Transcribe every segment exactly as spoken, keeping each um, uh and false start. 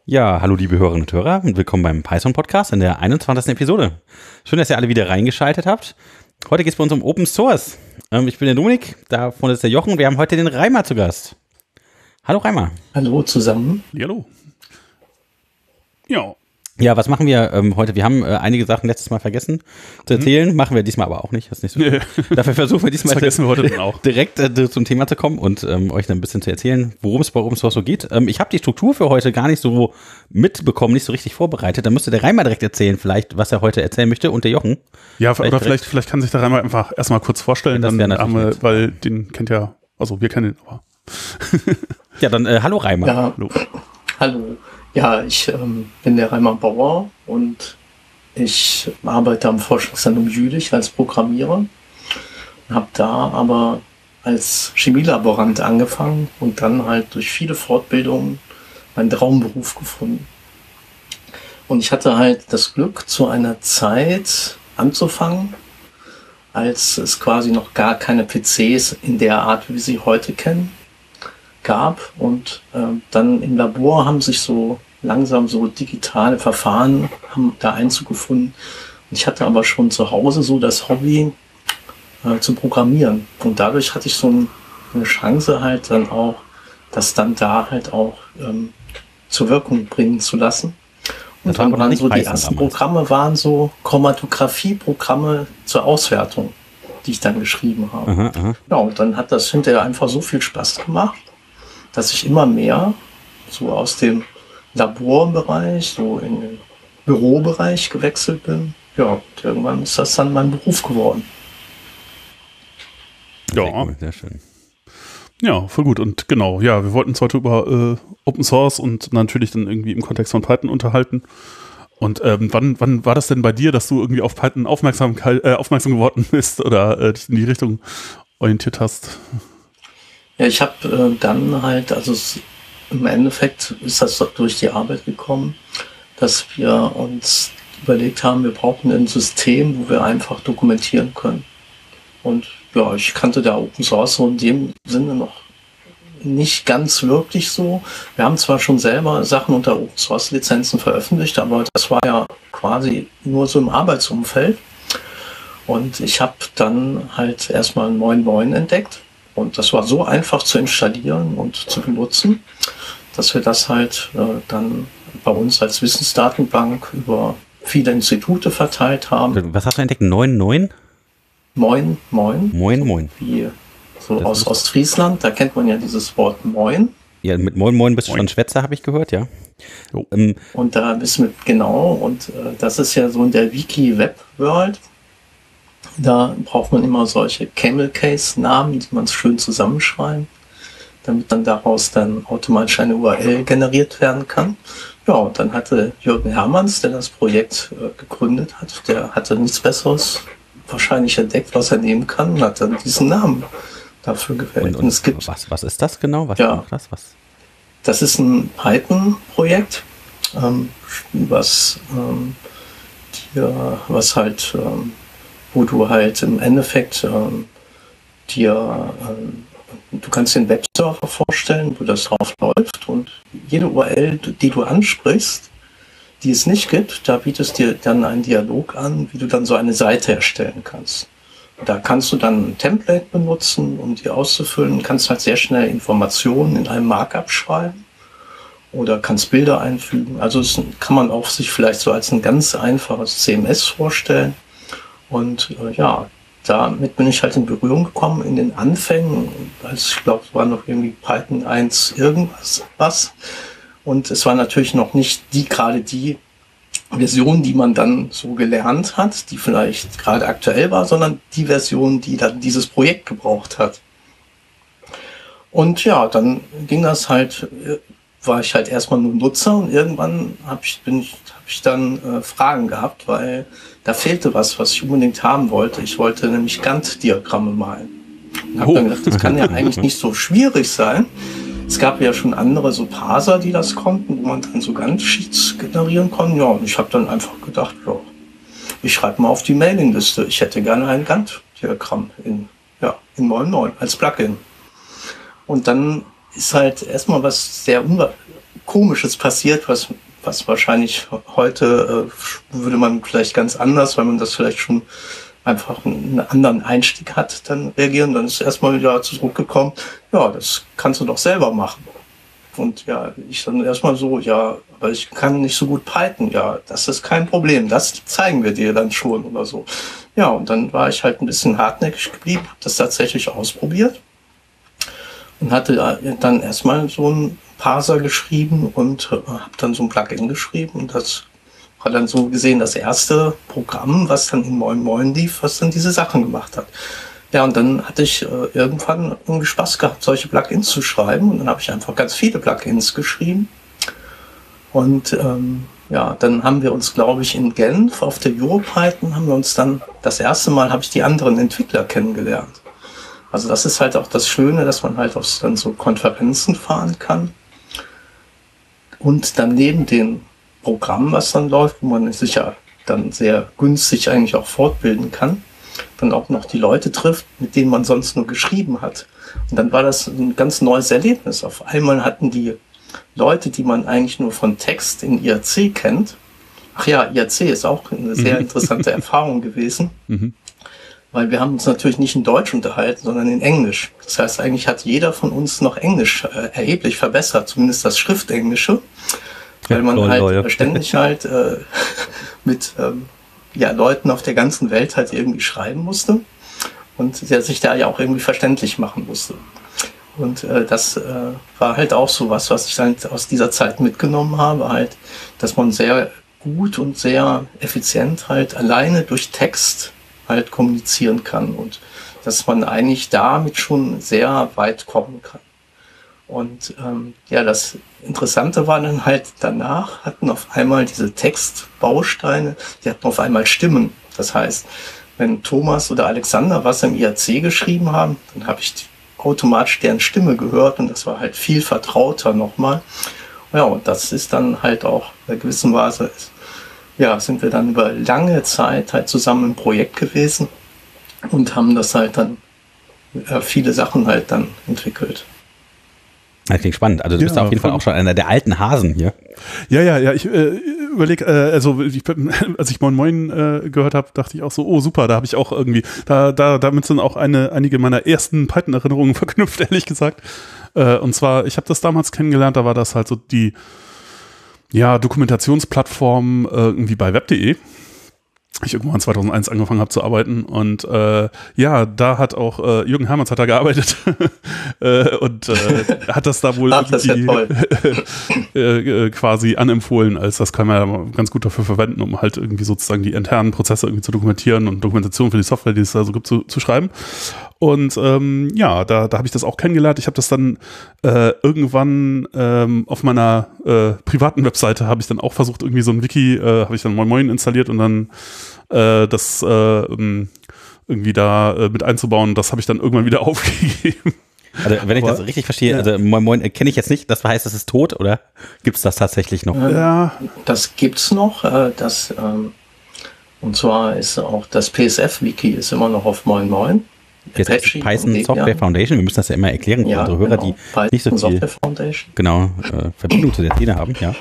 Ja, hallo liebe Hörerinnen und Hörer und willkommen beim Python-Podcast in der einundzwanzigsten Episode. Schön, dass ihr alle wieder reingeschaltet habt. Heute geht es bei uns um Open Source. Ähm, ich bin der Dominik, davon ist der Jochen. Wir haben heute den Reimer zu Gast. Hallo Reimer. Hallo zusammen. Hallo. Ja. Ja, was machen wir ähm, heute? Wir haben äh, einige Sachen letztes Mal vergessen zu erzählen, mhm. machen wir diesmal aber auch nicht. Das ist nicht so nee. Dafür versuchen wir diesmal das vergessen wir heute dann auch. direkt äh, zum Thema zu kommen und ähm, euch dann ein bisschen zu erzählen, worum es bei Open Source so geht. Ähm, ich habe die Struktur für heute gar nicht so mitbekommen, nicht so richtig vorbereitet. Da müsste der Reimer direkt erzählen, vielleicht, was er heute erzählen möchte und der Jochen. Ja, vielleicht oder vielleicht, vielleicht kann sich der Reimer einfach erstmal kurz vorstellen, ja, dann haben wir, weil den kennt ja, also wir kennen ihn aber. Ja, dann äh, hallo Reimer. Ja, hallo. hallo. Ja, ich ähm, bin der Reimer Bauer und ich arbeite am Forschungszentrum Jülich als Programmierer. Habe da aber als Chemielaborant angefangen und dann halt durch viele Fortbildungen meinen Traumberuf gefunden. Und ich hatte halt das Glück, zu einer Zeit anzufangen, als es quasi noch gar keine P Cs in der Art, wie wir sie heute kennen, gab. Und äh, dann im Labor haben sich so langsam so digitale Verfahren haben da Einzug gefunden. Ich hatte aber schon zu Hause so das Hobby äh, zu programmieren. Und dadurch hatte ich so ein, eine Chance halt dann auch, das dann da halt auch ähm, zur Wirkung bringen zu lassen. Und dann waren so die ersten Programme waren so Chromatographie-Programme zur Auswertung, die ich dann geschrieben habe. Aha, aha. Ja, und dann hat das hinterher einfach so viel Spaß gemacht, dass ich immer mehr so aus dem Laborbereich, so in den Bürobereich gewechselt bin. Ja, und irgendwann ist das dann mein Beruf geworden. Ja, sehr, cool, sehr schön. Ja, voll gut. Und genau, ja, wir wollten uns heute über äh, Open Source und natürlich dann irgendwie im Kontext von Python unterhalten. Und ähm, wann, wann war das denn bei dir, dass du irgendwie auf Python aufmerksam, äh, aufmerksam geworden bist oder äh, dich in die Richtung orientiert hast? Ja, ich habe äh, dann halt, also es, im Endeffekt ist das durch die Arbeit gekommen, dass wir uns überlegt haben, wir brauchen ein System, wo wir einfach dokumentieren können. Und ja, ich kannte da Open Source so in dem Sinne noch nicht ganz wirklich so. Wir haben zwar schon selber Sachen unter Open Source Lizenzen veröffentlicht, aber das war ja quasi nur so im Arbeitsumfeld. Und ich habe dann halt erstmal neun Punkt neun entdeckt. Und das war so einfach zu installieren und zu benutzen, dass wir das halt äh, dann bei uns als Wissensdatenbank über viele Institute verteilt haben. Was hast du entdeckt? neun Punkt neun? Moin, moin. Moin, moin. Wie so das aus Ostfriesland, da kennt man ja dieses Wort moin. Ja, mit moin, moin bist du schon Schwätzer, habe ich gehört, ja. Oh. Ähm, und da bist du mit, genau, und äh, das ist ja so in der Wiki-Web-World. Da braucht man immer solche Camel-Case-Namen, die man schön zusammenschreiben, damit dann daraus dann automatisch eine U R L generiert werden kann. Ja, und dann hatte Jürgen Hermanns, der das Projekt äh, gegründet hat, der hatte nichts Besseres wahrscheinlich entdeckt, was er nehmen kann, und hat dann diesen Namen dafür gewählt. Und, und, und es gibt, was, was ist das genau? Was ja, macht das? Was? Das ist ein Python-Projekt, ähm, was, ähm, dir, was halt ähm, wo du halt im Endeffekt ähm, dir, ähm, du kannst den Webserver vorstellen, wo das drauf läuft, und jede U R L, die du ansprichst, die es nicht gibt, da bietest dir dann einen Dialog an, wie du dann so eine Seite erstellen kannst. Da kannst du dann ein Template benutzen, um die auszufüllen, kannst halt sehr schnell Informationen in einem Markup schreiben oder kannst Bilder einfügen. Also das kann man auch sich vielleicht so als ein ganz einfaches C M S vorstellen. Und äh, ja, damit bin ich halt in Berührung gekommen in den Anfängen. Also ich glaube, es war noch irgendwie Python eins irgendwas. Was. Und es war natürlich noch nicht die gerade die Version, die man dann so gelernt hat, die vielleicht gerade aktuell war, sondern die Version, die dann dieses Projekt gebraucht hat. Und ja, dann ging das halt, war ich halt erstmal nur Nutzer, und irgendwann habe ich, bin ich, hab ich dann äh, Fragen gehabt, weil da fehlte was, was ich unbedingt haben wollte. Ich wollte nämlich Gantt-Diagramme malen. Und habe Oh. dann gedacht, das kann ja eigentlich nicht so schwierig sein. Es gab ja schon andere so Parser, die das konnten, wo man dann so Gantt-Sheets generieren konnte. Ja, und ich habe dann einfach gedacht, ja, ich schreibe mal auf die Mailingliste, ich hätte gerne ein Gantt-Diagramm in, ja, in neun Punkt neun als Plugin. Und dann ist halt erstmal was sehr Komisches passiert, was, was wahrscheinlich heute äh, würde man vielleicht ganz anders, weil man das vielleicht schon einfach einen anderen Einstieg hat, dann reagieren. Dann ist erstmal wieder zurückgekommen, ja, das kannst du doch selber machen. Und ja, ich dann erstmal so, ja, aber ich kann nicht so gut Python. Ja, das ist kein Problem, das zeigen wir dir dann schon oder so. Ja, und dann war ich halt ein bisschen hartnäckig geblieben, habe das tatsächlich ausprobiert und hatte dann erstmal so einen Parser geschrieben und äh, habe dann so ein Plugin geschrieben und das war dann so gesehen das erste Programm, was dann in Moin Moin lief, was dann diese Sachen gemacht hat. Ja, und dann hatte ich äh, irgendwann irgendwie Spaß gehabt, solche Plugins zu schreiben. Und dann habe ich einfach ganz viele Plugins geschrieben. Und ähm, ja, dann haben wir uns, glaube ich, in Genf auf der EuroPython haben wir uns dann, das erste Mal habe ich die anderen Entwickler kennengelernt. Also das ist halt auch das Schöne, dass man halt auf dann so Konferenzen fahren kann. Und dann neben den Programm, was dann läuft, wo man sich ja dann sehr günstig eigentlich auch fortbilden kann, dann auch noch die Leute trifft, mit denen man sonst nur geschrieben hat. Und dann war das ein ganz neues Erlebnis. Auf einmal hatten die Leute, die man eigentlich nur von Text in I R C kennt, ach ja, I R C ist auch eine sehr interessante Erfahrung gewesen, mhm. weil wir haben uns natürlich nicht in Deutsch unterhalten, sondern in Englisch. Das heißt, eigentlich hat jeder von uns noch Englisch äh, erheblich verbessert, zumindest das Schriftenglische. Weil man halt Leute. ständig halt äh, mit ähm, ja, Leuten auf der ganzen Welt halt irgendwie schreiben musste und der sich da ja auch irgendwie verständlich machen musste. Und äh, das äh, war halt auch so was, was ich halt aus dieser Zeit mitgenommen habe, halt, dass man sehr gut und sehr effizient halt alleine durch Text halt kommunizieren kann und dass man eigentlich damit schon sehr weit kommen kann. Und ähm, ja, das Interessante war dann halt, danach hatten auf einmal diese Textbausteine, die hatten auf einmal Stimmen. Das heißt, wenn Thomas oder Alexander was im I R C geschrieben haben, dann habe ich automatisch deren Stimme gehört und das war halt viel vertrauter nochmal. Ja, und das ist dann halt auch in einer gewissen Weise, ja, sind wir dann über lange Zeit halt zusammen im Projekt gewesen und haben das halt dann, äh, viele Sachen halt dann entwickelt. Das klingt spannend. Also du ja, bist auf jeden Fall auch schon einer der alten Hasen hier. Ja, ja, ja. Ich äh, überlege, äh, also ich, als ich Moin Moin äh, gehört habe, dachte ich auch so, oh super, da habe ich auch irgendwie, da, da, damit sind auch eine, einige meiner ersten Python-Erinnerungen verknüpft, ehrlich gesagt. Äh, und zwar, ich habe das damals kennengelernt, da war das halt so die, ja, Dokumentationsplattform äh, irgendwie bei web punkt de. Ich irgendwann zweitausendeins angefangen habe zu arbeiten und äh, ja, da hat auch äh, Jürgen Hermanns hat da gearbeitet äh, und äh, hat das da wohl Ach, das irgendwie äh, äh, quasi anempfohlen, als das kann man ja ganz gut dafür verwenden, um halt irgendwie sozusagen die internen Prozesse irgendwie zu dokumentieren und Dokumentation für die Software, die es da so gibt, zu, zu schreiben. Und ähm, ja, da, da habe ich das auch kennengelernt. Ich habe das dann äh, irgendwann ähm, auf meiner äh, privaten Webseite habe ich dann auch versucht, irgendwie so ein Wiki, äh, habe ich dann Moin Moin installiert und dann äh, das äh, irgendwie da äh, mit einzubauen. Das habe ich dann irgendwann wieder aufgegeben. Also wenn ich Aber, das richtig verstehe, ja. also Moin Moin kenne ich jetzt nicht, das heißt, das ist tot oder gibt es das tatsächlich noch? Ja, das gibt's noch. Äh, das, ähm, und zwar ist auch das P S F-Wiki ist immer noch auf Moin Moin. Apache, Python Software ja. Foundation, wir müssen das ja immer erklären für ja, unsere Hörer, genau. die Python nicht so viel genau, äh, Verbindung zu der Szene haben. Ja.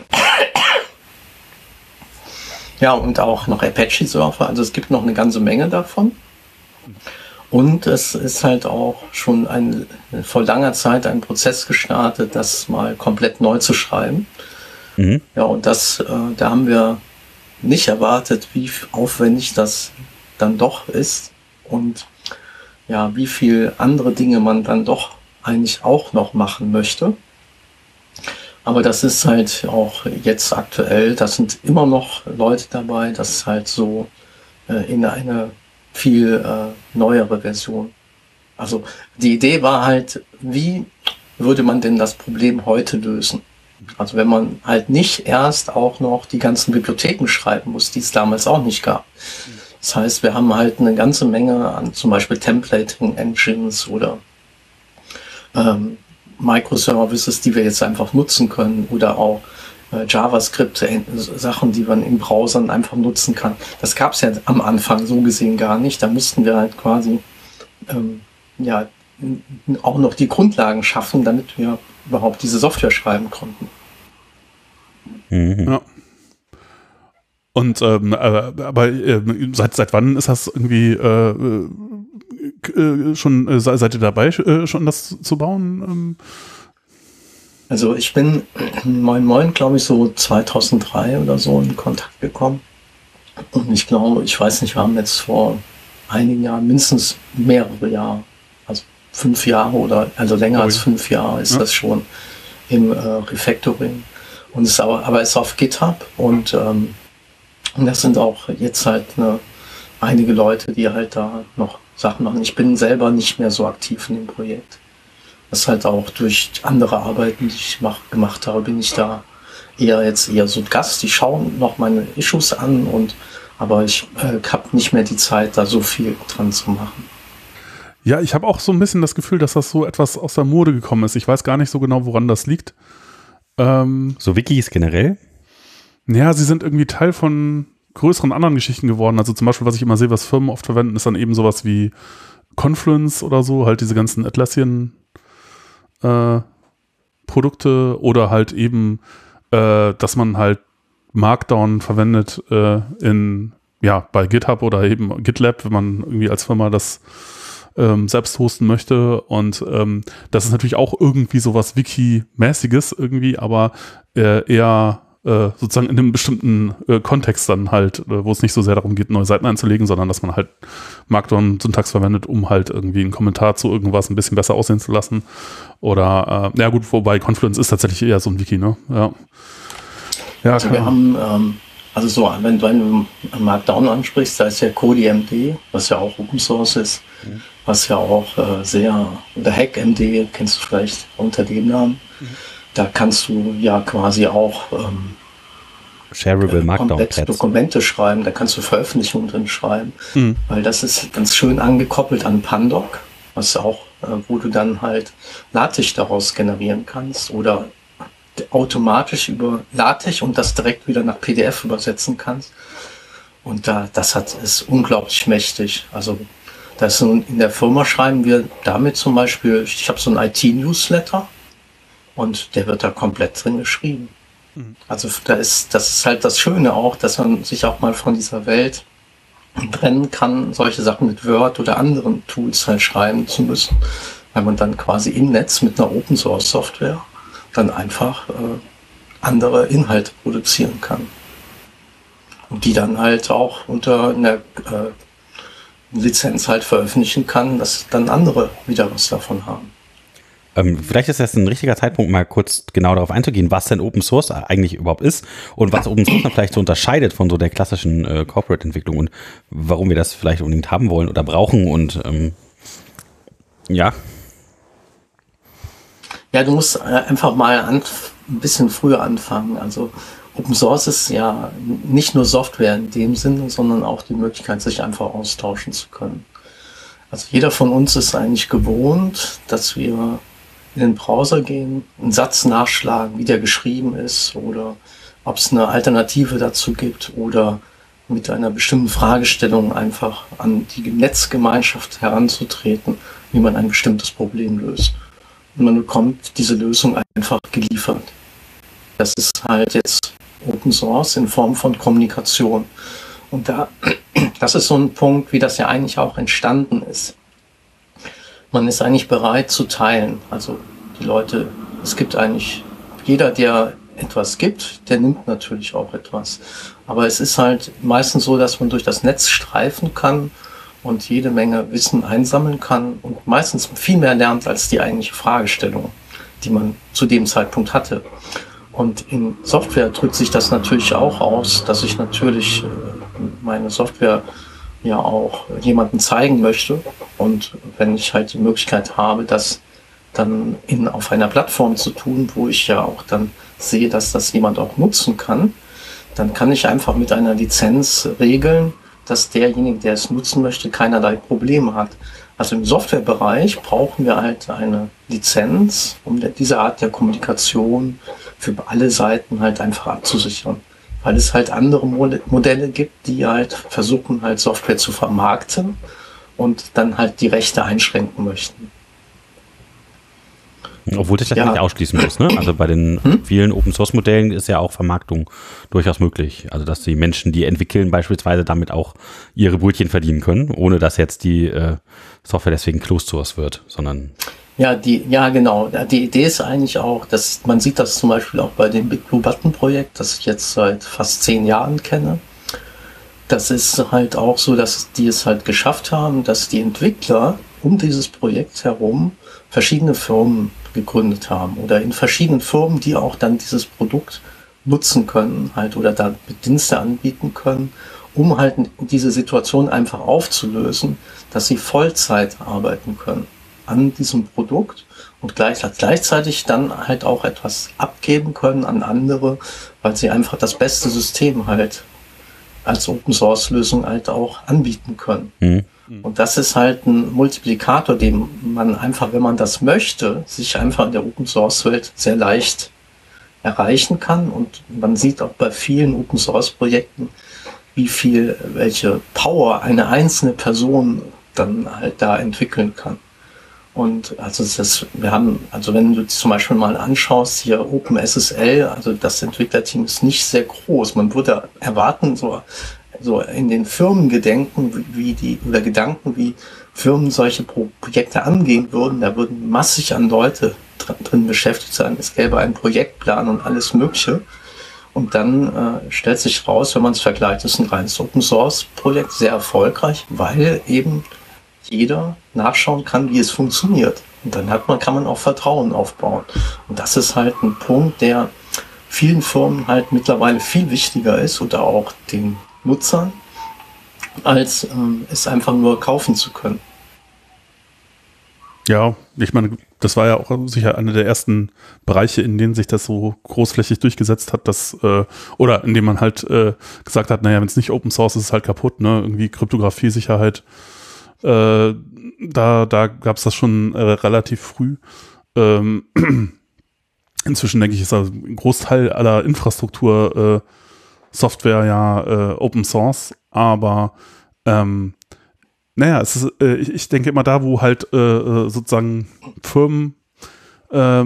ja, und auch noch Apache-Server, also es gibt noch eine ganze Menge davon. Und es ist halt auch schon ein, vor langer Zeit ein Prozess gestartet, das mal komplett neu zu schreiben. Mhm. Ja, und das, äh, da haben wir nicht erwartet, wie aufwendig das dann doch ist und ja, wie viel andere Dinge man dann doch eigentlich auch noch machen möchte. Aber das ist halt auch jetzt aktuell, da sind immer noch Leute dabei, das ist halt so äh, in eine viel äh, neuere Version. Also die Idee war halt, wie würde man denn das Problem heute lösen? Also wenn man halt nicht erst auch noch die ganzen Bibliotheken schreiben muss, die es damals auch nicht gab. Das heißt, wir haben halt eine ganze Menge an zum Beispiel Templating-Engines oder ähm, Microservices, die wir jetzt einfach nutzen können oder auch äh, JavaScript-Sachen, die man in Browsern einfach nutzen kann. Das gab es ja am Anfang so gesehen gar nicht. Da mussten wir halt quasi ähm, ja auch noch die Grundlagen schaffen, damit wir überhaupt diese Software schreiben konnten. Mhm. Ja. Und ähm, aber, aber äh, seit seit wann ist das irgendwie äh, äh, schon äh, seid ihr dabei äh, schon das zu bauen? Ähm? Also ich bin Moin Moin, glaube ich, so zweitausenddrei oder so in Kontakt gekommen. Und ich glaube, ich weiß nicht, wir haben jetzt vor einigen Jahren, mindestens mehrere Jahre, also fünf Jahre oder also länger oh, als fünf Jahre ist ja. das schon im äh, Refactoring. Und es ist aber, aber es ist auf GitHub und ähm, Und das sind auch jetzt halt eine, einige Leute, die halt da noch Sachen machen. Ich bin selber nicht mehr so aktiv in dem Projekt. Das ist halt auch durch andere Arbeiten, die ich mach, gemacht habe, bin ich da eher jetzt eher so ein Gast. Ich schaue noch meine Issues an, und aber ich äh, habe nicht mehr die Zeit, da so viel dran zu machen. Ja, ich habe auch so ein bisschen das Gefühl, dass das so etwas aus der Mode gekommen ist. Ich weiß gar nicht so genau, woran das liegt. Ähm, so Wikis generell? Ja, sie sind irgendwie Teil von größeren anderen Geschichten geworden. Also zum Beispiel, was ich immer sehe, was Firmen oft verwenden, ist dann eben sowas wie Confluence oder so, halt diese ganzen Atlassian äh, Produkte, oder halt eben, äh, dass man halt Markdown verwendet äh, in, ja, bei GitHub oder eben GitLab, wenn man irgendwie als Firma das ähm, selbst hosten möchte. Und ähm, das ist natürlich auch irgendwie sowas Wiki-mäßiges irgendwie, aber äh, eher Äh, sozusagen in einem bestimmten äh, Kontext dann halt, äh, wo es nicht so sehr darum geht, neue Seiten einzulegen, sondern dass man halt Markdown-Syntax verwendet, um halt irgendwie einen Kommentar zu irgendwas ein bisschen besser aussehen zu lassen. Oder, äh, ja gut, wobei Confluence ist tatsächlich eher so ein Wiki, ne? Ja. Ja, also wir haben, ähm, also so, wenn du einen Markdown ansprichst, da ist ja CodiMD, was ja auch Open Source ist, mhm. was ja auch äh, sehr, oder HackMD, kennst du vielleicht unter dem Namen. Mhm. Da kannst du ja quasi auch ähm, Shareable komplexe Dokumente schreiben, da kannst du Veröffentlichungen drin schreiben, mhm. weil das ist ganz schön angekoppelt an Pandoc, was auch, äh, wo du dann halt LaTeX daraus generieren kannst oder automatisch über LaTeX und das direkt wieder nach P D F übersetzen kannst. Und da, das hat, ist unglaublich mächtig. Also das in der Firma schreiben wir damit zum Beispiel, ich habe so ein I T-Newsletter, und der wird da komplett drin geschrieben. Mhm. Also da ist, das ist halt das Schöne auch, dass man sich auch mal von dieser Welt trennen kann, solche Sachen mit Word oder anderen Tools halt schreiben zu müssen, weil man dann quasi im Netz mit einer Open Source Software dann einfach äh, andere Inhalte produzieren kann. Und die dann halt auch unter einer äh, Lizenz halt veröffentlichen kann, dass dann andere wieder was davon haben. Ähm, vielleicht ist das ein richtiger Zeitpunkt, mal kurz genau darauf einzugehen, was denn Open Source eigentlich überhaupt ist und was Open Source dann vielleicht so unterscheidet von so der klassischen äh, Corporate-Entwicklung und warum wir das vielleicht unbedingt haben wollen oder brauchen und ähm, ja. Ja, du musst einfach mal an, ein bisschen früher anfangen. Also Open Source ist ja nicht nur Software in dem Sinne, sondern auch die Möglichkeit, sich einfach austauschen zu können. Also jeder von uns ist eigentlich gewohnt, dass wir in den Browser gehen, einen Satz nachschlagen, wie der geschrieben ist oder ob es eine Alternative dazu gibt oder mit einer bestimmten Fragestellung einfach an die Netzgemeinschaft heranzutreten, wie man ein bestimmtes Problem löst. Und man bekommt diese Lösung einfach geliefert. Das ist halt jetzt Open Source in Form von Kommunikation. Und da, das ist so ein Punkt, wie das ja eigentlich auch entstanden ist. Man ist eigentlich bereit zu teilen. Also die Leute, es gibt eigentlich, jeder, der etwas gibt, der nimmt natürlich auch etwas. Aber es ist halt meistens so, dass man durch das Netz streifen kann und jede Menge Wissen einsammeln kann und meistens viel mehr lernt als die eigentliche Fragestellung, die man zu dem Zeitpunkt hatte. Und in Software drückt sich das natürlich auch aus, dass ich natürlich meine Software ja auch jemandem zeigen möchte. Und wenn ich halt die Möglichkeit habe, das dann in, auf einer Plattform zu tun, wo ich ja auch dann sehe, dass das jemand auch nutzen kann, dann kann ich einfach mit einer Lizenz regeln, dass derjenige, der es nutzen möchte, keinerlei Probleme hat. Also im Softwarebereich brauchen wir halt eine Lizenz, um diese Art der Kommunikation für alle Seiten halt einfach abzusichern. Weil es halt andere Modelle gibt, die halt versuchen, halt Software zu vermarkten und dann halt die Rechte einschränken möchten. Obwohl sich das Ja. nicht ausschließen muss, ne? Also bei den Hm? vielen Open-Source-Modellen ist ja auch Vermarktung durchaus möglich. Also dass die Menschen, die entwickeln, beispielsweise damit auch ihre Brötchen verdienen können, ohne dass jetzt die äh, Software deswegen Closed Source wird, sondern Ja, die, ja, genau. Die Idee ist eigentlich auch, dass man sieht das zum Beispiel auch bei dem Big Blue Button Projekt, das ich jetzt seit fast zehn Jahren kenne. Das ist halt auch so, dass die es halt geschafft haben, dass die Entwickler um dieses Projekt herum verschiedene Firmen gegründet haben oder in verschiedenen Firmen, die auch dann dieses Produkt nutzen können halt oder da Dienste anbieten können, um halt diese Situation einfach aufzulösen, dass sie Vollzeit arbeiten können an diesem Produkt und gleich, gleichzeitig dann halt auch etwas abgeben können an andere, weil sie einfach das beste System halt als Open-Source-Lösung halt auch anbieten können. Mhm. Und das ist halt ein Multiplikator, den man einfach, wenn man das möchte, sich einfach in der Open-Source-Welt sehr leicht erreichen kann. Und man sieht auch bei vielen Open-Source-Projekten, wie viel, welche Power eine einzelne Person dann halt da entwickeln kann. Und also das, wir haben, also wenn du zum Beispiel mal anschaust, hier OpenSSL, also das Entwicklerteam ist nicht sehr groß. Man würde erwarten, so, so in den Firmengedenken, wie, wie die, oder Gedanken, wie Firmen solche Pro Projekte angehen würden, da würden massig an Leute drin, drin beschäftigt sein. Es gäbe einen Projektplan und alles Mögliche. Und dann äh, stellt sich raus, wenn man es vergleicht, ist ein reines Open-Source-Projekt sehr erfolgreich, weil eben jeder nachschauen kann, wie es funktioniert. Und dann hat man, kann man auch Vertrauen aufbauen. Und das ist halt ein Punkt, der vielen Firmen halt mittlerweile viel wichtiger ist oder auch den Nutzern, als ähm, es einfach nur kaufen zu können. Ja, ich meine, das war ja auch sicher einer der ersten Bereiche, in denen sich das so großflächig durchgesetzt hat, dass, äh, oder in dem man halt äh, gesagt hat, naja, wenn es nicht Open Source ist, ist es halt kaputt, ne? Irgendwie Kryptographie, Sicherheit. Äh, da da gab es das schon äh, relativ früh. Ähm, inzwischen denke ich, ist also ein Großteil aller Infrastruktur äh, Software ja äh, Open Source, aber ähm, naja, es ist, äh, ich, ich denke immer da, wo halt äh, sozusagen Firmen äh,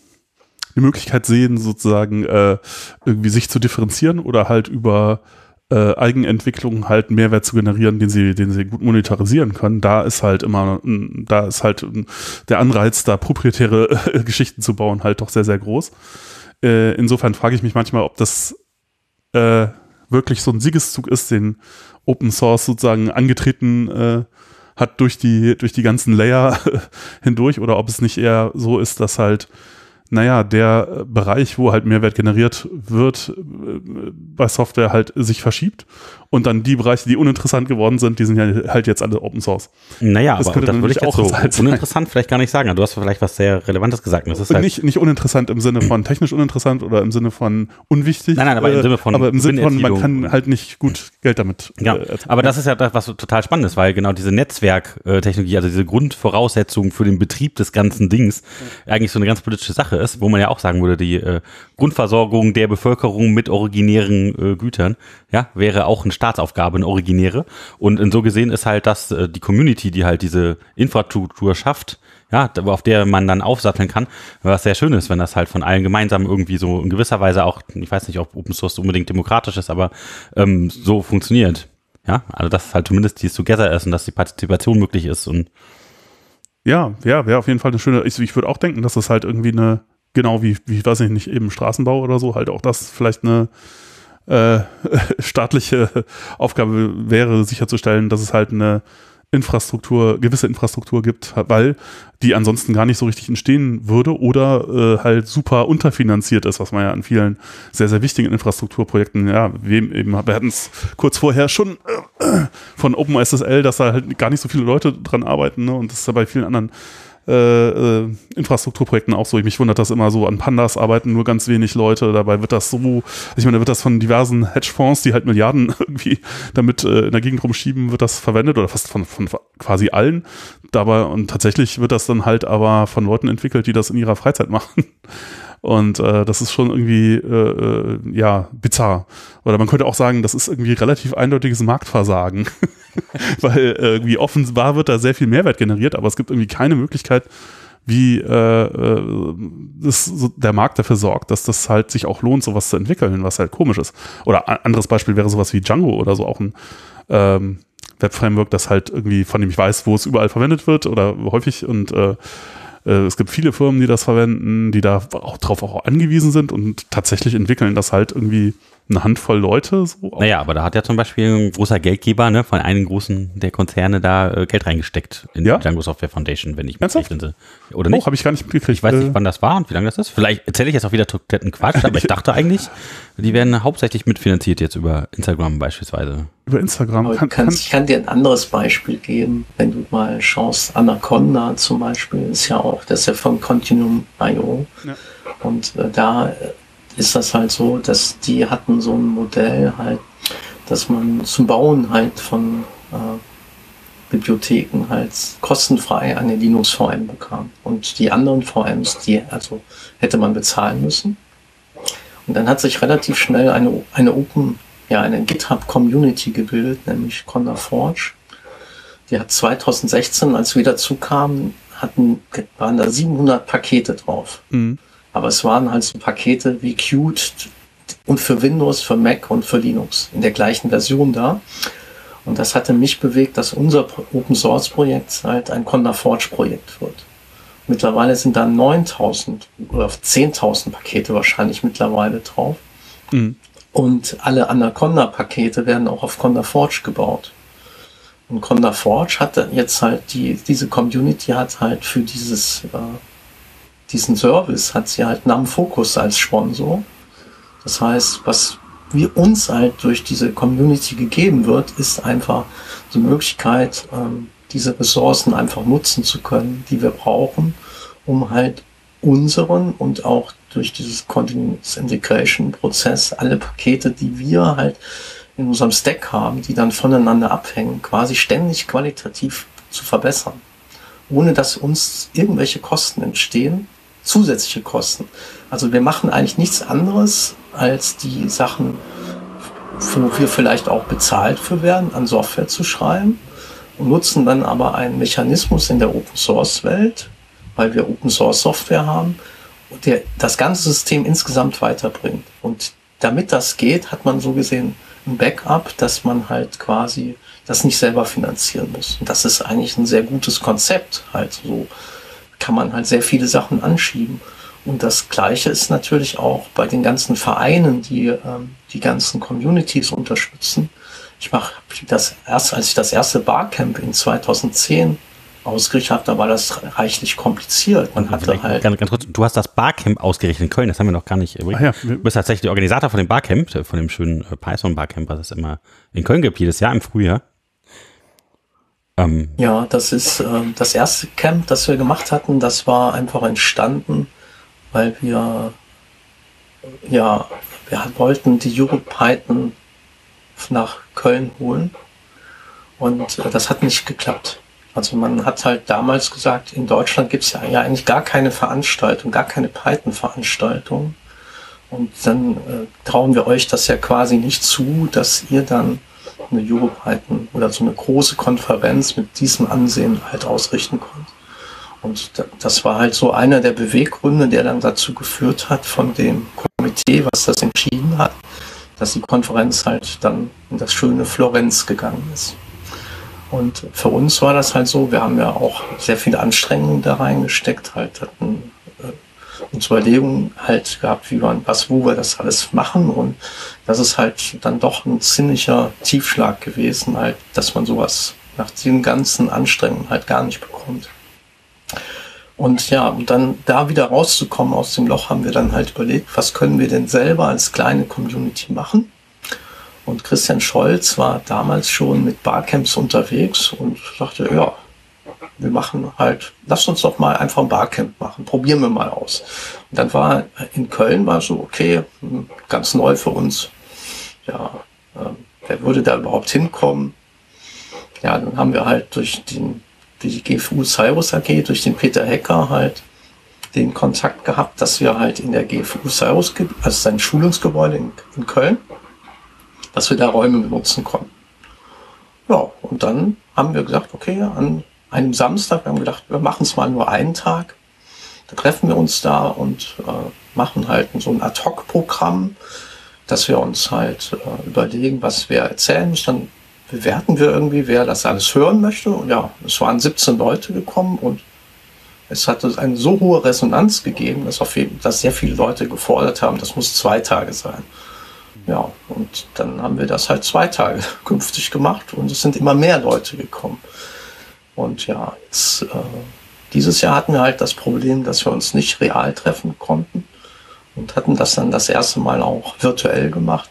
die Möglichkeit sehen, sozusagen äh, irgendwie sich zu differenzieren oder halt über Äh, Eigenentwicklung halt Mehrwert zu generieren, den sie, den sie gut monetarisieren können, da ist halt immer, da ist halt der Anreiz, da proprietäre äh, Geschichten zu bauen, halt doch sehr, sehr groß. Äh, insofern frage ich mich manchmal, ob das äh, wirklich so ein Siegeszug ist, den Open Source sozusagen angetreten äh, hat durch die, durch die ganzen Layer hindurch, oder ob es nicht eher so ist, dass halt naja, der Bereich, wo halt Mehrwert generiert wird, bei Software halt sich verschiebt und dann die Bereiche, die uninteressant geworden sind, die sind ja halt jetzt alle Open Source. Naja, das aber das würde ich auch so halt uninteressant vielleicht gar nicht sagen. Du hast vielleicht was sehr Relevantes gesagt. Das ist halt nicht, nicht uninteressant im Sinne von technisch uninteressant oder im Sinne von unwichtig. Nein, nein, aber im Sinne von aber im Sinne von, man Gewinnerzielung. kann halt nicht gut Geld damit Ja, äh, aber das ist ja das, was so total spannend ist, weil genau diese Netzwerktechnologie, also diese Grundvoraussetzung für den Betrieb des ganzen Dings eigentlich so eine ganz politische Sache ist, wo man ja auch sagen würde, die äh, Grundversorgung der Bevölkerung mit originären äh, Gütern, ja, wäre auch eine Staatsaufgabe, eine originäre. Und in so gesehen ist halt das äh, die Community, die halt diese Infrastruktur schafft, ja, auf der man dann aufsatteln kann, was sehr schön ist, wenn das halt von allen gemeinsam irgendwie so in gewisser Weise auch, ich weiß nicht, ob Open Source unbedingt demokratisch ist, aber ähm, so funktioniert. Ja, also dass halt zumindest dieses Together ist und dass die Partizipation möglich ist. Und ja, ja, wäre auf jeden Fall eine schöne, ich, ich würde auch denken, dass das halt irgendwie eine, genau wie, wie, weiß ich nicht, eben Straßenbau oder so, halt auch das vielleicht eine äh, staatliche Aufgabe wäre, sicherzustellen, dass es halt eine Infrastruktur, gewisse Infrastruktur gibt, weil die ansonsten gar nicht so richtig entstehen würde oder äh, halt super unterfinanziert ist, was man ja an vielen sehr, sehr wichtigen Infrastrukturprojekten, ja, wem eben, wir hatten es kurz vorher schon äh, von OpenSSL, dass da halt gar nicht so viele Leute dran arbeiten, ne, und das ist ja bei vielen anderen Äh, äh, Infrastrukturprojekten auch so. Mich wundert das immer so, an Pandas arbeiten nur ganz wenig Leute, dabei wird das so, ich meine, da wird das von diversen Hedgefonds, die halt Milliarden irgendwie damit äh, in der Gegend rumschieben, wird das verwendet oder fast von, von quasi allen. Dabei, und tatsächlich wird das dann halt aber von Leuten entwickelt, die das in ihrer Freizeit machen. Und äh, das ist schon irgendwie, äh, ja, bizarr. Oder man könnte auch sagen, das ist irgendwie relativ eindeutiges Marktversagen. Weil irgendwie offenbar wird da sehr viel Mehrwert generiert, aber es gibt irgendwie keine Möglichkeit, wie äh, das, so der Markt dafür sorgt, dass das halt sich auch lohnt, sowas zu entwickeln, was halt komisch ist. Oder ein anderes Beispiel wäre sowas wie Django oder so, auch ein ähm, Web-Framework, das halt irgendwie, von dem ich weiß, wo es überall verwendet wird oder häufig und äh, äh, es gibt viele Firmen, die das verwenden, die da auch drauf auch angewiesen sind und tatsächlich entwickeln das halt irgendwie eine Handvoll Leute. So. Naja, aber da hat ja zum Beispiel ein großer Geldgeber, ne, von einem großen der Konzerne da äh, Geld reingesteckt in Ja? die Django Software Foundation, wenn ich mich Ernsthaft? recht entsinne. Oder nicht? Oh, habe ich gar nicht mitgekriegt. Ich weiß nicht, Äh, wann das war und wie lange das ist. Vielleicht erzähle ich jetzt auch wieder kompletten Quatsch, aber ich dachte eigentlich, die werden hauptsächlich mitfinanziert jetzt über Instagram beispielsweise. über Instagram. Aber du Kann, kann, kannst, ich kann dir ein anderes Beispiel geben, wenn du mal schaust. Anaconda zum Beispiel ist ja auch, das ist ja von Continuum Punkt i o. Ja. Und äh, da äh, ist das halt so, dass die hatten so ein Modell halt, dass man zum Bauen halt von äh, Bibliotheken halt kostenfrei eine Linux-V M bekam. Und die anderen V Ms, die also hätte man bezahlen müssen. Und dann hat sich relativ schnell eine, eine Open, ja, eine GitHub-Community gebildet, nämlich Conda Forge. Die hat zwanzig sechzehn, als wir dazu kamen, hatten, waren da siebenhundert Pakete drauf. Mhm. Aber es waren halt so Pakete wie Qt und für Windows, für Mac und für Linux in der gleichen Version da. Und das hatte mich bewegt, dass unser Open Source Projekt halt ein Conda Forge Projekt wird. Mittlerweile sind da neuntausend oder zehntausend Pakete wahrscheinlich mittlerweile drauf. Mhm. Und alle Anaconda-Pakete werden auch auf Conda Forge gebaut. Und Conda Forge hat jetzt halt die, diese Community hat halt für dieses, äh, diesen Service hat sie halt NumFocus als Sponsor. Das heißt, was wir uns halt durch diese Community gegeben wird, ist einfach die Möglichkeit, ähm, diese Ressourcen einfach nutzen zu können, die wir brauchen, um halt unseren und auch durch dieses Continuous Integration Prozess alle Pakete, die wir halt in unserem Stack haben, die dann voneinander abhängen, quasi ständig qualitativ zu verbessern, ohne dass uns irgendwelche Kosten entstehen, zusätzliche Kosten. Also wir machen eigentlich nichts anderes als die Sachen, wo wir vielleicht auch bezahlt für werden, an Software zu schreiben und nutzen dann aber einen Mechanismus in der Open Source Welt, weil wir Open Source Software haben, der das ganze System insgesamt weiterbringt. Und damit das geht, hat man so gesehen ein Backup, dass man halt quasi das nicht selber finanzieren muss. Und das ist eigentlich ein sehr gutes Konzept. Halt so kann man halt sehr viele Sachen anschieben. Und das Gleiche ist natürlich auch bei den ganzen Vereinen, die ähm, die ganzen Communities unterstützen. Ich mache das erst, als ich das erste Barcamp in zweitausendzehn ausgerichtet habe, da war das reichlich kompliziert. Man hatte halt ganz, ganz kurz, du hast das Barcamp ausgerichtet in Köln, das haben wir noch gar nicht. Ah ja, du bist tatsächlich der Organisator von dem Barcamp, von dem schönen Python Barcamp, was es immer in Köln gibt, jedes Jahr im Frühjahr. Ähm, ja, das ist äh, das erste Camp, das wir gemacht hatten, das war einfach entstanden, weil wir ja, wir wollten die EuroPython nach Köln holen und äh, das hat nicht geklappt. Also man hat halt damals gesagt, in Deutschland gibt es ja, ja eigentlich gar keine Veranstaltung, gar keine Python-Veranstaltung. Und dann äh, trauen wir euch das ja quasi nicht zu, dass ihr dann eine EuroPython oder so eine große Konferenz mit diesem Ansehen halt ausrichten könnt. Und das war halt so einer der Beweggründe, der dann dazu geführt hat von dem Komitee, was das entschieden hat, dass die Konferenz halt dann in das schöne Florenz gegangen ist. Und für uns war das halt so, wir haben ja auch sehr viele Anstrengungen da reingesteckt, halt hatten äh, uns Überlegungen halt gehabt, wie man, was, wo wir das alles machen. Und das ist halt dann doch ein ziemlicher Tiefschlag gewesen, halt, dass man sowas nach den ganzen Anstrengungen halt gar nicht bekommt. Und ja, und dann da wieder rauszukommen aus dem Loch, haben wir dann halt überlegt, was können wir denn selber als kleine Community machen? Und Christian Scholz war damals schon mit Barcamps unterwegs und sagte, ja, wir machen halt, lasst uns doch mal einfach ein Barcamp machen, probieren wir mal aus. Und dann war in Köln war so, okay, ganz neu für uns, ja, äh, wer würde da überhaupt hinkommen? Ja, dann haben wir halt durch den, die G F U Cyrus A G, durch den Peter Hecker halt den Kontakt gehabt, dass wir halt in der G F U Cyrus, also sein Schulungsgebäude in, in Köln, dass wir da Räume benutzen konnten. Ja, und dann haben wir gesagt, okay, an einem Samstag, wir haben gedacht, wir machen es mal nur einen Tag, dann treffen wir uns da und äh, machen halt so ein Ad-Hoc-Programm, dass wir uns halt äh, überlegen, was wir erzählen müssen. Dann bewerten wir irgendwie, wer das alles hören möchte. Und ja, es waren siebzehn Leute gekommen und es hat eine so hohe Resonanz gegeben, dass, auf jeden, dass sehr viele Leute gefordert haben, das muss zwei Tage sein. Ja, und dann haben wir das halt zwei Tage künftig gemacht und es sind immer mehr Leute gekommen. Und ja, jetzt, äh, dieses Jahr hatten wir halt das Problem, dass wir uns nicht real treffen konnten und hatten das dann das erste Mal auch virtuell gemacht.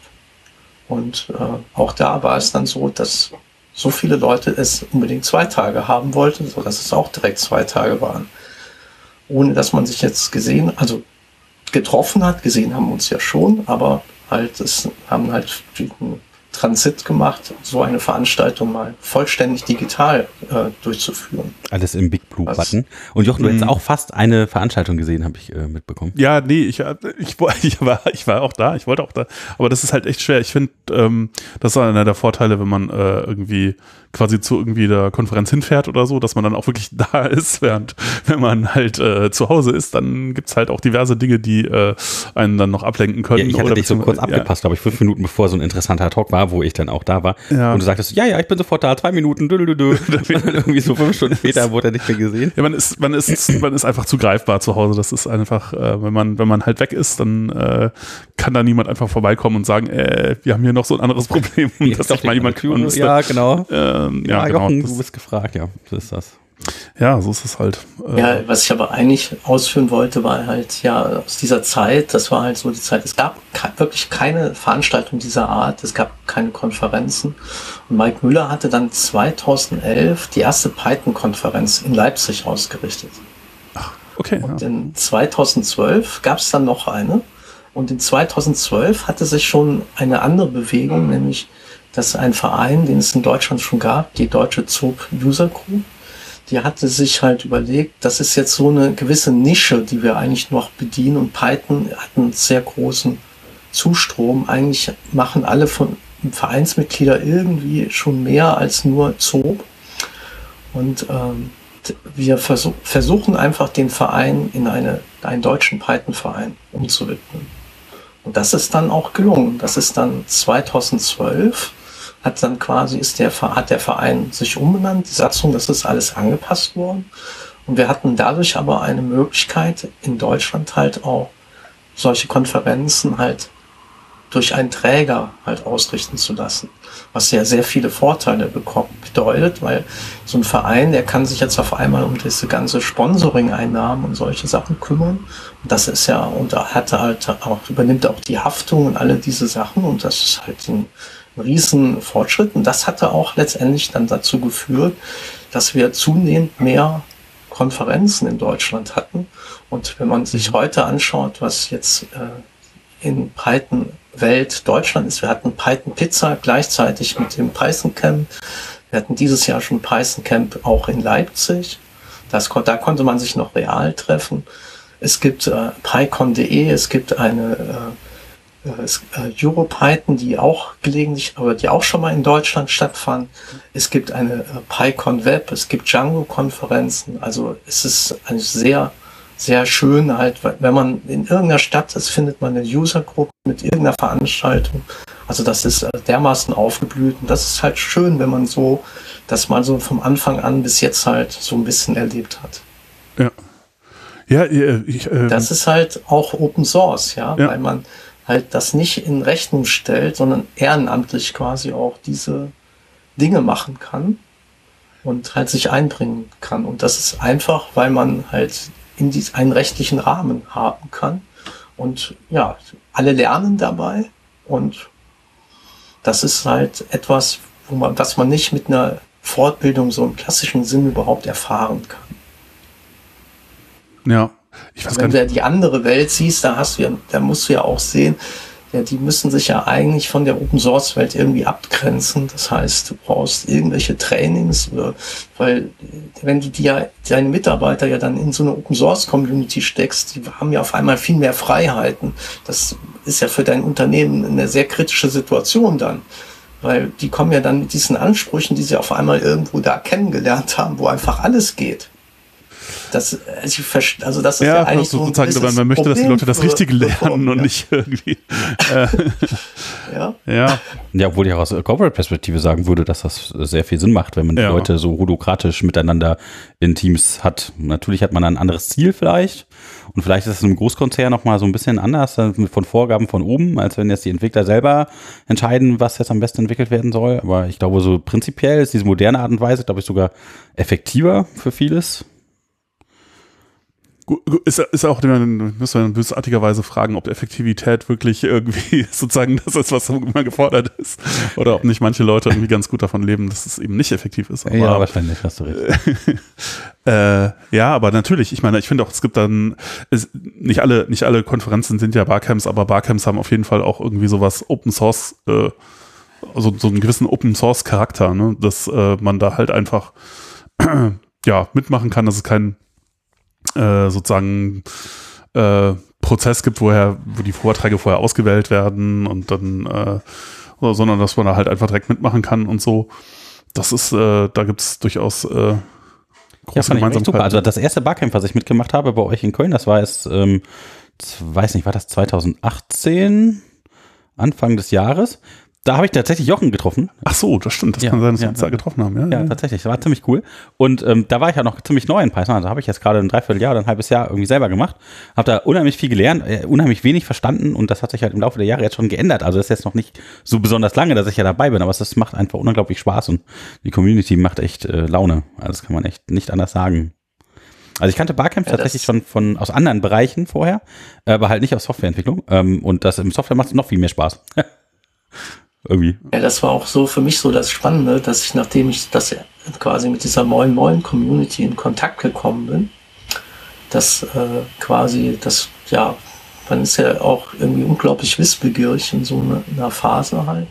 Und äh, auch da war es dann so, dass so viele Leute es unbedingt zwei Tage haben wollten, sodass es auch direkt zwei Tage waren. Ohne dass man sich jetzt gesehen, also getroffen hat, gesehen haben wir uns ja schon, aber halt, es haben halt einen Transit gemacht, so eine Veranstaltung mal vollständig digital äh, durchzuführen. Alles im Big Blue Button. Und Jochen, du hättest auch fast eine Veranstaltung gesehen, habe ich äh, mitbekommen. Ja, nee, ich, ich, ich, war, ich war auch da, ich wollte auch da, aber das ist halt echt schwer. Ich finde, ähm, das ist einer der Vorteile, wenn man äh, irgendwie quasi zu irgendwie der Konferenz hinfährt oder so, dass man dann auch wirklich da ist, während wenn man halt äh, zu Hause ist, dann gibt's halt auch diverse Dinge, die äh, einen dann noch ablenken können. Ja, ich hatte oder dich so kurz ja. abgepasst, glaube ich, fünf Minuten bevor so ein interessanter Talk war, wo ich dann auch da war. Ja. Und du sagtest, ja, ja, ich bin sofort da, zwei Minuten, dü, dü, dü. Und dann irgendwie so fünf Stunden später wurde er nicht mehr gesehen. Ja, man ist, man ist, man ist einfach zu greifbar zu Hause. Das ist einfach, äh, wenn man, wenn man halt weg ist, dann äh, kann da niemand einfach vorbeikommen und sagen, äh, wir haben hier noch so ein anderes Problem, um dass sich mal jemand kümmern müsste. Ja, genau. Ähm, ja, ja, genau. Jochen, Das, du bist gefragt, ja, so ist das. Ja, so ist es halt. Äh, Ja, was ich aber eigentlich ausführen wollte, war halt, ja, aus dieser Zeit, das war halt so die Zeit, es gab ke- wirklich keine Veranstaltung dieser Art, es gab keine Konferenzen. Und Mike Müller hatte dann zweitausendelf die erste Python-Konferenz in Leipzig ausgerichtet. okay. Und Ja. in zweitausendzwölf gab es dann noch eine. Und in zweitausendzwölf hatte sich schon eine andere Bewegung, nämlich dass ein Verein, den es in Deutschland schon gab, die Deutsche Zoop User Group, die hatte sich halt überlegt, das ist jetzt so eine gewisse Nische, die wir eigentlich noch bedienen, und Python hat einen sehr großen Zustrom. Eigentlich machen alle von Vereinsmitglieder irgendwie schon mehr als nur Zoop. Und ähm, wir versuch, versuchen einfach den Verein in eine, einen deutschen Python-Verein umzuwidmen. Und das ist dann auch gelungen. Das ist dann zweitausendzwölf, hat dann quasi, ist der, hat der Verein sich umbenannt, die Satzung, das ist alles angepasst worden. Und wir hatten dadurch aber eine Möglichkeit, in Deutschland halt auch solche Konferenzen halt durch einen Träger halt ausrichten zu lassen. Was ja sehr viele Vorteile bekommt, bedeutet, weil so ein Verein, der kann sich jetzt auf einmal um diese ganze Sponsoring-Einnahmen und solche Sachen kümmern. Und das ist ja, und da hat er halt auch, übernimmt auch die Haftung und alle diese Sachen, und das ist halt ein, ein riesen Fortschritt. Und das hatte auch letztendlich dann dazu geführt, dass wir zunehmend mehr Konferenzen in Deutschland hatten. Und wenn man sich heute anschaut, was jetzt äh, in Python Welt Deutschland ist, wir hatten Python Pizza gleichzeitig mit dem Python Camp. Wir hatten dieses Jahr schon Python Camp auch in Leipzig. Das, da konnte man sich noch real treffen. Es gibt äh, pycon punkt de, es gibt eine äh, äh, EuroPython, die auch gelegentlich, aber die auch schon mal in Deutschland stattfand. Es gibt eine äh, PyCon Web, es gibt Django-Konferenzen. Also es ist eine sehr sehr schön halt, wenn man in irgendeiner Stadt ist, findet man eine User-Gruppe mit irgendeiner Veranstaltung. Also das ist dermaßen aufgeblüht, und das ist halt schön, wenn man so, das mal so vom Anfang an bis jetzt halt so ein bisschen erlebt hat. Ja. Ja, ich, äh, das ist halt auch Open Source, ja, ja, weil man halt das nicht in Rechnung stellt, sondern ehrenamtlich quasi auch diese Dinge machen kann und halt sich einbringen kann. Und das ist einfach, weil man halt in dies, einen rechtlichen Rahmen haben kann. Und ja, alle lernen dabei. Und das ist halt etwas, wo man, was man nicht mit einer Fortbildung so im klassischen Sinn überhaupt erfahren kann. Ja. Ich weiß Wenn gar nicht. du die andere Welt siehst, da hast du ja, da musst du ja auch sehen, ja, die müssen sich ja eigentlich von der Open-Source-Welt irgendwie abgrenzen. Das heißt, du brauchst irgendwelche Trainings, oder, weil wenn du die ja, deine Mitarbeiter ja dann in so eine Open-Source-Community steckst, die haben ja auf einmal viel mehr Freiheiten. Das ist ja für dein Unternehmen eine sehr kritische Situation dann. Weil die kommen ja dann mit diesen Ansprüchen, die sie auf einmal irgendwo da kennengelernt haben, wo einfach alles geht. Das, also das ist ja, ja eigentlich so so sozusagen, man, man möchte, dass die Leute das Richtige lernen und ja. nicht irgendwie. Äh, ja. ja. Ja, obwohl ich auch aus Corporate-Perspektive sagen würde, dass das sehr viel Sinn macht, wenn man die ja. Leute so holokratisch miteinander in Teams hat. Natürlich hat man ein anderes Ziel vielleicht und vielleicht ist es im Großkonzern nochmal so ein bisschen anders von Vorgaben von oben, als wenn jetzt die Entwickler selber entscheiden, was jetzt am besten entwickelt werden soll. Aber ich glaube, so prinzipiell ist diese moderne Art und Weise, glaube ich, sogar effektiver für vieles. Ist, ist auch, müssen wir bösartigerweise fragen, ob Effektivität wirklich irgendwie sozusagen das ist, was immer gefordert ist. Oder ob nicht manche Leute irgendwie ganz gut davon leben, dass es eben nicht effektiv ist. Aber, ja, wahrscheinlich, hast du recht. äh, ja, aber natürlich, ich meine, ich finde auch, es gibt dann, es, nicht alle nicht alle Konferenzen sind ja Barcamps, aber Barcamps haben auf jeden Fall auch irgendwie sowas Open Source, äh, also so einen gewissen Open Source Charakter, ne? Dass äh, man da halt einfach äh, ja mitmachen kann, dass es kein Äh, sozusagen äh, Prozess gibt, woher, wo die Vorträge vorher ausgewählt werden und dann, äh, sondern dass man da halt einfach direkt mitmachen kann und so. Das ist, äh, da gibt es durchaus äh, große ja, Gemeinsamkeiten. Also das erste Barcamp, was ich mitgemacht habe bei euch in Köln, das war es, ähm, weiß nicht, war das zwanzig achtzehn, Anfang des Jahres? Da habe ich tatsächlich Jochen getroffen. Ach so, das stimmt. Das ja, kann sein, dass ja, wir uns da getroffen haben. Ja, ja, ja, tatsächlich. Das war ziemlich cool. Und ähm, da war ich ja noch ziemlich neu in Python. Also habe ich jetzt gerade ein Dreivierteljahr oder ein halbes Jahr irgendwie selber gemacht. Habe da unheimlich viel gelernt, äh, unheimlich wenig verstanden. Und das hat sich halt im Laufe der Jahre jetzt schon geändert. Also das ist jetzt noch nicht so besonders lange, dass ich ja dabei bin. Aber es macht einfach unglaublich Spaß. Und die Community macht echt äh, Laune. Also das kann man echt nicht anders sagen. Also ich kannte Barcamps ja, tatsächlich schon von aus anderen Bereichen vorher. Aber halt nicht aus Softwareentwicklung. Ähm, und das im Software macht es noch viel mehr Spaß. Irgendwie. Ja, das war auch so für mich so das Spannende, dass ich, nachdem ich das quasi mit dieser Moin Moin Community in Kontakt gekommen bin, dass äh, quasi das, ja, man ist ja auch irgendwie unglaublich wissbegierig in so einer, einer Phase halt.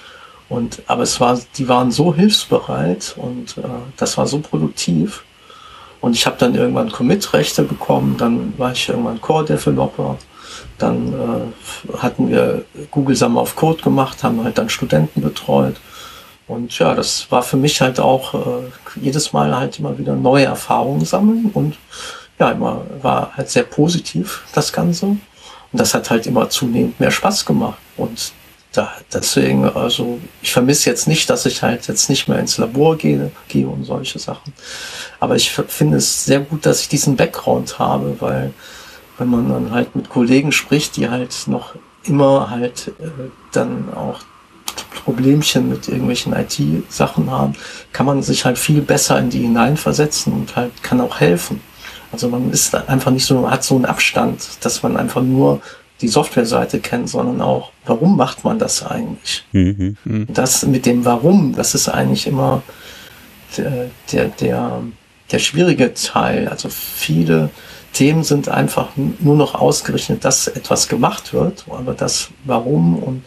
Und, aber es war, die waren so hilfsbereit und äh, das war so produktiv. Und ich habe dann irgendwann Commit-Rechte bekommen, dann war ich irgendwann Core-Developer. Dann äh, hatten wir Google Summer of Code gemacht, haben halt dann Studenten betreut. Und ja, das war für mich halt auch äh, jedes Mal halt immer wieder neue Erfahrungen sammeln. Und ja, immer war halt sehr positiv das Ganze. Und das hat halt immer zunehmend mehr Spaß gemacht. Und da, deswegen, also ich vermisse jetzt nicht, dass ich halt jetzt nicht mehr ins Labor gehe, gehe und solche Sachen. Aber ich finde es sehr gut, dass ich diesen Background habe, weil wenn man dann halt mit Kollegen spricht, die halt noch immer halt äh, dann auch Problemchen mit irgendwelchen I T-Sachen haben, kann man sich halt viel besser in die hineinversetzen und halt kann auch helfen. Also man ist einfach nicht so, hat so einen Abstand, dass man einfach nur die Softwareseite kennt, sondern auch, warum macht man das eigentlich? Mhm. Mhm. Das mit dem Warum, das ist eigentlich immer der, der, der, der schwierige Teil. Also viele Themen sind einfach nur noch ausgerechnet, dass etwas gemacht wird, aber das Warum und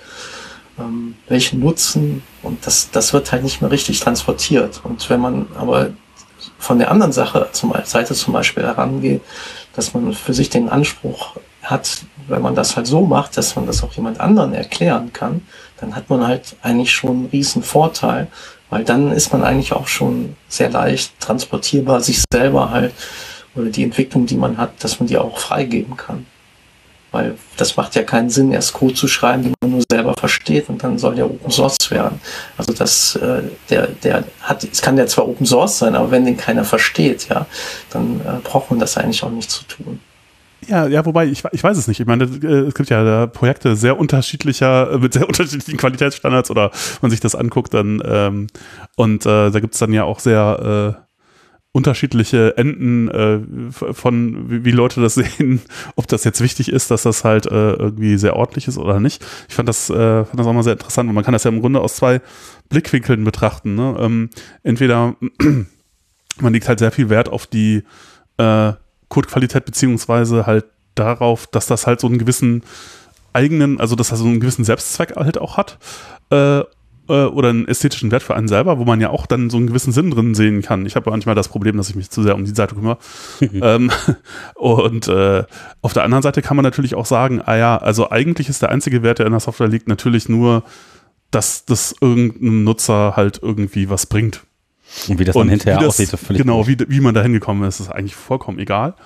ähm, welchen Nutzen, und das, das wird halt nicht mehr richtig transportiert. Und wenn man aber von der anderen Sache zum, Seite zum Beispiel herangeht, dass man für sich den Anspruch hat, wenn man das halt so macht, dass man das auch jemand anderen erklären kann, dann hat man halt eigentlich schon einen riesen Vorteil, weil dann ist man eigentlich auch schon sehr leicht transportierbar, sich selber halt oder die Entwicklung, die man hat, dass man die auch freigeben kann. Weil das macht ja keinen Sinn, erst Code zu schreiben, den man nur selber versteht und dann soll der Open Source werden. Also das, äh, der, der hat, es kann ja zwar Open Source sein, aber wenn den keiner versteht, ja, dann äh, braucht man das eigentlich auch nicht zu tun. Ja, ja, wobei, ich, ich weiß es nicht. Ich meine, es gibt ja da Projekte sehr unterschiedlicher, mit sehr unterschiedlichen Qualitätsstandards oder wenn man sich das anguckt, dann ähm, und äh, da gibt es dann ja auch sehr äh, unterschiedliche Enden äh, von, wie, wie Leute das sehen, ob das jetzt wichtig ist, dass das halt äh, irgendwie sehr ordentlich ist oder nicht. Ich fand das, äh, fand das auch mal sehr interessant, und man kann das ja im Grunde aus zwei Blickwinkeln betrachten. Ne? Ähm, entweder man legt halt sehr viel Wert auf die äh, Codequalität, beziehungsweise halt darauf, dass das halt so einen gewissen eigenen, also dass das so einen gewissen Selbstzweck halt auch hat, äh, oder einen ästhetischen Wert für einen selber, wo man ja auch dann so einen gewissen Sinn drin sehen kann. Ich habe manchmal das Problem, dass ich mich zu sehr um die Seite kümmere. ähm, und äh, auf der anderen Seite kann man natürlich auch sagen, ah ja, also eigentlich ist der einzige Wert, der in der Software liegt, natürlich nur, dass das irgendeinem Nutzer halt irgendwie was bringt. Und wie das und dann hinterher das, aussieht, so völlig genau, wie, wie man da hingekommen ist, ist eigentlich vollkommen egal.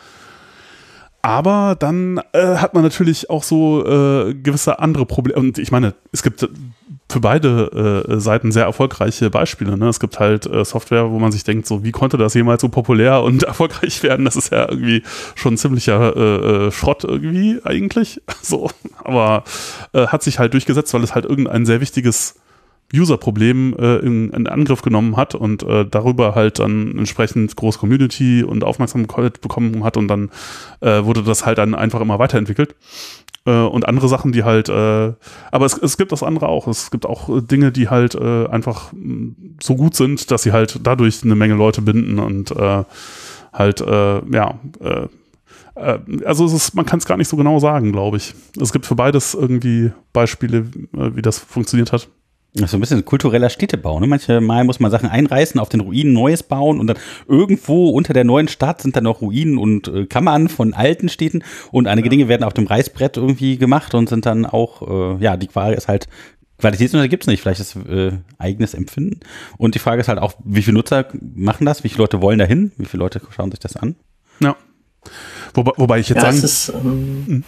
Aber dann äh, hat man natürlich auch so äh, gewisse andere Probleme. Und ich meine, es gibt für beide äh, Seiten sehr erfolgreiche Beispiele. Ne? Es gibt halt äh, Software, wo man sich denkt, so wie konnte das jemals so populär und erfolgreich werden? Das ist ja irgendwie schon ein ziemlicher äh, Schrott irgendwie eigentlich. So, aber äh, hat sich halt durchgesetzt, weil es halt irgendein sehr wichtiges User-Problem äh, in, in Angriff genommen hat und äh, darüber halt dann entsprechend große Community und Aufmerksamkeit bekommen hat und dann äh, wurde das halt dann einfach immer weiterentwickelt. Äh, und andere Sachen, die halt, äh, aber es, es gibt das andere auch. Es gibt auch äh, Dinge, die halt äh, einfach mh, so gut sind, dass sie halt dadurch eine Menge Leute binden und äh, halt, äh, ja, äh, also es ist, man kann es gar nicht so genau sagen, glaube ich. Es gibt für beides irgendwie Beispiele, äh, wie das funktioniert hat. Das ist so ein bisschen kultureller Städtebau. Ne? Manchmal muss man Sachen einreißen, auf den Ruinen Neues bauen und dann irgendwo unter der neuen Stadt sind dann noch Ruinen und äh, Kammern von alten Städten und einige ja. Dinge werden auf dem Reißbrett irgendwie gemacht und sind dann auch, äh, ja, die Frage ist halt, Qualitätsunterschiede gibt es nicht, vielleicht ist äh, eigenes Empfinden. Und die Frage ist halt auch, wie viele Nutzer machen das, wie viele Leute wollen dahin, wie viele Leute schauen sich das an? Ja. Wobei, wobei ich jetzt ja, sagen... Es ist, ähm, hm.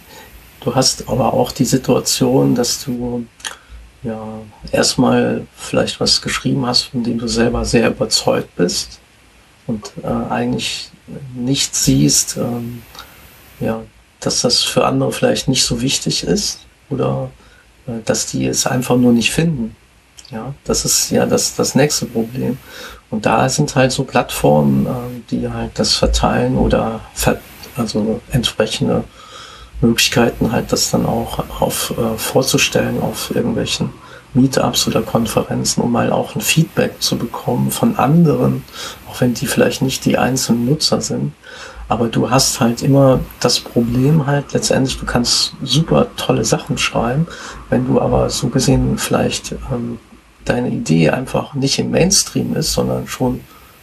Du hast aber auch die Situation, dass du ja erstmal vielleicht was geschrieben hast, von dem du selber sehr überzeugt bist und äh, eigentlich nicht siehst, ähm, ja, dass das für andere vielleicht nicht so wichtig ist oder äh, dass die es einfach nur nicht finden. Ja, das ist ja das, das nächste Problem. Und da sind halt so Plattformen, äh, die halt das verteilen oder ver also entsprechende Möglichkeiten halt das dann auch auf, äh, vorzustellen auf irgendwelchen Meetups oder Konferenzen, um mal auch ein Feedback zu bekommen von anderen, auch wenn die vielleicht nicht die einzelnen Nutzer sind. Aber du hast halt immer das Problem halt letztendlich, du kannst super tolle Sachen schreiben, wenn du aber so gesehen vielleicht ähm, deine Idee einfach nicht im Mainstream ist, sondern schon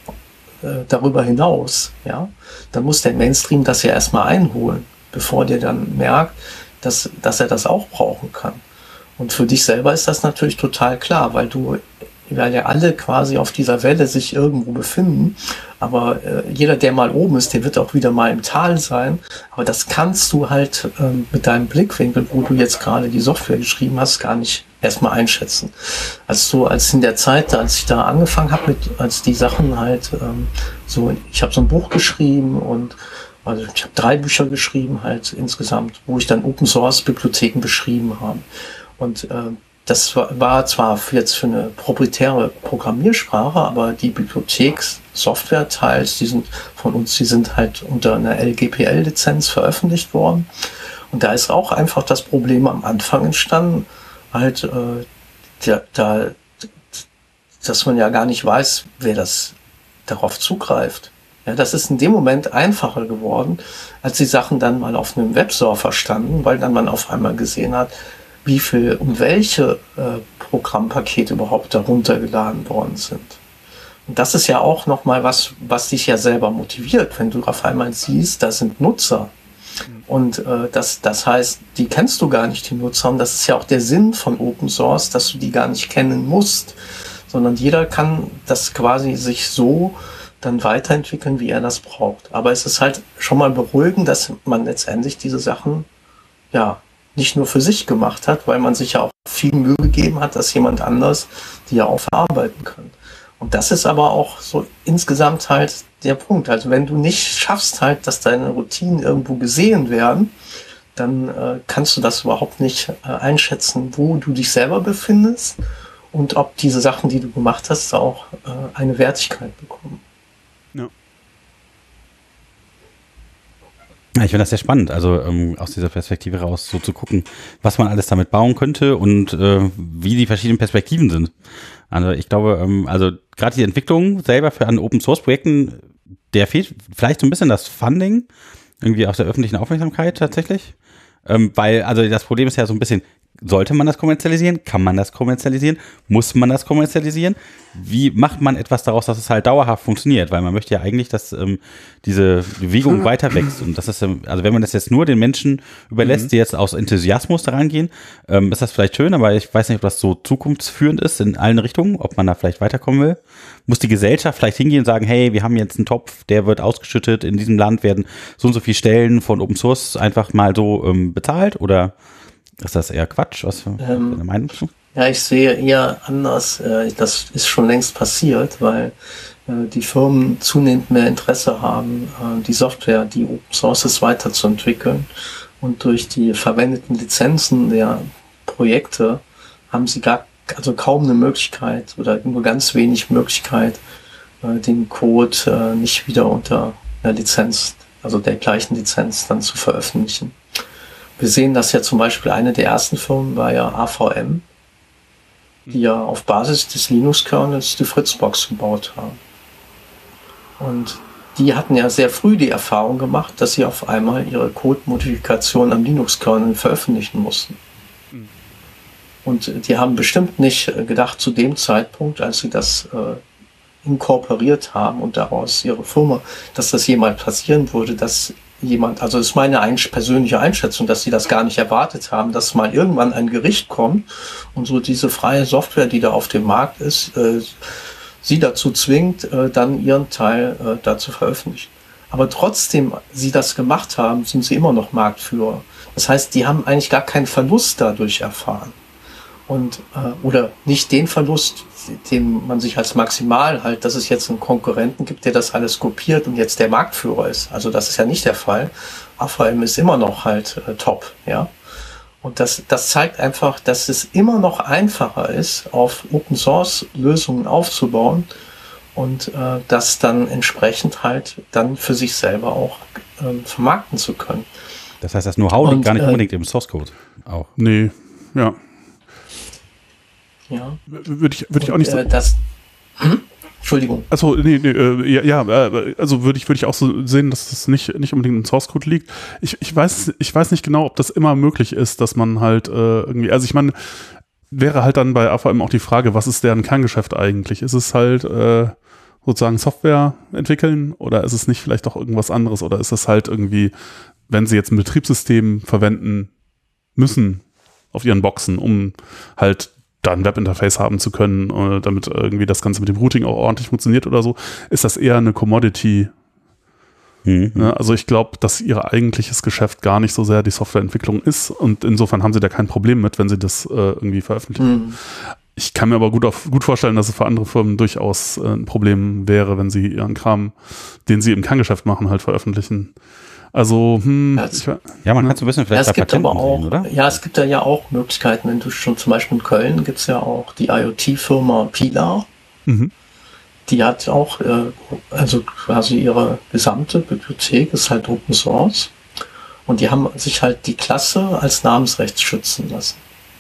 äh, darüber hinaus, ja, dann muss der Mainstream das ja erstmal einholen, bevor der dann merkt, dass, dass er das auch brauchen kann. Und für dich selber ist das natürlich total klar, weil du, weil ja alle quasi auf dieser Welle sich irgendwo befinden, aber äh, jeder, der mal oben ist, der wird auch wieder mal im Tal sein, aber das kannst du halt ähm, mit deinem Blickwinkel, wo du jetzt gerade die Software geschrieben hast, gar nicht erstmal einschätzen. Also so als in der Zeit, als ich da angefangen habe, mit, als die Sachen halt ähm, so, ich habe so ein Buch geschrieben und also ich habe drei Bücher geschrieben halt insgesamt, wo ich dann Open-Source-Bibliotheken beschrieben habe. Und äh, das war, war zwar für jetzt für eine proprietäre Programmiersprache, aber die Bibliothekssoftware-Teils, die sind von uns, die sind halt unter einer L G P L-Lizenz veröffentlicht worden. Und da ist auch einfach das Problem am Anfang entstanden, halt, äh, da, da, dass man ja gar nicht weiß, wer das darauf zugreift. Ja, das ist in dem Moment einfacher geworden, als die Sachen dann mal auf einem Websurfer standen, weil dann man auf einmal gesehen hat, wie viel und welche äh, Programmpakete überhaupt darunter geladen worden sind. Und das ist ja auch nochmal was, was dich ja selber motiviert, wenn du auf einmal siehst, da sind Nutzer. Und äh, das, das heißt, die kennst du gar nicht, die Nutzer. Und das ist ja auch der Sinn von Open Source, dass du die gar nicht kennen musst, sondern jeder kann das quasi sich so dann weiterentwickeln, wie er das braucht. Aber es ist halt schon mal beruhigend, dass man letztendlich diese Sachen ja nicht nur für sich gemacht hat, weil man sich ja auch viel Mühe gegeben hat, dass jemand anders die ja auch verarbeiten kann. Und das ist aber auch so insgesamt halt der Punkt. Also wenn du nicht schaffst halt, dass deine Routinen irgendwo gesehen werden, dann äh, kannst du das überhaupt nicht äh, einschätzen, wo du dich selber befindest und ob diese Sachen, die du gemacht hast, auch äh, eine Wertigkeit bekommen. Ja. Ja, ich finde das sehr spannend, also ähm, aus dieser Perspektive raus so zu gucken, was man alles damit bauen könnte und äh, wie die verschiedenen Perspektiven sind. Also ich glaube, ähm, also gerade die Entwicklung selber für an Open-Source-Projekten, der fehlt vielleicht so ein bisschen das Funding, irgendwie aus der öffentlichen Aufmerksamkeit tatsächlich. Ähm, weil, also das Problem ist ja so ein bisschen, Sollte man das kommerzialisieren? Kann man das kommerzialisieren? Muss man das kommerzialisieren? Wie macht man etwas daraus, dass es halt dauerhaft funktioniert? Weil man möchte ja eigentlich, dass ähm, diese Bewegung weiter wächst. Und das ist, ähm, also wenn man das jetzt nur den Menschen überlässt, mhm. die jetzt aus Enthusiasmus daran gehen, ähm, ist das vielleicht schön, aber ich weiß nicht, ob das so zukunftsführend ist in allen Richtungen, ob man da vielleicht weiterkommen will. Muss die Gesellschaft vielleicht hingehen und sagen, hey, wir haben jetzt einen Topf, der wird ausgeschüttet, in diesem Land werden so und so viele Stellen von Open Source einfach mal so ähm, bezahlt? Oder ist das eher Quatsch? Was für ähm, eine Meinung zu? Ja, ich sehe eher anders. Das ist schon längst passiert, weil die Firmen zunehmend mehr Interesse haben, die Software, die Open Source ist, weiterzuentwickeln. Und durch die verwendeten Lizenzen der Projekte haben sie gar, also kaum eine Möglichkeit oder nur ganz wenig Möglichkeit, den Code nicht wieder unter einer Lizenz, also der gleichen Lizenz dann zu veröffentlichen. Wir sehen das ja zum Beispiel, eine der ersten Firmen war ja A V M, die ja auf Basis des Linux-Kernels die Fritzbox gebaut haben. Und die hatten ja sehr früh die Erfahrung gemacht, dass sie auf einmal ihre Code-Modifikation am Linux-Kernel veröffentlichen mussten. Mhm. Und die haben bestimmt nicht gedacht zu dem Zeitpunkt, als sie das äh, inkorporiert haben und daraus ihre Firma, dass das jemals passieren würde, dass jemand, also das ist meine ein, persönliche Einschätzung, dass sie das gar nicht erwartet haben, dass mal irgendwann ein Gericht kommt und so diese freie Software, die da auf dem Markt ist, äh, sie dazu zwingt, äh, dann ihren Teil äh, da zu veröffentlichen. Aber trotzdem sie das gemacht haben, sind sie immer noch Marktführer. Das heißt, die haben eigentlich gar keinen Verlust dadurch erfahren. Und, äh, oder nicht den Verlust, den man sich als maximal halt, dass es jetzt einen Konkurrenten gibt, der das alles kopiert und jetzt der Marktführer ist. Also das ist ja nicht der Fall. A V M ist immer noch halt äh, top, ja. Und das, das zeigt einfach, dass es immer noch einfacher ist, auf Open Source Lösungen aufzubauen und äh, das dann entsprechend halt dann für sich selber auch äh, vermarkten zu können. Das heißt, das Know-how liegt gar nicht äh, unbedingt im Source Code auch. Nee, ja. Ja. Würde ich, würde ich auch nicht äh, das, hm? Entschuldigung. Achso, nee, nee, äh, ja, ja, also würde ich, würde ich auch so sehen, dass das nicht, nicht unbedingt im Source Code liegt. Ich, ich weiß, ich weiß nicht genau, ob das immer möglich ist, dass man halt äh, irgendwie, also ich meine, wäre halt dann bei A V M auch die Frage, was ist deren Kerngeschäft eigentlich? Ist es halt äh, sozusagen Software entwickeln oder ist es nicht vielleicht auch irgendwas anderes oder ist es halt irgendwie, wenn sie jetzt ein Betriebssystem verwenden müssen auf ihren Boxen, um halt da ein Webinterface haben zu können, äh, damit irgendwie das Ganze mit dem Routing auch ordentlich funktioniert oder so, ist das eher eine Commodity. Mhm. Ja, also ich glaube, dass ihr eigentliches Geschäft gar nicht so sehr die Softwareentwicklung ist und insofern haben sie da kein Problem mit, wenn sie das äh, irgendwie veröffentlichen. Mhm. Ich kann mir aber gut, auf, gut vorstellen, dass es für andere Firmen durchaus äh, ein Problem wäre, wenn sie ihren Kram, den sie im Kerngeschäft machen, halt veröffentlichen. Also, hm, ja, ich, ja, man kann so ein bisschen vielleicht ja, es bei gibt Patenten aber auch, sehen, oder? Ja, es gibt da ja auch Möglichkeiten, wenn du schon zum Beispiel in Köln gibt es ja auch die IoT-Firma Pilar. Mhm. Die hat auch, äh, also quasi ihre gesamte Bibliothek ist halt Open Source. Und die haben sich halt die Klasse als Namensrecht schützen lassen.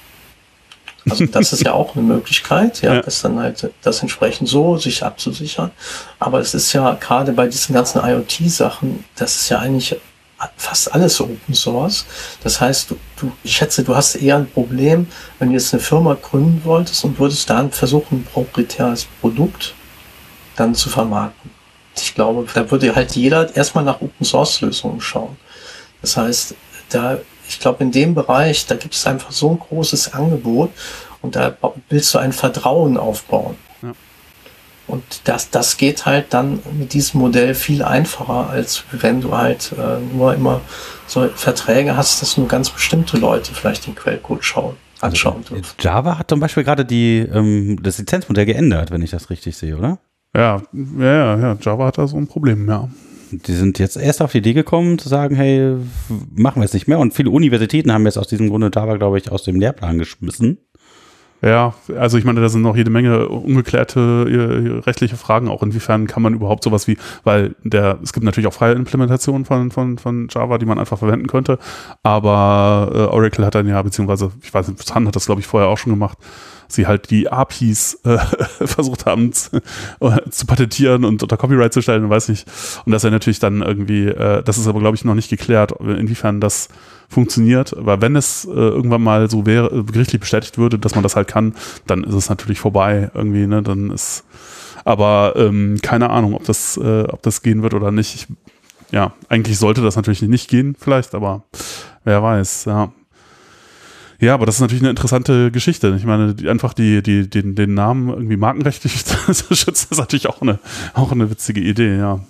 Also das ist ja auch eine Möglichkeit, ja, ja. Das dann halt das entsprechend so sich abzusichern. Aber es ist ja gerade bei diesen ganzen IoT-Sachen, das ist ja eigentlich fast alles Open Source. Das heißt, du, du, ich schätze, du hast eher ein Problem, wenn du jetzt eine Firma gründen wolltest und würdest dann versuchen, ein proprietäres Produkt dann zu vermarkten. Ich glaube, da würde halt jeder erstmal nach Open Source Lösungen schauen. Das heißt, da ich glaube, in dem Bereich, da gibt es einfach so ein großes Angebot und da willst du ein Vertrauen aufbauen. Ja. Und das, das geht halt dann mit diesem Modell viel einfacher, als wenn du halt äh, nur immer so Verträge hast, dass nur ganz bestimmte Leute vielleicht den Quellcode schauen, anschauen also, dürfen. Java hat zum Beispiel gerade die, ähm, das Lizenzmodell geändert, wenn ich das richtig sehe, oder? Ja, ja, ja, Java hat da so ein Problem, ja. Die sind jetzt erst auf die Idee gekommen, zu sagen, hey, machen wir es nicht mehr. Und viele Universitäten haben jetzt aus diesem Grunde Java, glaube ich, aus dem Lehrplan geschmissen. Ja, also ich meine, da sind noch jede Menge ungeklärte rechtliche Fragen, auch inwiefern kann man überhaupt sowas wie, weil der, es gibt natürlich auch freie Implementationen von, von, von Java, die man einfach verwenden könnte, aber äh, Oracle hat dann ja, beziehungsweise, ich weiß nicht, Sun hat das, glaube ich, vorher auch schon gemacht, sie halt die A P Is äh, versucht haben zu, zu patentieren und unter Copyright zu stellen, weiß nicht. Und das ist ja natürlich dann irgendwie, äh, das ist aber glaube ich noch nicht geklärt, inwiefern das funktioniert, weil wenn es äh, irgendwann mal so wäre, gerichtlich bestätigt würde, dass man das halt kann, dann ist es natürlich vorbei irgendwie, ne, dann ist, aber ähm, keine Ahnung, ob das, äh, ob das gehen wird oder nicht. Ich, ja, eigentlich sollte das natürlich nicht gehen, vielleicht, aber wer weiß, ja. Ja, aber das ist natürlich eine interessante Geschichte. Ich meine, die, einfach die, die, den, den Namen irgendwie markenrechtlich zu schützen, ist natürlich auch eine, auch eine witzige Idee, ja.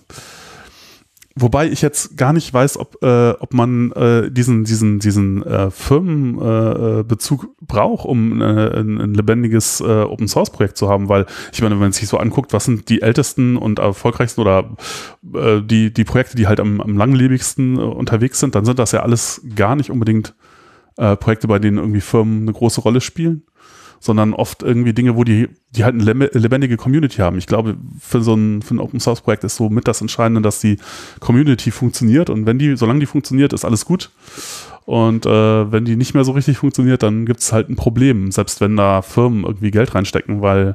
Wobei ich jetzt gar nicht weiß, ob, äh, ob man äh, diesen, diesen, diesen äh, Firmenbezug äh, braucht, um äh, ein, ein lebendiges äh, Open-Source-Projekt zu haben, weil ich meine, wenn man sich so anguckt, was sind die ältesten und erfolgreichsten oder äh, die, die Projekte, die halt am, am langlebigsten äh, unterwegs sind, dann sind das ja alles gar nicht unbedingt äh, Projekte, bei denen irgendwie Firmen eine große Rolle spielen, sondern oft irgendwie Dinge, wo die, die halt eine lebendige Community haben. Ich glaube, für so ein, für ein Open-Source-Projekt ist so mit das Entscheidende, dass die Community funktioniert und wenn die, solange die funktioniert, ist alles gut. Und äh, wenn die nicht mehr so richtig funktioniert, dann gibt es halt ein Problem, selbst wenn da Firmen irgendwie Geld reinstecken, weil,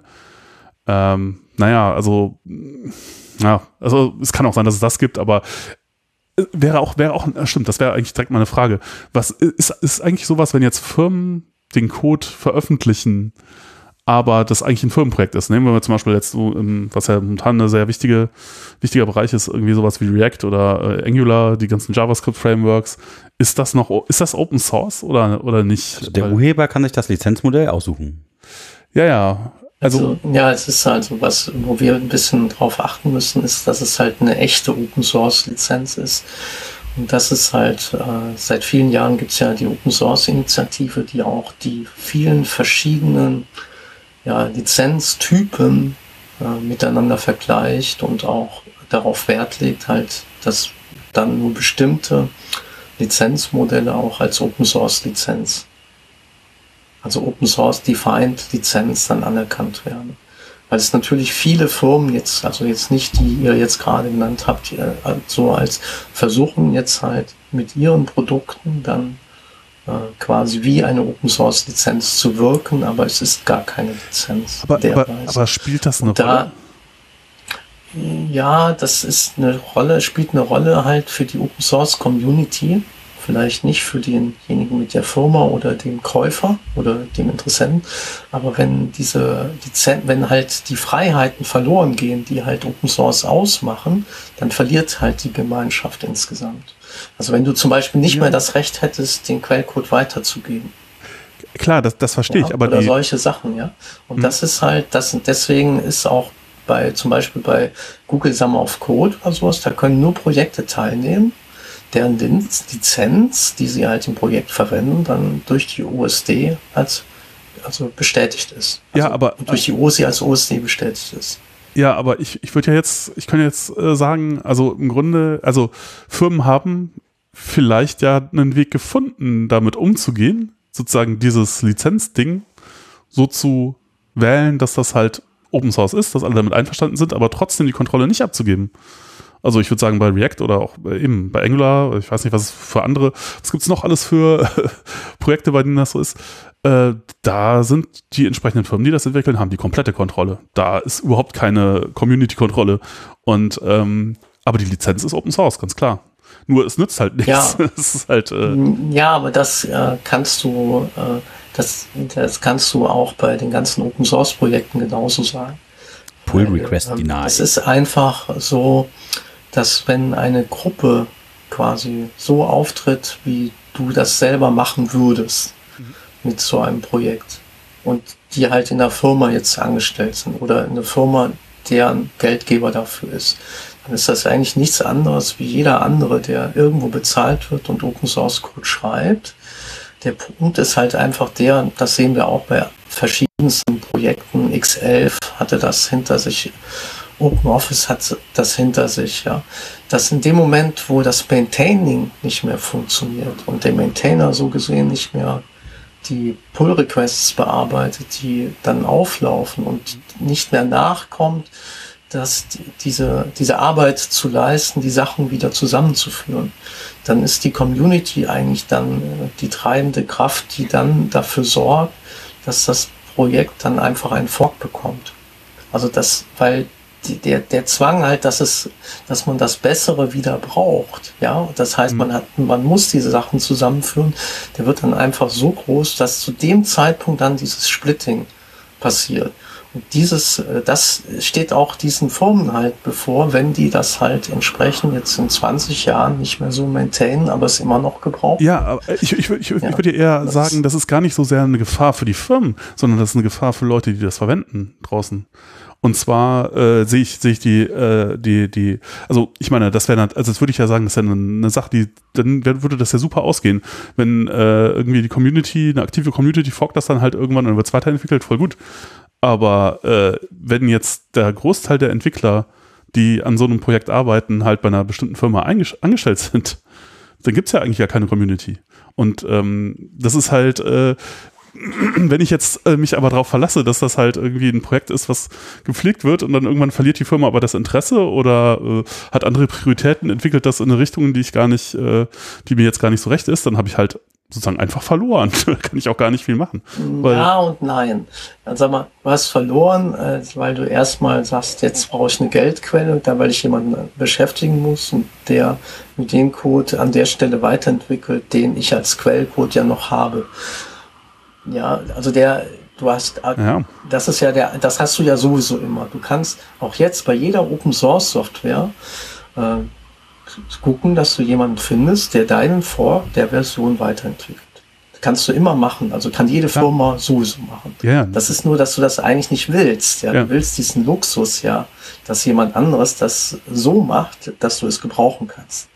ähm, naja, also, ja, also es kann auch sein, dass es das gibt, aber wäre auch, wäre auch, stimmt, das wäre eigentlich direkt mal eine Frage. Was ist, ist eigentlich sowas, wenn jetzt Firmen den Code veröffentlichen, aber das eigentlich ein Firmenprojekt ist. Nehmen wir zum Beispiel jetzt so, was ja momentan ein sehr wichtige, wichtiger Bereich ist, irgendwie sowas wie React oder äh, Angular, die ganzen JavaScript-Frameworks. Ist das noch, ist das Open Source oder, oder nicht? Also der Urheber kann sich das Lizenzmodell aussuchen. Ja, ja. Also, also ja, es ist also was, wo wir ein bisschen drauf achten müssen, ist, dass es halt eine echte Open Source Lizenz ist. Und das ist halt, äh, seit vielen Jahren gibt es ja die Open Source Initiative, die auch die vielen verschiedenen ja, Lizenztypen äh, miteinander vergleicht und auch darauf Wert legt, halt, dass dann nur bestimmte Lizenzmodelle auch als Open Source Lizenz, also Open Source Defined Lizenz dann anerkannt werden. Weil es natürlich viele Firmen jetzt, also jetzt nicht die ihr jetzt gerade genannt habt, die, so als versuchen jetzt halt mit ihren Produkten dann äh, quasi wie eine Open Source Lizenz zu wirken, aber es ist gar keine Lizenz. Aber, aber, aber spielt das eine da, Rolle? Ja, das ist eine Rolle, spielt eine Rolle halt für die Open Source Community. Vielleicht nicht für denjenigen mit der Firma oder dem Käufer oder dem Interessenten, aber wenn diese Lizenz, wenn halt die Freiheiten verloren gehen, die halt Open Source ausmachen, dann verliert halt die Gemeinschaft insgesamt. Also wenn du zum Beispiel nicht ja. mehr das Recht hättest, den Quellcode weiterzugeben. Klar, das, das verstehe ja, ich, aber oder die solche Sachen, ja. Und hm. das ist halt, das deswegen ist auch bei zum Beispiel bei Google Summer of Code oder sowas, da können nur Projekte teilnehmen, deren Lizenz, die sie halt im Projekt verwenden, dann durch die O S D als also bestätigt ist. Also ja, aber durch die O S D als O S D bestätigt ist. Ja, aber ich, ich würde ja jetzt, ich kann jetzt äh, sagen, also im Grunde, also Firmen haben vielleicht ja einen Weg gefunden, damit umzugehen, sozusagen dieses Lizenzding so zu wählen, dass das halt Open Source ist, dass alle damit einverstanden sind, aber trotzdem die Kontrolle nicht abzugeben. Also ich würde sagen, bei React oder auch eben bei Angular, ich weiß nicht, was es für andere, was gibt es noch alles für Projekte, bei denen das so ist, äh, da sind die entsprechenden Firmen, die das entwickeln, haben die komplette Kontrolle. Da ist überhaupt keine Community-Kontrolle. Und ähm, aber die Lizenz ist Open Source, ganz klar. Nur es nützt halt nichts. Ja, es ist halt, äh, ja aber das äh, kannst du, äh, das, das kannst du auch bei den ganzen Open Source Projekten genauso sagen. Pull Request äh, denied. Es ist einfach so, dass wenn eine Gruppe quasi so auftritt, wie du das selber machen würdest mhm. mit so einem Projekt und die halt in der Firma jetzt angestellt sind oder in einer Firma, deren Geldgeber dafür ist, dann ist das eigentlich nichts anderes wie jeder andere, der irgendwo bezahlt wird und Open Source Code schreibt. Der Punkt ist halt einfach der, das sehen wir auch bei verschiedensten Projekten, X elf hatte das hinter sich, OpenOffice hat das hinter sich, ja, dass in dem Moment, wo das Maintaining nicht mehr funktioniert und der Maintainer so gesehen nicht mehr die Pull-Requests bearbeitet, die dann auflaufen und nicht mehr nachkommt, dass die, diese, diese Arbeit zu leisten, die Sachen wieder zusammenzuführen, dann ist die Community eigentlich dann die treibende Kraft, die dann dafür sorgt, dass das Projekt dann einfach einen Fork bekommt. Also das, weil die, der, der Zwang halt, dass es, dass man das Bessere wieder braucht, ja, das heißt, man hat, man muss diese Sachen zusammenführen, der wird dann einfach so groß, dass zu dem Zeitpunkt dann dieses Splitting passiert. Und dieses, das steht auch diesen Firmen halt bevor, wenn die das halt entsprechend jetzt in zwanzig Jahren nicht mehr so maintainen, aber es immer noch gebraucht. Ja, aber ich, ich, ich, ich ja, würde eher das sagen, das ist gar nicht so sehr eine Gefahr für die Firmen, sondern das ist eine Gefahr für Leute, die das verwenden draußen. Und zwar äh, sehe ich, sehe ich die, äh, die, die, also ich meine, das wäre, also das würde ich ja sagen, das ist ja eine, eine Sache, die, dann würde das ja super ausgehen, wenn äh, irgendwie die Community, eine aktive Community forkt das dann halt irgendwann und wird es weiterentwickelt, voll gut. Aber äh, wenn jetzt der Großteil der Entwickler, die an so einem Projekt arbeiten, halt bei einer bestimmten Firma angestellt sind, dann gibt es ja eigentlich ja keine Community. Und ähm, das ist halt, äh, wenn ich jetzt äh, mich aber darauf verlasse, dass das halt irgendwie ein Projekt ist, was gepflegt wird und dann irgendwann verliert die Firma aber das Interesse oder äh, hat andere Prioritäten, entwickelt das in eine Richtung, die ich gar nicht, äh, die mir jetzt gar nicht so recht ist, dann habe ich halt sozusagen einfach verloren. Da kann ich auch gar nicht viel machen. Ja und nein. Dann sag mal, du hast verloren, äh, weil du erstmal sagst, jetzt brauche ich eine Geldquelle, da weil ich jemanden beschäftigen muss und der mit dem Code an der Stelle weiterentwickelt, den ich als Quellcode ja noch habe. Ja, also der, du hast, ja. das ist ja der, das hast du ja sowieso immer. Du kannst auch jetzt bei jeder Open Source Software äh, gucken, dass du jemanden findest, der deinen Fork der Version weiterentwickelt. Das kannst du immer machen, also kann jede Firma ja. sowieso machen. Ja. Das ist nur, dass du das eigentlich nicht willst. Ja? Ja. Du willst diesen Luxus, ja, dass jemand anderes das so macht, dass du es gebrauchen kannst.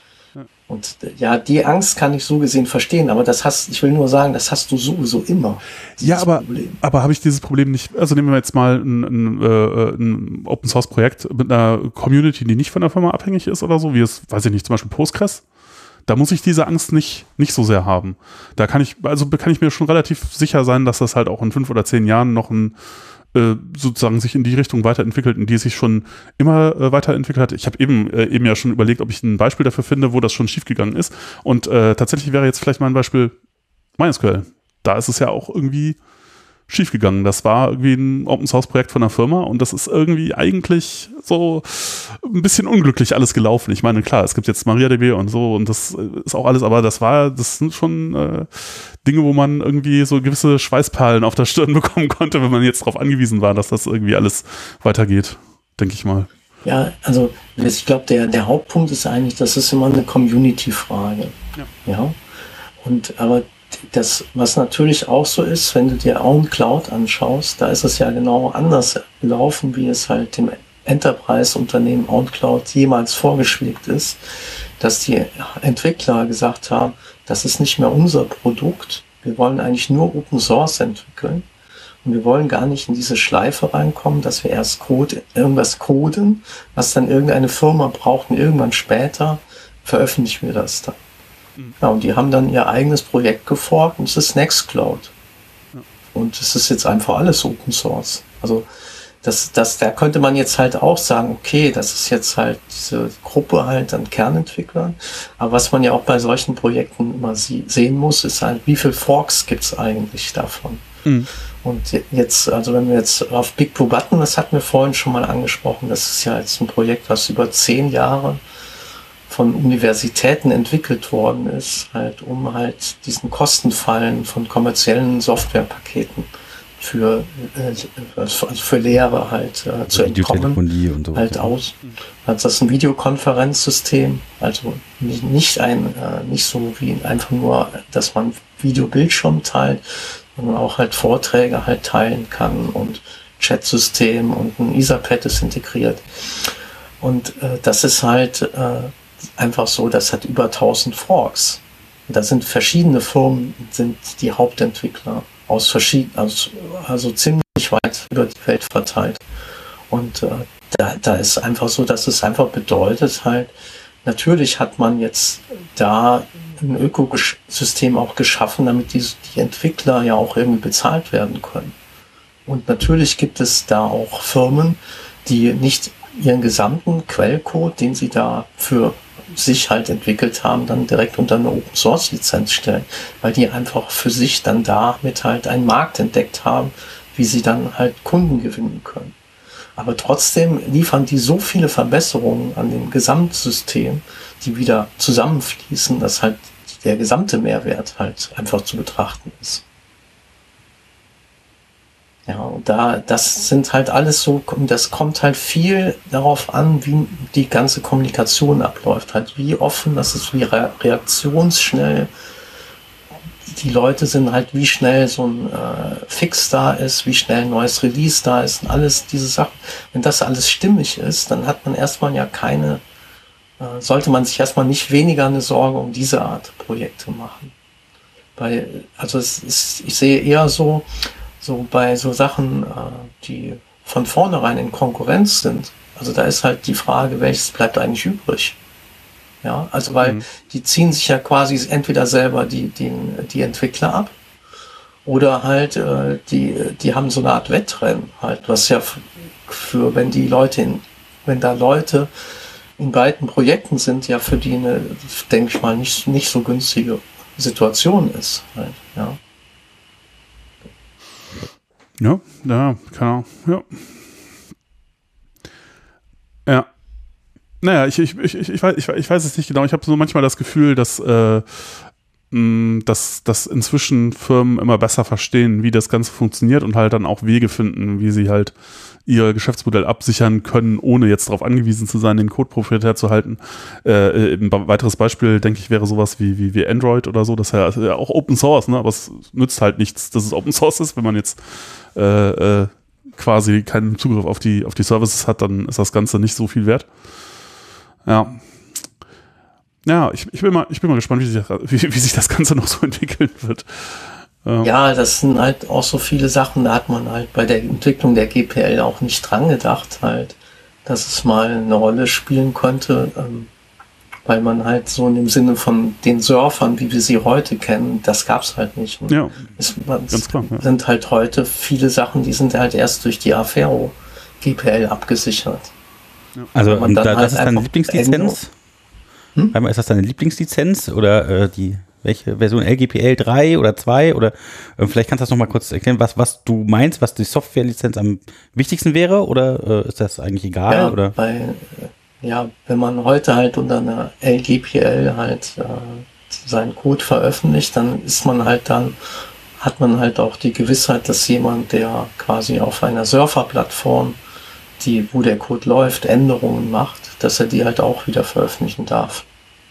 Und ja, die Angst kann ich so gesehen verstehen, aber das hast, ich will nur sagen, das hast du sowieso immer. Ja, aber, Problem. aber habe ich dieses Problem nicht, also nehmen wir jetzt mal ein, ein, ein Open-Source-Projekt mit einer Community, die nicht von der Firma abhängig ist oder so, wie es, weiß ich nicht, zum Beispiel Postgres, da muss ich diese Angst nicht, nicht so sehr haben. Da kann ich, also kann ich mir schon relativ sicher sein, dass das halt auch in fünf oder zehn Jahren noch ein sozusagen sich in die Richtung weiterentwickelt, in die es sich schon immer äh, weiterentwickelt hat. Ich habe eben äh, eben ja schon überlegt, ob ich ein Beispiel dafür finde, wo das schon schiefgegangen ist. Und äh, tatsächlich wäre jetzt vielleicht mal ein Beispiel MySQL. Da ist es ja auch irgendwie schiefgegangen. Das war irgendwie ein Open-Source-Projekt von einer Firma und das ist irgendwie eigentlich so ein bisschen unglücklich alles gelaufen. Ich meine, klar, es gibt jetzt MariaDB und so und das ist auch alles, aber das war, das sind schon äh, Dinge, wo man irgendwie so gewisse Schweißperlen auf der Stirn bekommen konnte, wenn man jetzt darauf angewiesen war, dass das irgendwie alles weitergeht, denke ich mal. Ja, also ich glaube, der, der Hauptpunkt ist eigentlich, das ist immer eine Community-Frage. Ja. ja. Und aber das, was natürlich auch so ist, wenn du dir OwnCloud anschaust, da ist es ja genau anders gelaufen, wie es halt dem Enterprise-Unternehmen OwnCloud jemals vorgeschwebt ist, dass die Entwickler gesagt haben, das ist nicht mehr unser Produkt, wir wollen eigentlich nur Open Source entwickeln und wir wollen gar nicht in diese Schleife reinkommen, dass wir erst Code, irgendwas coden, was dann irgendeine Firma braucht und irgendwann später veröffentlichen wir das dann. Ja, und die haben dann ihr eigenes Projekt geforkt und es ist Nextcloud. Ja. Und es ist jetzt einfach alles Open Source. Also das, das, da könnte man jetzt halt auch sagen, okay, das ist jetzt halt diese Gruppe halt an Kernentwicklern. Aber was man ja auch bei solchen Projekten immer sie, sehen muss, ist halt, wie viele Forks gibt es eigentlich davon? Mhm. Und jetzt, also wenn wir jetzt auf Big Blue Button, das hatten wir vorhin schon mal angesprochen, das ist ja jetzt ein Projekt, was über zehn Jahre von Universitäten entwickelt worden ist, halt um halt diesen Kostenfallen von kommerziellen Softwarepaketen für äh, also für Lehrer halt äh, zu entkommen. Und so. Halt aus. Also das ist ein Videokonferenzsystem, also nicht, nicht ein äh, nicht so wie einfach nur, dass man Videobildschirm teilt, sondern auch halt Vorträge halt teilen kann und Chatsystem und ein Etherpad ist integriert. Und äh, das ist halt äh, einfach so, das hat über tausend Forks. Und da sind verschiedene Firmen, sind die Hauptentwickler aus verschiedenen, also, also ziemlich weit über die Welt verteilt. Und äh, da, da ist einfach so, dass es einfach bedeutet halt, natürlich hat man jetzt da ein Ökosystem auch geschaffen, damit die, die Entwickler ja auch irgendwie bezahlt werden können. Und natürlich gibt es da auch Firmen, die nicht ihren gesamten Quellcode, den sie da für sich halt entwickelt haben, dann direkt unter eine Open-Source-Lizenz stellen, weil die einfach für sich dann damit halt einen Markt entdeckt haben, wie sie dann halt Kunden gewinnen können. Aber trotzdem liefern die so viele Verbesserungen an dem Gesamtsystem, die wieder zusammenfließen, dass halt der gesamte Mehrwert halt einfach zu betrachten ist. Ja, und da, das sind halt alles so, das kommt halt viel darauf an, wie die ganze Kommunikation abläuft, halt wie offen, das ist wie reaktionsschnell die Leute sind, halt wie schnell so ein äh, Fix da ist, wie schnell ein neues Release da ist und alles diese Sachen. Wenn das alles stimmig ist, dann hat man erstmal ja keine, äh, sollte man sich erstmal nicht weniger eine Sorge um diese Art Projekte machen. Weil, also es ist, ich sehe eher so, so bei so Sachen, äh, die von vornherein in Konkurrenz sind, also da ist halt die Frage, welches bleibt eigentlich übrig? Ja, also weil mhm. die ziehen sich ja quasi entweder selber die, die, die Entwickler ab oder halt äh, die, die haben so eine Art Wettrennen halt, was ja für, für wenn die Leute, in, wenn da Leute in beiden Projekten sind, ja für die eine, denke ich mal, nicht, nicht so günstige Situation ist halt, ja. Ja, ja, genau, ja. Ja. Naja, ich, ich, ich, ich, weiß, ich, ich weiß es nicht genau. Ich habe so manchmal das Gefühl, dass, äh, mh, dass, dass inzwischen Firmen immer besser verstehen, wie das Ganze funktioniert und halt dann auch Wege finden, wie sie halt ihr Geschäftsmodell absichern können, ohne jetzt darauf angewiesen zu sein, den Code proprietär zu halten. Äh, ein weiteres Beispiel, denke ich, wäre sowas wie, wie, wie Android oder so. Das ist ja, ist ja auch Open Source, ne? Aber es nützt halt nichts, dass es Open Source ist. Wenn man jetzt äh, äh, quasi keinen Zugriff auf die, auf die Services hat, dann ist das Ganze nicht so viel wert. Ja. Ja, ich, ich, bin mal, ich bin mal gespannt, wie sich, wie, wie sich das Ganze noch so entwickeln wird. Ähm. Ja, das sind halt auch so viele Sachen, da hat man halt bei der Entwicklung der G P L auch nicht dran gedacht, halt, dass es mal eine Rolle spielen könnte, ähm, weil man halt so in dem Sinne von den Surfern, wie wir sie heute kennen, das gab's halt nicht. Und ja, es, man, ganz klar. Ja. Sind halt heute viele Sachen, die sind halt erst durch die Affero G P L abgesichert. Ja. Also da, das halt ist deine Lieblingslizenz? Hm? Ist das deine Lieblingslizenz oder äh, die welche Version L G P L drei oder zwei oder äh, vielleicht kannst du das nochmal kurz erklären, was, was du meinst, was die Softwarelizenz am wichtigsten wäre oder äh, ist das eigentlich egal? Ja, oder? Bei, ja, wenn man heute halt unter einer L G P L halt äh, seinen Code veröffentlicht, dann ist man halt dann, hat man halt auch die Gewissheit, dass jemand, der quasi auf einer Surferplattform, die, wo der Code läuft, Änderungen macht, dass er die halt auch wieder veröffentlichen darf.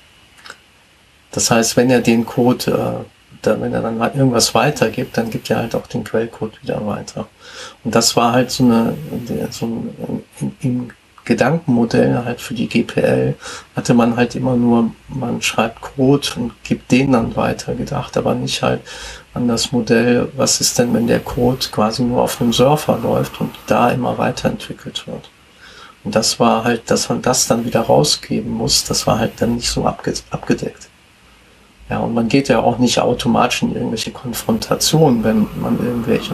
Das heißt, wenn er den Code, äh, da, wenn er dann halt irgendwas weitergibt, dann gibt er halt auch den Quellcode wieder weiter. Und das war halt so eine, so ein, im, im Gedankenmodell halt für die G P L hatte man halt immer nur, man schreibt Code und gibt den dann weiter gedacht, aber nicht halt an das Modell, was ist denn, wenn der Code quasi nur auf einem Surfer läuft und da immer weiterentwickelt wird. Und das war halt, dass man das dann wieder rausgeben muss, das war halt dann nicht so abge- abgedeckt. Ja, und man geht ja auch nicht automatisch in irgendwelche Konfrontationen, wenn man irgendwelche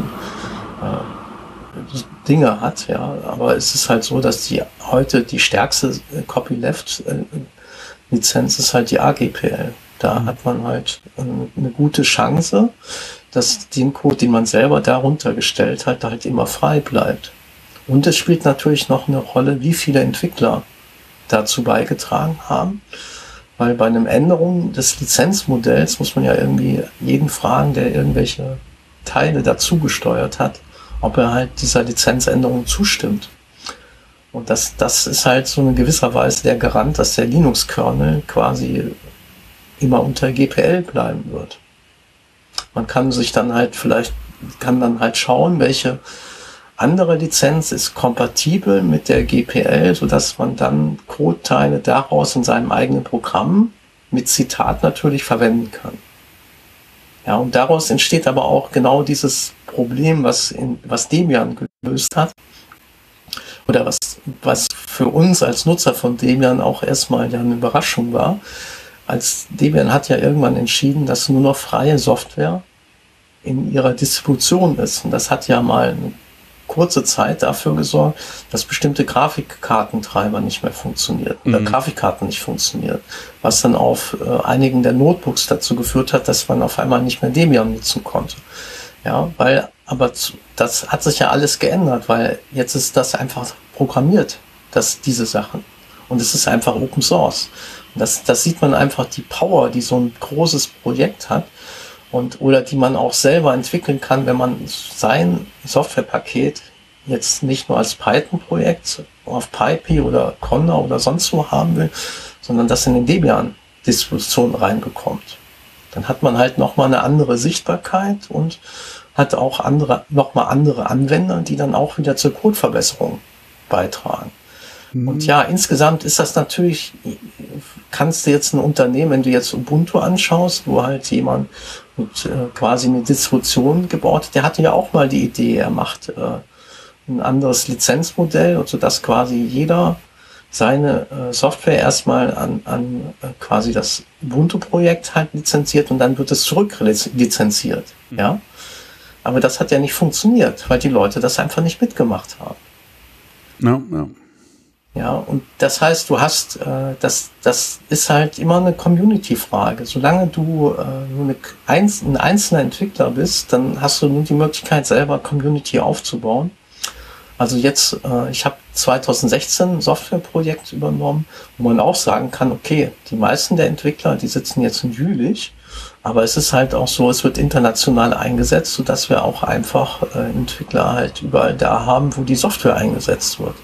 äh, Dinge hat, ja. Aber es ist halt so, dass die heute die stärkste Copyleft-Lizenz ist halt die A G P L. Da mhm. hat man halt eine gute Chance, dass den Code, den man selber darunter gestellt hat, halt immer frei bleibt. Und es spielt natürlich noch eine Rolle, wie viele Entwickler dazu beigetragen haben. Weil bei einem Änderung des Lizenzmodells muss man ja irgendwie jeden fragen, der irgendwelche Teile dazu gesteuert hat, ob er halt dieser Lizenzänderung zustimmt. Und das, das ist halt so in gewisser Weise der Garant, dass der Linux-Kernel quasi immer unter G P L bleiben wird. Man kann sich dann halt vielleicht, kann dann halt schauen, welche andere Lizenz ist kompatibel mit der G P L, sodass man dann Codeteile daraus in seinem eigenen Programm mit Zitat natürlich verwenden kann. Ja, und daraus entsteht aber auch genau dieses Problem, was, in, was Debian gelöst hat. Oder was, was für uns als Nutzer von Debian auch erstmal ja eine Überraschung war. Als Debian hat ja irgendwann entschieden, dass nur noch freie Software in ihrer Distribution ist. Und das hat ja mal eine kurze Zeit dafür gesorgt, dass bestimmte Grafikkartentreiber nicht mehr funktionieren, oder mhm. Grafikkarten nicht funktionieren, was dann auf äh, einigen der Notebooks dazu geführt hat, dass man auf einmal nicht mehr Debian nutzen konnte. Ja, weil, aber zu, das hat sich ja alles geändert, weil jetzt ist das einfach programmiert, dass diese Sachen. Und es ist einfach Open Source. Und das, das sieht man einfach, die Power, die so ein großes Projekt hat, und oder die man auch selber entwickeln kann, wenn man sein Softwarepaket jetzt nicht nur als Python-Projekt auf PyPy oder Conda oder sonst wo haben will, sondern das in den Debian-Distributionen reinbekommt. Dann hat man halt nochmal eine andere Sichtbarkeit und hat auch andere, nochmal andere Anwender, die dann auch wieder zur Codeverbesserung beitragen. Mhm. Und ja, insgesamt ist das natürlich, kannst du jetzt ein Unternehmen, wenn du jetzt Ubuntu anschaust, wo halt jemand mit, äh, quasi eine Distribution gebaut hat, der hatte ja auch mal die Idee, er macht äh, ein anderes Lizenzmodell, und so dass quasi jeder seine äh, Software erstmal an, an äh, quasi das Ubuntu-Projekt halt lizenziert und dann wird es zurücklizenziert. Mhm. Ja? Aber das hat ja nicht funktioniert, weil die Leute das einfach nicht mitgemacht haben. Ja, ja. Ja, und das heißt, du hast, äh, das, das ist halt immer eine Community-Frage. Solange du äh, nur eine, einz, ein einzelner Entwickler bist, dann hast du nur die Möglichkeit, selber Community aufzubauen. Also jetzt, äh, ich habe zwanzig sechzehn ein Softwareprojekt übernommen, wo man auch sagen kann, okay, die meisten der Entwickler, die sitzen jetzt in Jülich, aber es ist halt auch so, es wird international eingesetzt, sodass wir auch einfach äh, Entwickler halt überall da haben, wo die Software eingesetzt wird.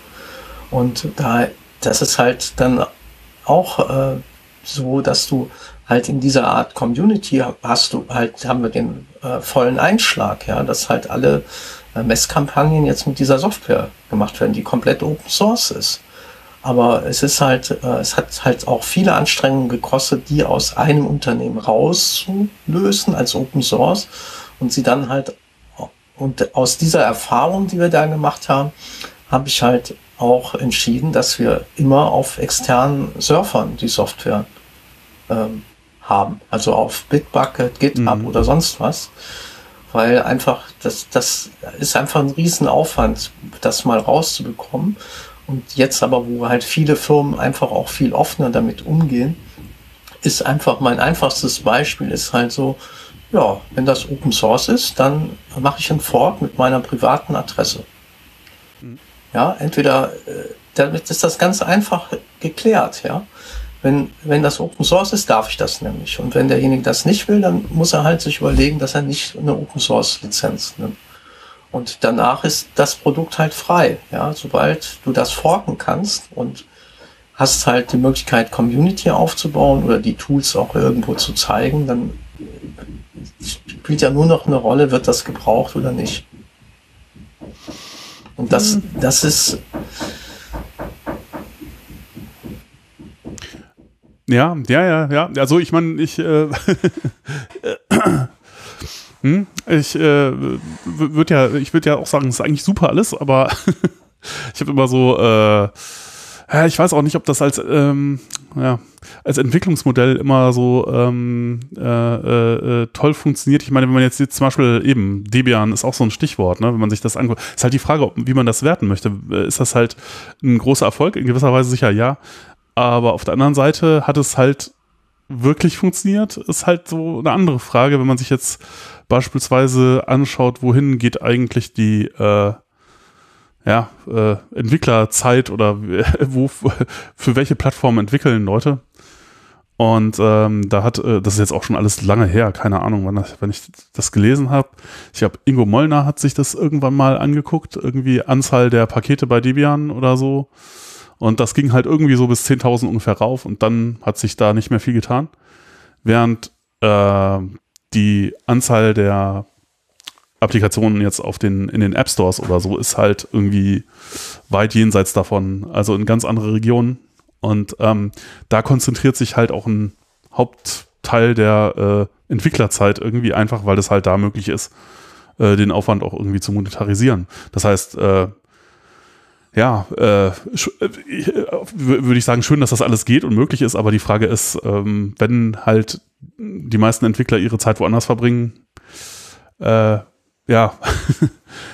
Und da, das ist halt dann auch äh, so, dass du halt in dieser Art Community hast du halt, haben wir den äh, vollen Einschlag, ja, dass halt alle äh, Messkampagnen jetzt mit dieser Software gemacht werden, die komplett Open Source ist. Aber es ist halt, äh, es hat halt auch viele Anstrengungen gekostet, die aus einem Unternehmen rauszulösen als Open Source und sie dann halt, und aus dieser Erfahrung, die wir da gemacht haben, habe ich halt auch entschieden, dass wir immer auf externen Surfern die Software ähm, haben. Also auf Bitbucket, GitHub mhm. oder sonst was. Weil einfach, das, das ist einfach ein Riesenaufwand, das mal rauszubekommen. Und jetzt aber, wo halt viele Firmen einfach auch viel offener damit umgehen, ist einfach mein einfachstes Beispiel ist halt so, ja, wenn das Open Source ist, dann mache ich einen Fork mit meiner privaten Adresse. Mhm. Ja, entweder, äh, damit ist das ganz einfach geklärt, ja. Wenn, wenn das Open Source ist, darf ich das nämlich. Und wenn derjenige das nicht will, dann muss er halt sich überlegen, dass er nicht eine Open Source Lizenz nimmt. Und danach ist das Produkt halt frei, ja. Sobald du das forken kannst und hast halt die Möglichkeit, Community aufzubauen oder die Tools auch irgendwo zu zeigen, dann spielt ja nur noch eine Rolle, wird das gebraucht oder nicht. Und das, das ist... Ja, ja, ja, ja. Also ich meine, ich... Äh, hm, ich äh, würde ja, ich würde ja auch sagen, es ist eigentlich super alles, aber ich habe immer so... Äh, ja, ich weiß auch nicht, ob das als, ähm, ja, als Entwicklungsmodell immer so ähm, äh, äh, toll funktioniert. Ich meine, wenn man jetzt, jetzt zum Beispiel eben, Debian ist auch so ein Stichwort, ne? Wenn man sich das anguckt, ist halt die Frage, ob, wie man das werten möchte. Ist das halt ein großer Erfolg? In gewisser Weise sicher ja. Aber auf der anderen Seite hat es halt wirklich funktioniert, ist halt so eine andere Frage, wenn man sich jetzt beispielsweise anschaut, wohin geht eigentlich die äh, ja, äh, Entwicklerzeit oder wo, für welche Plattformen entwickeln Leute. Und ähm, da hat, äh, das ist jetzt auch schon alles lange her, keine Ahnung, wann, das, wann ich das gelesen habe. Ich glaube, Ingo Mollner hat sich das irgendwann mal angeguckt, irgendwie Anzahl der Pakete bei Debian oder so. Und das ging halt irgendwie so bis zehntausend ungefähr rauf und dann hat sich da nicht mehr viel getan. Während äh, die Anzahl der Applikationen jetzt auf den, in den App Stores oder so ist halt irgendwie weit jenseits davon, also in ganz andere Regionen. Und ähm, da konzentriert sich halt auch ein Hauptteil der äh, Entwicklerzeit irgendwie einfach, weil es halt da möglich ist, äh, den Aufwand auch irgendwie zu monetarisieren. Das heißt, äh, ja, äh, äh, würde ich sagen, schön, dass das alles geht und möglich ist, aber die Frage ist, ähm, wenn halt die meisten Entwickler ihre Zeit woanders verbringen, äh, ja,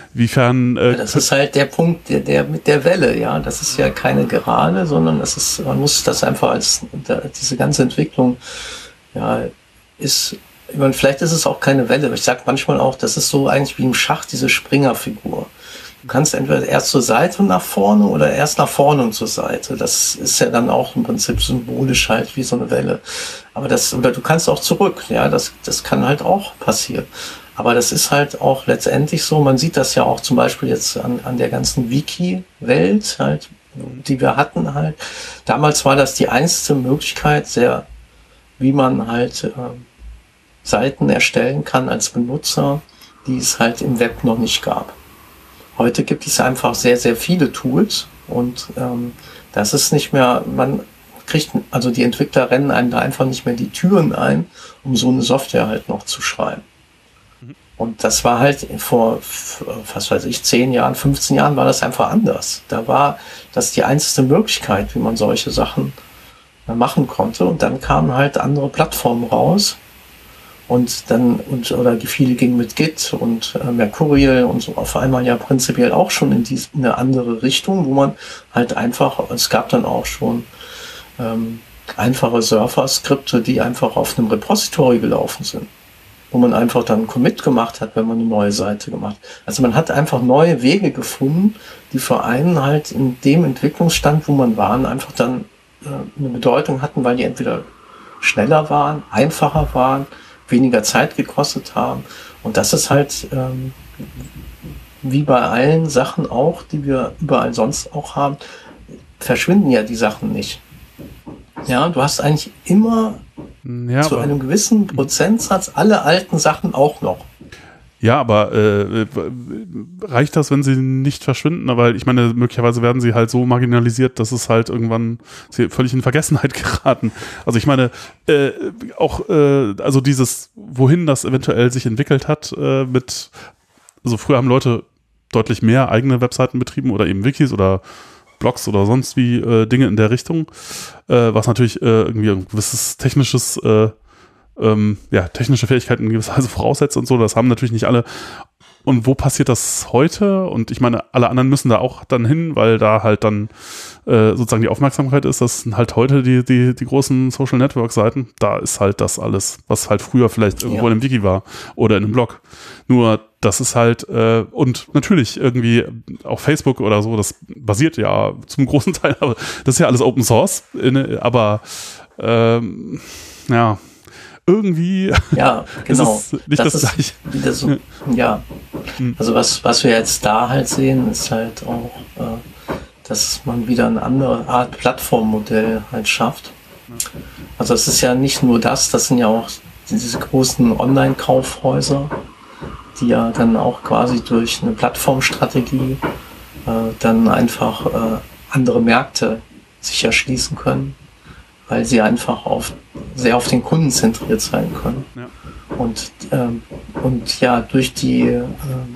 Wiefern... Äh, ja, das ist halt der Punkt der, der mit der Welle, ja. Das ist ja keine Gerade, sondern das ist, man muss das einfach als, da, diese ganze Entwicklung, ja, ist, ich meine, vielleicht ist es auch keine Welle, aber ich sage manchmal auch, das ist so eigentlich wie im Schach, diese Springerfigur. Du kannst entweder erst zur Seite und nach vorne oder erst nach vorne und zur Seite. Das ist ja dann auch im Prinzip symbolisch halt wie so eine Welle. Aber das, oder du kannst auch zurück, ja, das, das kann halt auch passieren. Aber das ist halt auch letztendlich so, man sieht das ja auch zum Beispiel jetzt an, an der ganzen Wiki-Welt halt, die wir hatten halt. Damals war das die einzige Möglichkeit, sehr, wie man halt äh, Seiten erstellen kann als Benutzer, die es halt im Web noch nicht gab. Heute gibt es einfach sehr, sehr viele Tools und ähm, das ist nicht mehr, man kriegt, also die Entwickler rennen einem da einfach nicht mehr die Türen ein, um so eine Software halt noch zu schreiben. Mhm. Und das war halt vor, was weiß ich, zehn Jahren, fünfzehn Jahren war das einfach anders. Da war das die einzige Möglichkeit, wie man solche Sachen machen konnte. Und dann kamen halt andere Plattformen raus. Und dann, und, oder viele gingen mit Git und äh, Mercurial und so auf einmal ja prinzipiell auch schon in, die, in eine andere Richtung, wo man halt einfach, es gab dann auch schon ähm, einfache Surfer-Skripte, die einfach auf einem Repository gelaufen sind, wo man einfach dann einen Commit gemacht hat, wenn man eine neue Seite gemacht hat. Also man hat einfach neue Wege gefunden, die für einen halt in dem Entwicklungsstand, wo man war, einfach dann äh, eine Bedeutung hatten, weil die entweder schneller waren, einfacher waren, weniger Zeit gekostet haben. Und das ist halt ähm, wie bei allen Sachen auch, die wir überall sonst auch haben, verschwinden ja die Sachen nicht. Ja, du hast eigentlich immer ja, zu einem gewissen Prozentsatz alle alten Sachen auch noch. Ja, aber äh, reicht das, wenn sie nicht verschwinden? Weil ich meine, möglicherweise werden sie halt so marginalisiert, dass es halt irgendwann sie völlig in Vergessenheit geraten. Also ich meine, äh, auch äh, also dieses, wohin das eventuell sich entwickelt hat, äh, mit, also früher haben Leute deutlich mehr eigene Webseiten betrieben oder eben Wikis oder Blogs oder sonst wie äh, Dinge in der Richtung, äh, was natürlich äh, irgendwie ein gewisses technisches äh, Ähm, ja, technische Fähigkeiten in gewisser Weise voraussetzt und so, das haben natürlich nicht alle. Und wo passiert das heute? Und ich meine, alle anderen müssen da auch dann hin, weil da halt dann äh, sozusagen die Aufmerksamkeit ist. Das sind halt heute die, die, die großen Social Network Seiten. Da ist halt das alles, was halt früher vielleicht irgendwo ja. in einem Wiki war oder in einem Blog. Nur das ist halt, äh, und natürlich irgendwie auch Facebook oder so, das basiert ja zum großen Teil, aber das ist ja alles Open Source, in, aber ähm, ja, irgendwie ja, genau. ist es nicht das, das, das Gleiche. Wieder so, ja, also was, was wir jetzt da halt sehen, ist halt auch, äh, dass man wieder eine andere Art Plattformmodell halt schafft. Also es ist ja nicht nur das, das sind ja auch diese großen Online-Kaufhäuser, die ja dann auch quasi durch eine Plattformstrategie äh, dann einfach äh, andere Märkte sich erschließen können, weil sie einfach auf, sehr auf den Kunden zentriert sein können. Ja. Und, ähm, und ja, durch die, ähm,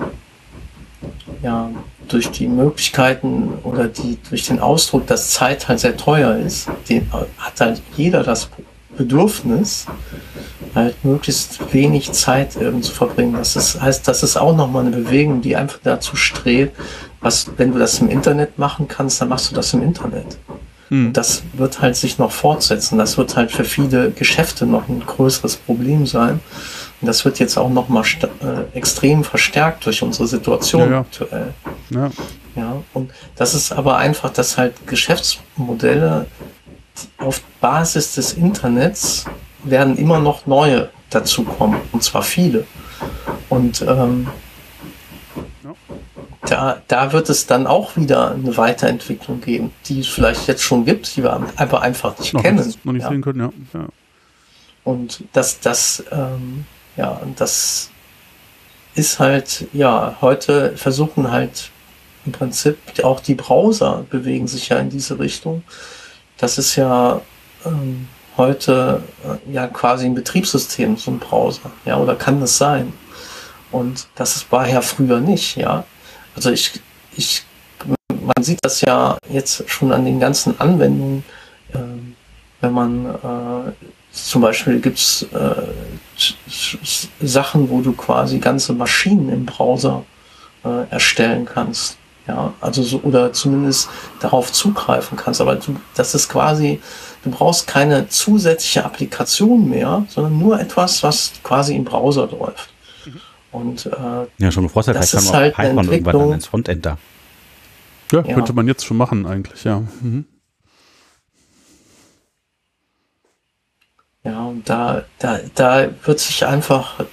ja, durch die Möglichkeiten oder die, durch den Ausdruck, dass Zeit halt sehr teuer ist, den, hat halt jeder das Bedürfnis, halt möglichst wenig Zeit eben zu verbringen. Das ist, heißt, das ist auch nochmal eine Bewegung, die einfach dazu strebt, was, wenn du das im Internet machen kannst, dann machst du das im Internet. Hm. Und das wird halt sich noch fortsetzen. Das wird halt für viele Geschäfte noch ein größeres Problem sein. Und das wird jetzt auch nochmal äh, extrem verstärkt durch unsere Situation ja, ja. aktuell. Ja. Ja, und das ist aber einfach, dass halt Geschäftsmodelle auf Basis des Internets werden immer noch neue dazukommen, und zwar viele. Und ähm, ja. da, da wird es dann auch wieder eine Weiterentwicklung geben, die es vielleicht jetzt schon gibt, die wir aber einfach nicht noch kennen. Nicht, noch nicht ja. sehen können, ja. ja. Und das, das, ähm, ja, das ist halt, ja, heute versuchen halt im Prinzip auch die Browser bewegen sich ja in diese Richtung. Das ist ja ähm, heute äh, ja quasi ein Betriebssystem, so ein Browser, ja, oder kann das sein? Und das war ja früher nicht, ja. Also ich, ich, man sieht das ja jetzt schon an den ganzen Anwendungen, äh, wenn man äh, zum Beispiel gibt's äh, Sachen, wo du quasi ganze Maschinen im Browser äh, erstellen kannst. Ja, also so, oder zumindest darauf zugreifen kannst. Aber du, das ist quasi, du brauchst keine zusätzliche Applikation mehr, sondern nur etwas, was quasi im Browser läuft. Mhm. Und äh, ja, schon bevor es halt, kann man halt Python irgendwann dann ins Frontend da. Ja, ja, könnte man jetzt schon machen eigentlich, ja. Mhm. Ja, und da, da, da wird sich einfach,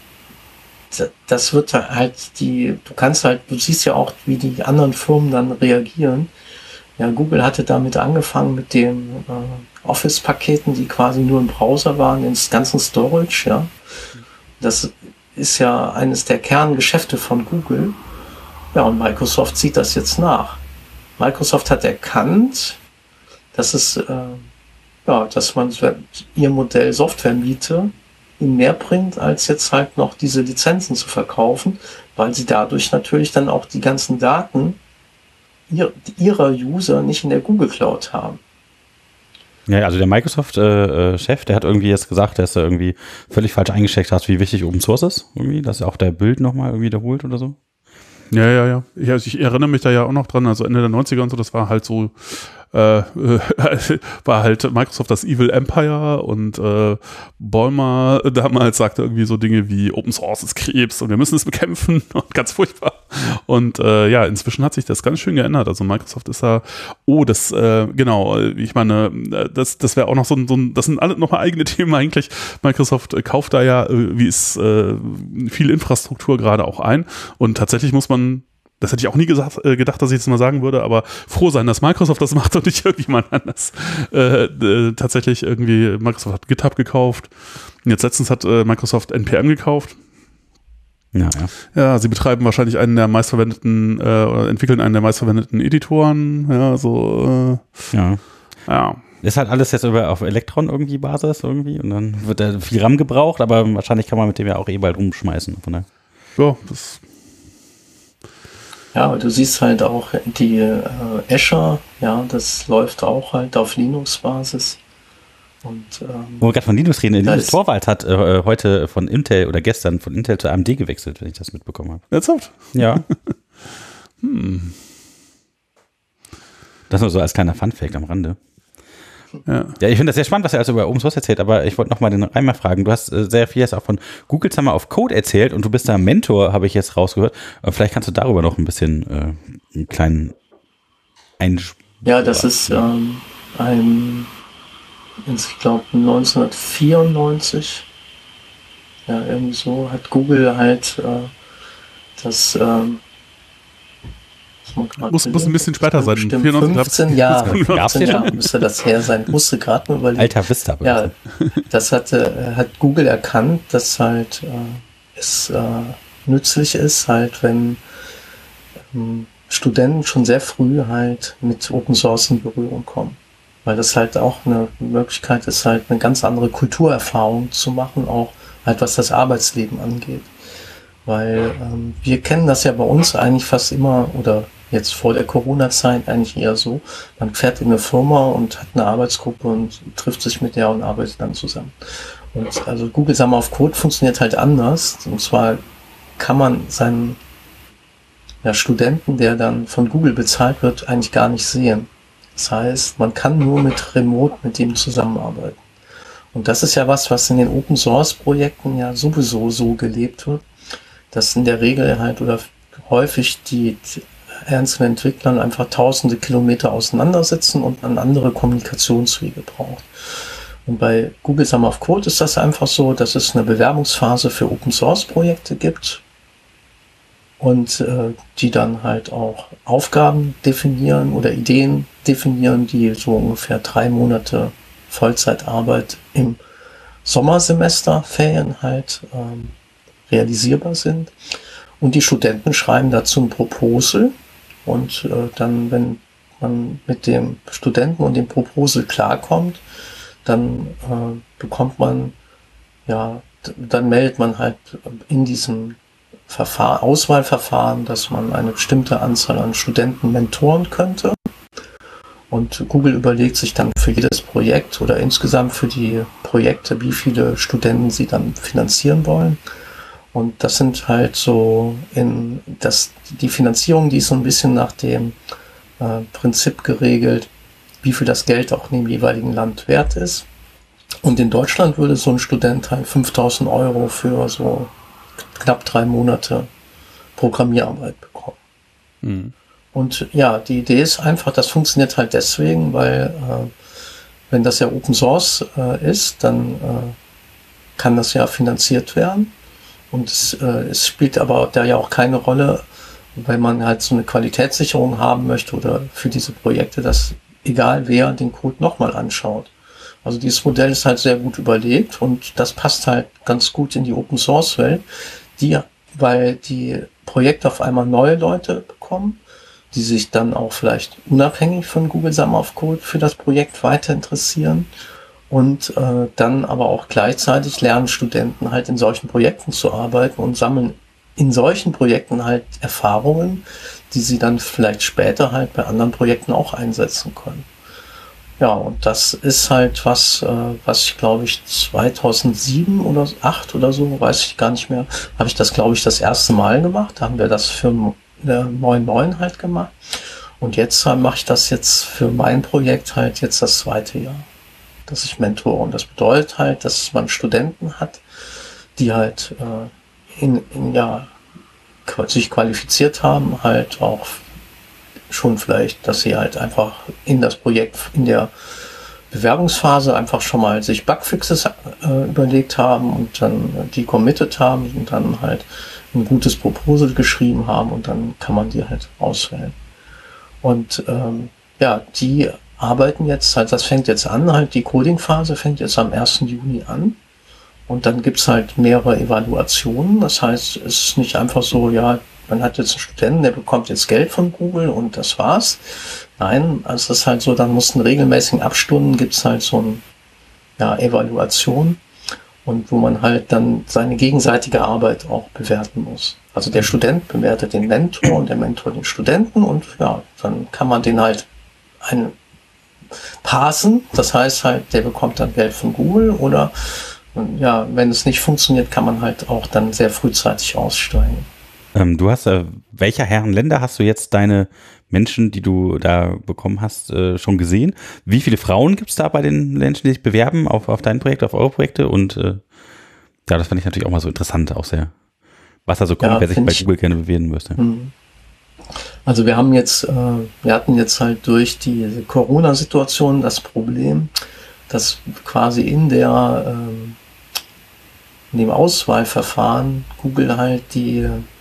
das wird halt die, du kannst halt, du siehst ja auch, wie die anderen Firmen dann reagieren. Ja, Google hatte damit angefangen mit den äh, Office-Paketen, die quasi nur im Browser waren, ins ganzen Storage, ja. Das ist ja eines der Kerngeschäfte von Google. Ja, und Microsoft zieht das jetzt nach. Microsoft hat erkannt, dass es, äh, ja, dass man ihr Modell Software-Miete ihnen mehr bringt, als jetzt halt noch diese Lizenzen zu verkaufen, weil sie dadurch natürlich dann auch die ganzen Daten ihr, ihrer User nicht in der Google Cloud haben. Ja, also der Microsoft-Chef, äh, der hat irgendwie jetzt gesagt, dass er irgendwie völlig falsch eingeschätzt hat, wie wichtig Open Source ist, irgendwie, dass er auch der Bild nochmal irgendwie wiederholt oder so. Ja, ja, ja. Ich, also ich erinnere mich da ja auch noch dran, also Ende der neunziger und so, das war halt so, äh, äh, war halt Microsoft das Evil Empire und äh, Ballmer damals sagte irgendwie so Dinge wie Open Source ist Krebs und wir müssen es bekämpfen und ganz furchtbar. Und äh, ja, inzwischen hat sich das ganz schön geändert. Also Microsoft ist da, oh, das, äh, genau, ich meine, das, das wäre auch noch so ein, so ein, das sind alle nochmal eigene Themen eigentlich. Microsoft äh, kauft da ja, äh, wie ist, äh, viel Infrastruktur gerade auch ein und tatsächlich muss man, das hätte ich auch nie gesagt, äh, gedacht, dass ich das mal sagen würde, aber froh sein, dass Microsoft das macht und nicht irgendjemand anders. Äh, äh, tatsächlich irgendwie, Microsoft hat GitHub gekauft. Und jetzt letztens hat äh, Microsoft N P M gekauft. Ja, ja. Ja, sie betreiben wahrscheinlich einen der meistverwendeten, äh, oder entwickeln einen der meistverwendeten Editoren. Ja, so. Äh, ja. Ja. Ist halt alles jetzt über auf Electron irgendwie Basis irgendwie und dann wird da viel RAM gebraucht, aber wahrscheinlich kann man mit dem ja auch eh bald rumschmeißen. Von daher. Ja, das. Ja, aber du siehst halt auch die äh, Azure, ja, das läuft auch halt auf Linux-Basis. Und, ähm, wo wir gerade von Linux reden, Linus Torvalds hat äh, heute von Intel oder gestern von Intel zu A M D gewechselt, wenn ich das mitbekommen habe. Ernsthaft? Ja. hm. Das nur so als kleiner Funfact am Rande. Ja, ja, ich finde das sehr spannend, was er also über Open Source erzählt, aber ich wollte noch mal den Reimer fragen. Du hast äh, sehr viel jetzt auch von Google Summer of Code erzählt und du bist da Mentor, habe ich jetzt rausgehört. Aber vielleicht kannst du darüber noch ein bisschen äh, einen kleinen Einspruch. Ja, das ist ähm, ein, ich glaube neunzehnhundertvierundneunzig, ja, irgendwie so, hat Google halt äh, das ähm, Muss, muss ein bisschen später sein. fünfzehn Jahre, fünfzehn Jahre müsste das her sein. Musste gerade nur überlegen. Alter Vista. Ja, das hatte, hat Google erkannt, dass halt äh, es äh, nützlich ist, halt wenn ähm, Studenten schon sehr früh halt mit Open Source in Berührung kommen. Weil das halt auch eine Möglichkeit ist, halt eine ganz andere Kulturerfahrung zu machen, auch halt was das Arbeitsleben angeht. Weil ähm, wir kennen das ja bei uns eigentlich fast immer, oder jetzt vor der Corona-Zeit eigentlich eher so, man fährt in eine Firma und hat eine Arbeitsgruppe und trifft sich mit der und arbeitet dann zusammen. Und also Google Summer of Code funktioniert halt anders. Und zwar kann man seinen ja, Studenten, der dann von Google bezahlt wird, eigentlich gar nicht sehen. Das heißt, man kann nur mit Remote mit dem zusammenarbeiten. Und das ist ja was, was in den Open-Source-Projekten ja sowieso so gelebt wird, dass in der Regel halt oder häufig die einzelnen Entwicklern einfach tausende Kilometer auseinandersitzen und dann andere Kommunikationswege braucht. Und bei Google Summer of Code ist das einfach so, dass es eine Bewerbungsphase für Open-Source-Projekte gibt und äh, die dann halt auch Aufgaben definieren oder Ideen definieren, die so ungefähr drei Monate Vollzeitarbeit im Sommersemester, Ferien halt ähm, realisierbar sind. Und die Studenten schreiben dazu ein Proposal und äh, dann, wenn man mit dem Studenten und dem Proposal klarkommt, dann äh, bekommt man, ja, dann meldet man halt in diesem Verfahren, Auswahlverfahren, dass man eine bestimmte Anzahl an Studenten mentoren könnte. Und Google überlegt sich dann für jedes Projekt oder insgesamt für die Projekte, wie viele Studenten sie dann finanzieren wollen. Und das sind halt so in das, die Finanzierung, die ist so ein bisschen nach dem äh, Prinzip geregelt, wie viel das Geld auch in dem jeweiligen Land wert ist. Und in Deutschland würde so ein Student halt fünftausend Euro für so knapp drei Monate Programmierarbeit bekommen. Mhm. Und ja, die Idee ist einfach, das funktioniert halt deswegen, weil äh, wenn das ja Open Source äh, ist, dann äh, kann das ja finanziert werden. Und es, äh, es spielt aber da ja auch keine Rolle, weil man halt so eine Qualitätssicherung haben möchte oder für diese Projekte, dass egal wer den Code nochmal anschaut. Also dieses Modell ist halt sehr gut überlegt und das passt halt ganz gut in die Open Source Welt, die, weil die Projekte auf einmal neue Leute bekommen, die sich dann auch vielleicht unabhängig von Google Summer of Code für das Projekt weiter interessieren und äh, dann aber auch gleichzeitig lernen Studenten halt in solchen Projekten zu arbeiten und sammeln in solchen Projekten halt Erfahrungen, die sie dann vielleicht später halt bei anderen Projekten auch einsetzen können. Ja, und das ist halt was, äh, was ich glaube ich zweitausendsieben oder acht oder so, weiß ich gar nicht mehr, habe ich das glaube ich das erste Mal gemacht. Da haben wir das für neun neun halt gemacht. Und jetzt äh, mache ich das jetzt für mein Projekt halt jetzt das zweite Jahr, dass ich mentore. Und das bedeutet halt, dass man Studenten hat, die halt äh, in, in ja sich qualifiziert haben, halt auch schon vielleicht, dass sie halt einfach in das Projekt, in der Bewerbungsphase einfach schon mal sich Bugfixes äh, überlegt haben und dann die committed haben und dann halt ein gutes Proposal geschrieben haben und dann kann man die halt auswählen. Und ähm, ja, die arbeiten jetzt, halt, das fängt jetzt an, halt die Coding-Phase fängt jetzt am ersten Juni an. Und dann gibt's halt mehrere Evaluationen. Das heißt, es ist nicht einfach so, ja, man hat jetzt einen Studenten, der bekommt jetzt Geld von Google und das war's. Nein, also es ist halt so, dann muss in regelmäßigen Abstunden gibt's halt so eine ja, Evaluation und wo man halt dann seine gegenseitige Arbeit auch bewerten muss. Also der Student bewertet den Mentor und der Mentor den Studenten und ja, dann kann man den halt einen passen. Das heißt halt, der bekommt dann Geld von Google oder und ja, wenn es nicht funktioniert, kann man halt auch dann sehr frühzeitig aussteigen. Ähm, du hast, äh, welcher Herren Länder hast du jetzt deine Menschen, die du da bekommen hast, äh, schon gesehen? Wie viele Frauen gibt es da bei den Menschen, die sich bewerben auf, auf dein Projekt, auf eure Projekte? Und äh, ja, das fand ich natürlich auch mal so interessant, auch sehr, was da so kommt, ja, wer sich bei Google gerne bewerben müsste. Also wir haben jetzt, äh, wir hatten jetzt halt durch die Corona-Situation das Problem, dass quasi in der ähm, in dem Auswahlverfahren Google halt die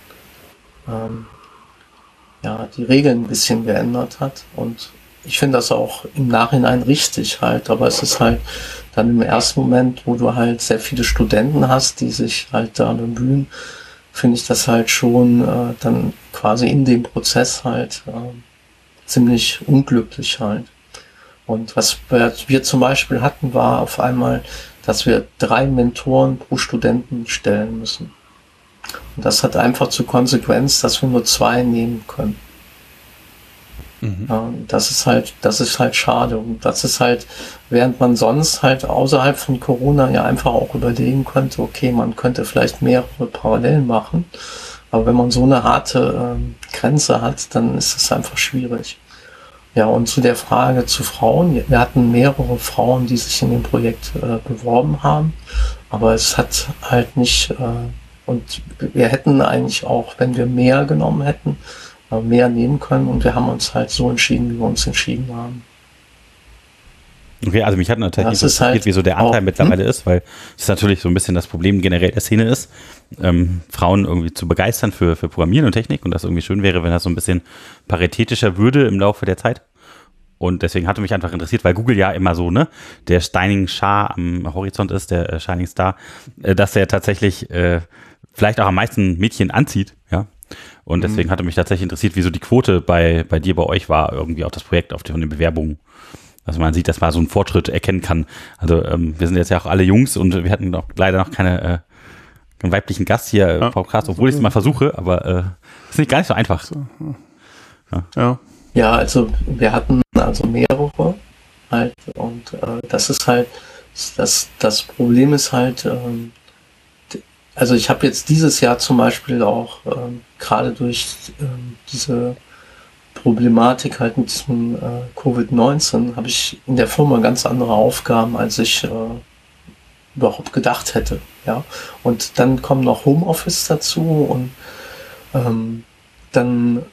ähm, ja die Regeln ein bisschen geändert hat und ich finde das auch im Nachhinein richtig halt, aber es ist halt dann im ersten Moment, wo du halt sehr viele Studenten hast, die sich halt da bemühen, finde ich das halt schon äh, dann quasi in dem Prozess halt äh, ziemlich unglücklich halt. Und was wir zum Beispiel hatten, war auf einmal, dass wir drei Mentoren pro Studenten stellen müssen. Und das hat einfach zur Konsequenz, dass wir nur zwei nehmen können. Mhm. Ja, das ist halt, das ist halt schade. Und das ist halt, während man sonst halt außerhalb von Corona ja einfach auch überlegen könnte, okay, man könnte vielleicht mehrere parallel machen. Aber wenn man so eine harte ähm, Grenze hat, dann ist es einfach schwierig. Ja, und zu der Frage zu Frauen. Wir hatten mehrere Frauen, die sich in dem Projekt äh, beworben haben, aber es hat halt nicht, äh, und wir hätten eigentlich auch, wenn wir mehr genommen hätten, äh, mehr nehmen können und wir haben uns halt so entschieden, wie wir uns entschieden haben. Okay, also mich hat natürlich interessiert, halt wie so der Anteil auch, mittlerweile hm? ist, weil es natürlich so ein bisschen das Problem generell der Szene ist, ähm, Frauen irgendwie zu begeistern für, für Programmieren und Technik und das irgendwie schön wäre, wenn das so ein bisschen paritätischer würde im Laufe der Zeit. Und deswegen hatte mich einfach interessiert, weil Google ja immer so, ne, der Shining Star am Horizont ist, der äh, Shining Star, äh, dass der tatsächlich äh, vielleicht auch am meisten Mädchen anzieht, ja. Und deswegen mhm. hatte mich tatsächlich interessiert, wie so die Quote bei, bei dir, bei euch war, irgendwie auch das Projekt auf die, von den Bewerbungen. Also man sieht, dass man so einen Fortschritt erkennen kann. Also ähm, wir sind jetzt ja auch alle Jungs und wir hatten noch, leider noch keine äh, einen weiblichen Gast hier im ja. Podcast, obwohl ich es mal versuche, aber äh, ist nicht gar nicht so einfach. So, ja. ja. Ja, also wir hatten also mehrere halt und äh, das ist halt, das, das Problem ist halt, ähm, also ich habe jetzt dieses Jahr zum Beispiel auch ähm, gerade durch ähm, diese Problematik halt mit diesem äh, Covid neunzehn habe ich in der Firma ganz andere Aufgaben, als ich äh, überhaupt gedacht hätte. Ja, und dann kommen noch Homeoffice dazu und ähm, dann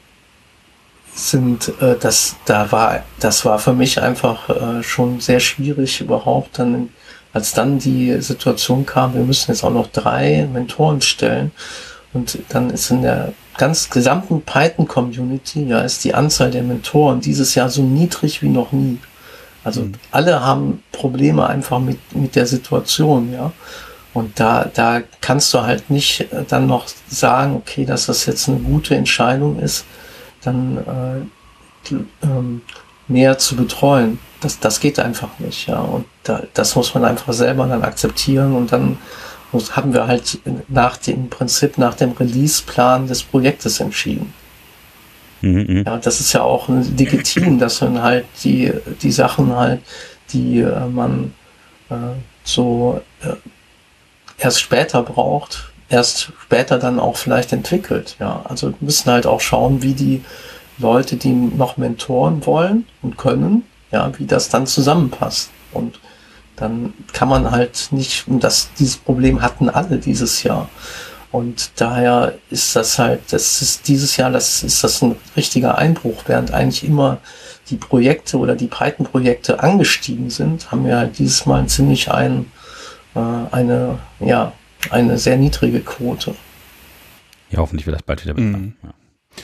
sind äh, das da war das war für mich einfach äh, schon sehr schwierig überhaupt dann, als dann die Situation kam, wir müssen jetzt auch noch drei Mentoren stellen und dann ist in der ganz gesamten Python-Community, ja, ist die Anzahl der Mentoren dieses Jahr so niedrig wie noch nie. Also mhm. alle haben Probleme einfach mit mit der Situation, ja. Und da da kannst du halt nicht dann noch sagen, okay, dass das jetzt eine gute Entscheidung ist, dann äh, ähm, mehr zu betreuen. Das, das geht einfach nicht, ja. Und da, das muss man einfach selber dann akzeptieren und dann muss, haben wir halt nach dem Prinzip, nach dem Release-Plan des Projektes entschieden. Mhm. Ja, das ist ja auch legitim, dass man halt die, die Sachen halt, die äh, man äh, so äh, erst später braucht, erst später dann auch vielleicht entwickelt. Ja, also wir müssen halt auch schauen, wie die Leute, die noch Mentoren wollen und können, ja, wie das dann zusammenpasst. Und dann kann man halt nicht, und das, dieses Problem hatten alle dieses Jahr. Und daher ist das halt, das ist dieses Jahr, das ist das ein richtiger Einbruch, während eigentlich immer die Projekte oder die Python-Projekte angestiegen sind, haben wir halt dieses Mal ziemlich ein, äh, eine, ja, eine sehr niedrige Quote. Ja, hoffentlich wird das bald wieder besser. Mhm. Ja.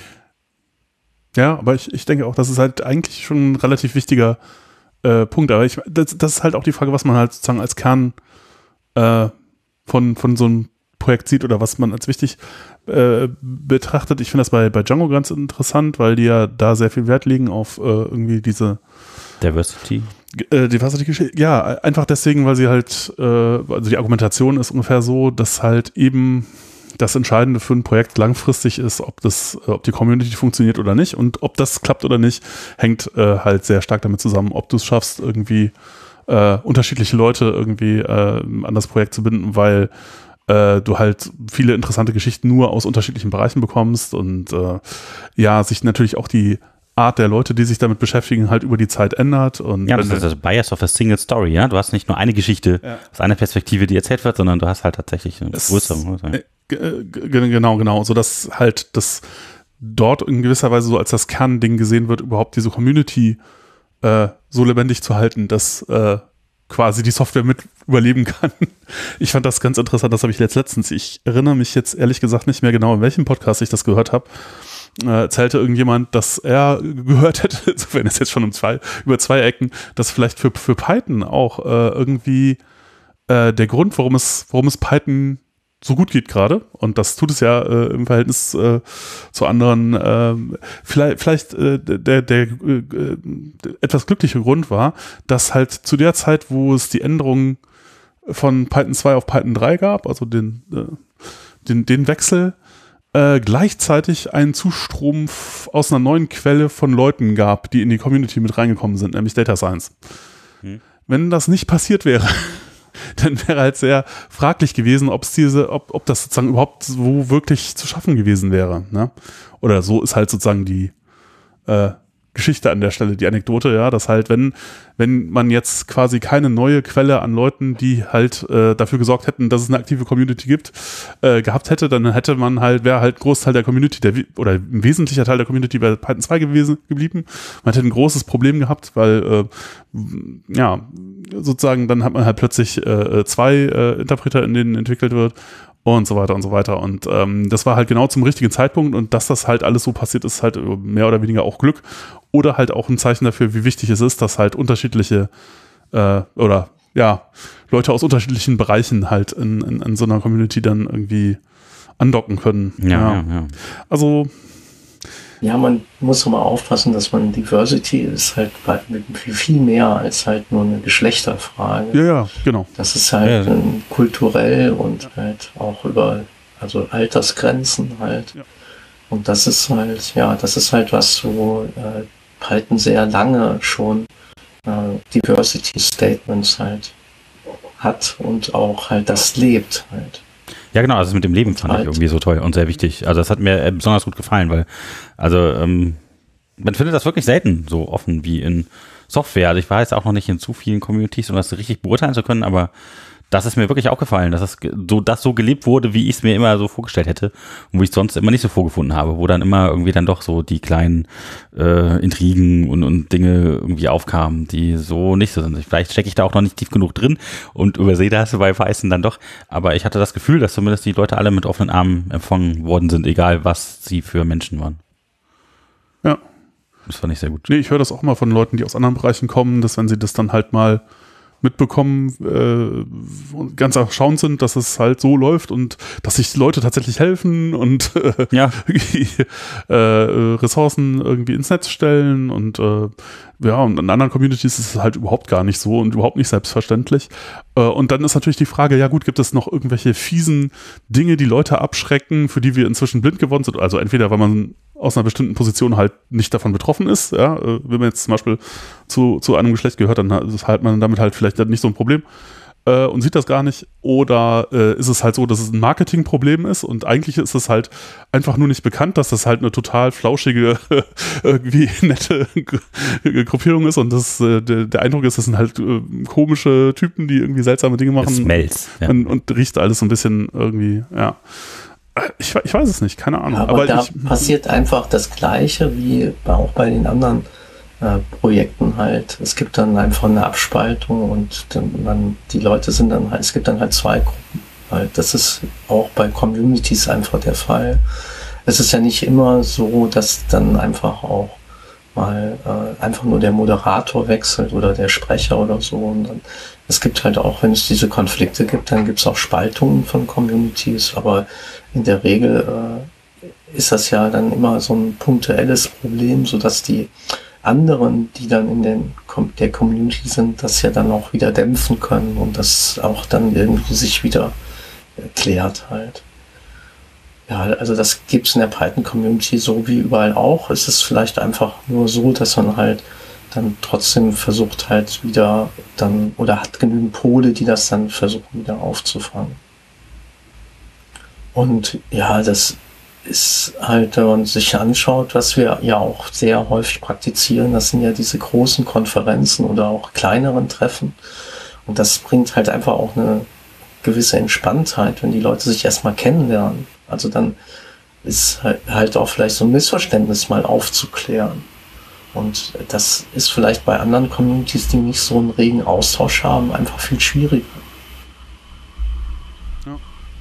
Ja, aber ich, ich denke auch, das ist halt eigentlich schon ein relativ wichtiger äh, Punkt. Aber ich, das, das ist halt auch die Frage, was man halt sozusagen als Kern äh, von, von so einem Projekt sieht oder was man als wichtig äh, betrachtet. Ich finde das bei, bei Django ganz interessant, weil die ja da sehr viel Wert legen auf äh, irgendwie diese Diversity. Äh, Diversity, ja, einfach deswegen, weil sie halt, äh, also die Argumentation ist ungefähr so, dass halt eben das Entscheidende für ein Projekt langfristig ist, ob das, ob die Community funktioniert oder nicht, und ob das klappt oder nicht, hängt äh, halt sehr stark damit zusammen, ob du es schaffst, irgendwie äh, unterschiedliche Leute irgendwie äh, an das Projekt zu binden, weil äh, du halt viele interessante Geschichten nur aus unterschiedlichen Bereichen bekommst und äh, ja, sich natürlich auch die Art der Leute, die sich damit beschäftigen, halt über die Zeit ändert. Und ja, das ist das Bias of a Single Story, ja. Du hast nicht nur eine Geschichte ja. aus einer Perspektive, die erzählt wird, sondern du hast halt tatsächlich eine größere. Genau, genau. So dass halt das dort in gewisser Weise so als das Kernding gesehen wird, überhaupt diese Community äh, so lebendig zu halten, dass äh, quasi die Software mit überleben kann. Ich fand das ganz interessant, das habe ich jetzt letztens, ich erinnere mich jetzt ehrlich gesagt nicht mehr genau, in welchem Podcast ich das gehört habe, äh, erzählte irgendjemand, dass er gehört hätte, insofern ist jetzt schon um zwei, über zwei Ecken, dass vielleicht für, für Python auch äh, irgendwie äh, der Grund, warum es, warum es Python so gut geht gerade, und das tut es ja äh, im Verhältnis äh, zu anderen, äh, vielleicht, vielleicht äh, der, der äh, etwas glückliche Grund war, dass halt zu der Zeit, wo es die Änderungen von Python zwei auf Python drei gab, also den, äh, den, den Wechsel, äh, gleichzeitig einen Zustrom aus einer neuen Quelle von Leuten gab, die in die Community mit reingekommen sind, nämlich Data Science. Hm. Wenn das nicht passiert wäre, dann wäre halt sehr fraglich gewesen, ob es diese, ob, ob das sozusagen überhaupt so wirklich zu schaffen gewesen wäre. Ne? Oder so ist halt sozusagen die äh, Geschichte an der Stelle, die Anekdote, ja, dass halt, wenn, wenn man jetzt quasi keine neue Quelle an Leuten, die halt äh, dafür gesorgt hätten, dass es eine aktive Community gibt, äh, gehabt hätte, dann hätte man halt, wäre halt ein Großteil der Community, der, oder ein wesentlicher Teil der Community bei Python zwei gewesen, geblieben. Man hätte ein großes Problem gehabt, weil, äh, ja, sozusagen, dann hat man halt plötzlich äh, zwei äh, Interpreter, in denen entwickelt wird, und so weiter und so weiter. Und ähm, das war halt genau zum richtigen Zeitpunkt, und dass das halt alles so passiert ist, halt mehr oder weniger auch Glück oder halt auch ein Zeichen dafür, wie wichtig es ist, dass halt unterschiedliche äh, oder ja, Leute aus unterschiedlichen Bereichen halt in, in, in so einer Community dann irgendwie andocken können. Ja, ja. ja, ja. Also ja, man muss immer aufpassen, dass man Diversity ist halt viel mehr als halt nur eine Geschlechterfrage. Ja, ja, genau. Das ist halt ja. ähm, kulturell und halt auch über, also Altersgrenzen halt. Ja. Und das ist halt, ja, das ist halt was, wo äh, Python sehr lange schon äh, Diversity Statements halt hat und auch halt das lebt halt. Ja, genau, also das mit dem Leben fand ich irgendwie so toll und sehr wichtig. Also das hat mir besonders gut gefallen, weil, also ähm, man findet das wirklich selten so offen wie in Software. Also ich war jetzt auch noch nicht in zu vielen Communities, um das richtig beurteilen zu können, aber das ist mir wirklich aufgefallen, dass das so, das so gelebt wurde, wie ich es mir immer so vorgestellt hätte und wo ich es sonst immer nicht so vorgefunden habe, wo dann immer irgendwie dann doch so die kleinen äh, Intrigen und, und Dinge irgendwie aufkamen, die so nicht so sind. Vielleicht stecke ich da auch noch nicht tief genug drin und übersehe das bei Python dann doch, aber ich hatte das Gefühl, dass zumindest die Leute alle mit offenen Armen empfangen worden sind, egal was sie für Menschen waren. Ja. Das fand ich sehr gut. Nee, ich höre das auch mal von Leuten, die aus anderen Bereichen kommen, dass wenn sie das dann halt mal mitbekommen, äh, ganz erstaunt sind, dass es halt so läuft und dass sich die Leute tatsächlich helfen und äh, ja. äh, Ressourcen irgendwie ins Netz stellen und äh, ja, und in anderen Communities ist es halt überhaupt gar nicht so und überhaupt nicht selbstverständlich. Äh, und dann ist natürlich die Frage, ja gut, gibt es noch irgendwelche fiesen Dinge, die Leute abschrecken, für die wir inzwischen blind geworden sind? Also entweder, weil man aus einer bestimmten Position halt nicht davon betroffen ist, ja, wenn man jetzt zum Beispiel zu, zu einem Geschlecht gehört, dann hat man damit halt vielleicht nicht so ein Problem äh, und sieht das gar nicht, oder äh, ist es halt so, dass es ein Marketingproblem ist und eigentlich ist es halt einfach nur nicht bekannt, dass das halt eine total flauschige, irgendwie nette Gruppierung ist und das, äh, der, der Eindruck ist, das sind halt äh, komische Typen, die irgendwie seltsame Dinge machen. Smells, ja. und, und riecht alles so ein bisschen irgendwie, ja. Ich, ich weiß es nicht, keine Ahnung. Ja, aber, aber da ich, passiert einfach das Gleiche wie auch bei den anderen äh, Projekten halt. Es gibt dann einfach eine Abspaltung und dann, man, die Leute sind dann halt, es gibt dann halt zwei Gruppen. Halt. Das ist auch bei Communities einfach der Fall. Es ist ja nicht immer so, dass dann einfach auch mal äh, einfach nur der Moderator wechselt oder der Sprecher oder so. Und dann, es gibt halt auch, wenn es diese Konflikte gibt, dann gibt es auch Spaltungen von Communities, aber in der Regel äh, ist das ja dann immer so ein punktuelles Problem, sodass die anderen, die dann in den, der Community sind, das ja dann auch wieder dämpfen können und das auch dann irgendwie sich wieder klärt halt. Ja, also das gibt es in der Python-Community so wie überall auch. Es ist vielleicht einfach nur so, dass man halt dann trotzdem versucht halt wieder dann, oder hat genügend Pole, die das dann versuchen wieder aufzufangen. Und ja, das ist halt, wenn man sich anschaut, was wir ja auch sehr häufig praktizieren, das sind ja diese großen Konferenzen oder auch kleineren Treffen. Und das bringt halt einfach auch eine gewisse Entspanntheit, wenn die Leute sich erstmal kennenlernen. Also dann ist halt auch vielleicht so ein Missverständnis mal aufzuklären. Und das ist vielleicht bei anderen Communities, die nicht so einen regen Austausch haben, einfach viel schwieriger. Ja.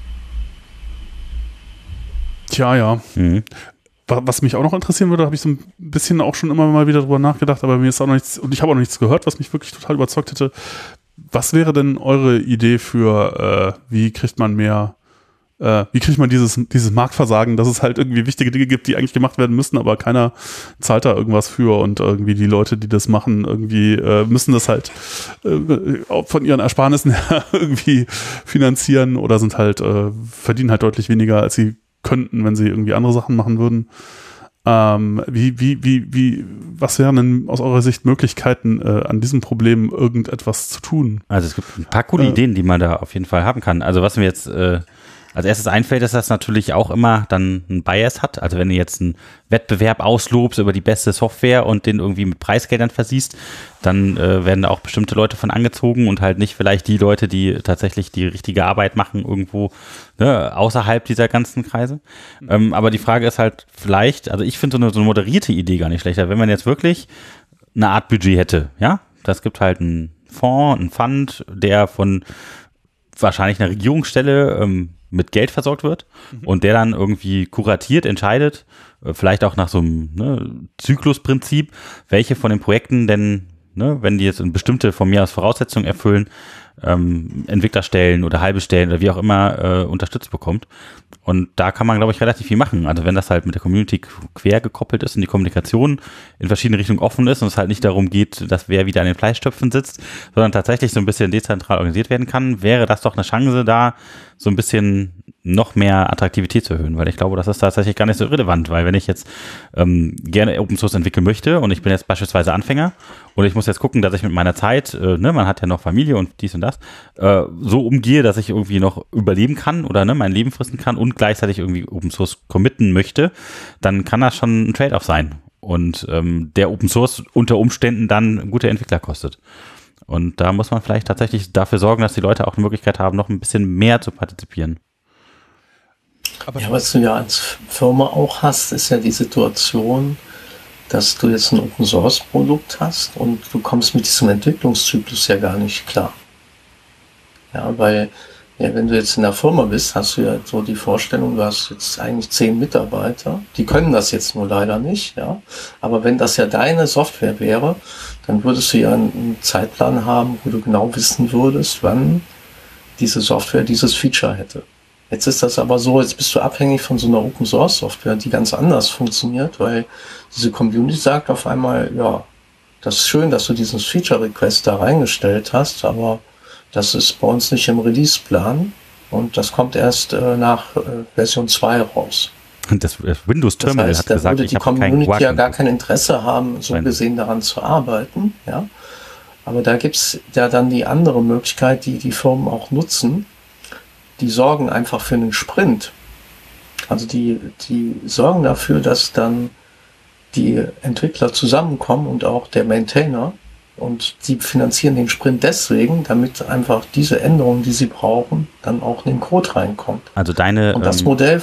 Tja, ja. Mhm. Was mich auch noch interessieren würde, habe ich so ein bisschen auch schon immer mal wieder drüber nachgedacht, aber mir ist auch noch nichts, und ich habe auch noch nichts gehört, was mich wirklich total überzeugt hätte. Was wäre denn eure Idee für, äh, wie kriegt man mehr Äh, wie kriegt man dieses, dieses Marktversagen, dass es halt irgendwie wichtige Dinge gibt, die eigentlich gemacht werden müssen, aber keiner zahlt da irgendwas für und irgendwie die Leute, die das machen, irgendwie äh, müssen das halt äh, von ihren Ersparnissen her irgendwie finanzieren oder sind halt, äh, verdienen halt deutlich weniger, als sie könnten, wenn sie irgendwie andere Sachen machen würden. Ähm, wie, wie, wie, wie, was wären denn aus eurer Sicht Möglichkeiten, äh, an diesem Problem irgendetwas zu tun? Also es gibt ein paar coole äh, Ideen, die man da auf jeden Fall haben kann. Also was mir jetzt äh als erstes einfällt, ist, dass das natürlich auch immer dann einen Bias hat. Also wenn du jetzt einen Wettbewerb auslobst über die beste Software und den irgendwie mit Preisgeldern versiehst, dann äh, werden da auch bestimmte Leute von angezogen und halt nicht vielleicht die Leute, die tatsächlich die richtige Arbeit machen irgendwo, ne, außerhalb dieser ganzen Kreise. Mhm. Ähm, aber die Frage ist halt vielleicht, also ich finde so eine, so eine moderierte Idee gar nicht schlechter, wenn man jetzt wirklich eine Art Budget hätte, ja, das gibt halt einen Fonds, einen Fund, der von wahrscheinlich einer Regierungsstelle ähm, mit Geld versorgt wird mhm. und der dann irgendwie kuratiert entscheidet, vielleicht auch nach so einem ne, Zyklusprinzip, welche von den Projekten denn, ne, wenn die jetzt eine bestimmte von mir aus Voraussetzungen erfüllen, ähm, Entwicklerstellen oder halbe Stellen oder wie auch immer äh, unterstützt bekommt. Und da kann man, glaube ich, relativ viel machen. Also wenn das halt mit der Community quer gekoppelt ist und die Kommunikation in verschiedene Richtungen offen ist und es halt nicht darum geht, dass wer wieder an den Fleischtöpfen sitzt, sondern tatsächlich so ein bisschen dezentral organisiert werden kann, wäre das doch eine Chance, da so ein bisschen noch mehr Attraktivität zu erhöhen, weil ich glaube, das ist tatsächlich gar nicht so relevant, weil wenn ich jetzt ähm, gerne Open Source entwickeln möchte und ich bin jetzt beispielsweise Anfänger und ich muss jetzt gucken, dass ich mit meiner Zeit, äh, ne, man hat ja noch Familie und dies und das, äh, so umgehe, dass ich irgendwie noch überleben kann oder ne, mein Leben fristen kann und gleichzeitig irgendwie Open Source committen möchte, dann kann das schon ein Trade-off sein und ähm, der Open Source unter Umständen dann gute Entwickler kostet. Und da muss man vielleicht tatsächlich dafür sorgen, dass die Leute auch eine Möglichkeit haben, noch ein bisschen mehr zu partizipieren. Aber ja, was du ja als Firma auch hast, ist ja die Situation, dass du jetzt ein Open-Source-Produkt hast und du kommst mit diesem Entwicklungszyklus ja gar nicht klar. Ja, weil ja, wenn du jetzt in der Firma bist, hast du ja so die Vorstellung, du hast jetzt eigentlich zehn Mitarbeiter, die können das jetzt nur leider nicht, ja. Aber wenn das ja deine Software wäre, dann würdest du ja einen Zeitplan haben, wo du genau wissen würdest, wann diese Software dieses Feature hätte. Jetzt ist das aber so, jetzt bist du abhängig von so einer Open-Source-Software, die ganz anders funktioniert, weil diese Community sagt auf einmal, ja, das ist schön, dass du diesen Feature-Request da reingestellt hast, aber das ist bei uns nicht im Release-Plan und das kommt erst äh, nach äh, Version zwei raus. Und das, das Windows-Terminal das heißt, hat gesagt, da würde die ich habe keinen Community ja gar Quark. kein Interesse haben, so Nein. gesehen daran zu arbeiten, ja. Aber da gibt's ja dann die andere Möglichkeit, die die Firmen auch nutzen. Die sorgen einfach für einen Sprint. Also die, die sorgen dafür, dass dann die Entwickler zusammenkommen und auch der Maintainer und die finanzieren den Sprint deswegen, damit einfach diese Änderungen, die sie brauchen, dann auch in den Code reinkommt. Also deine Und das ähm, Modell,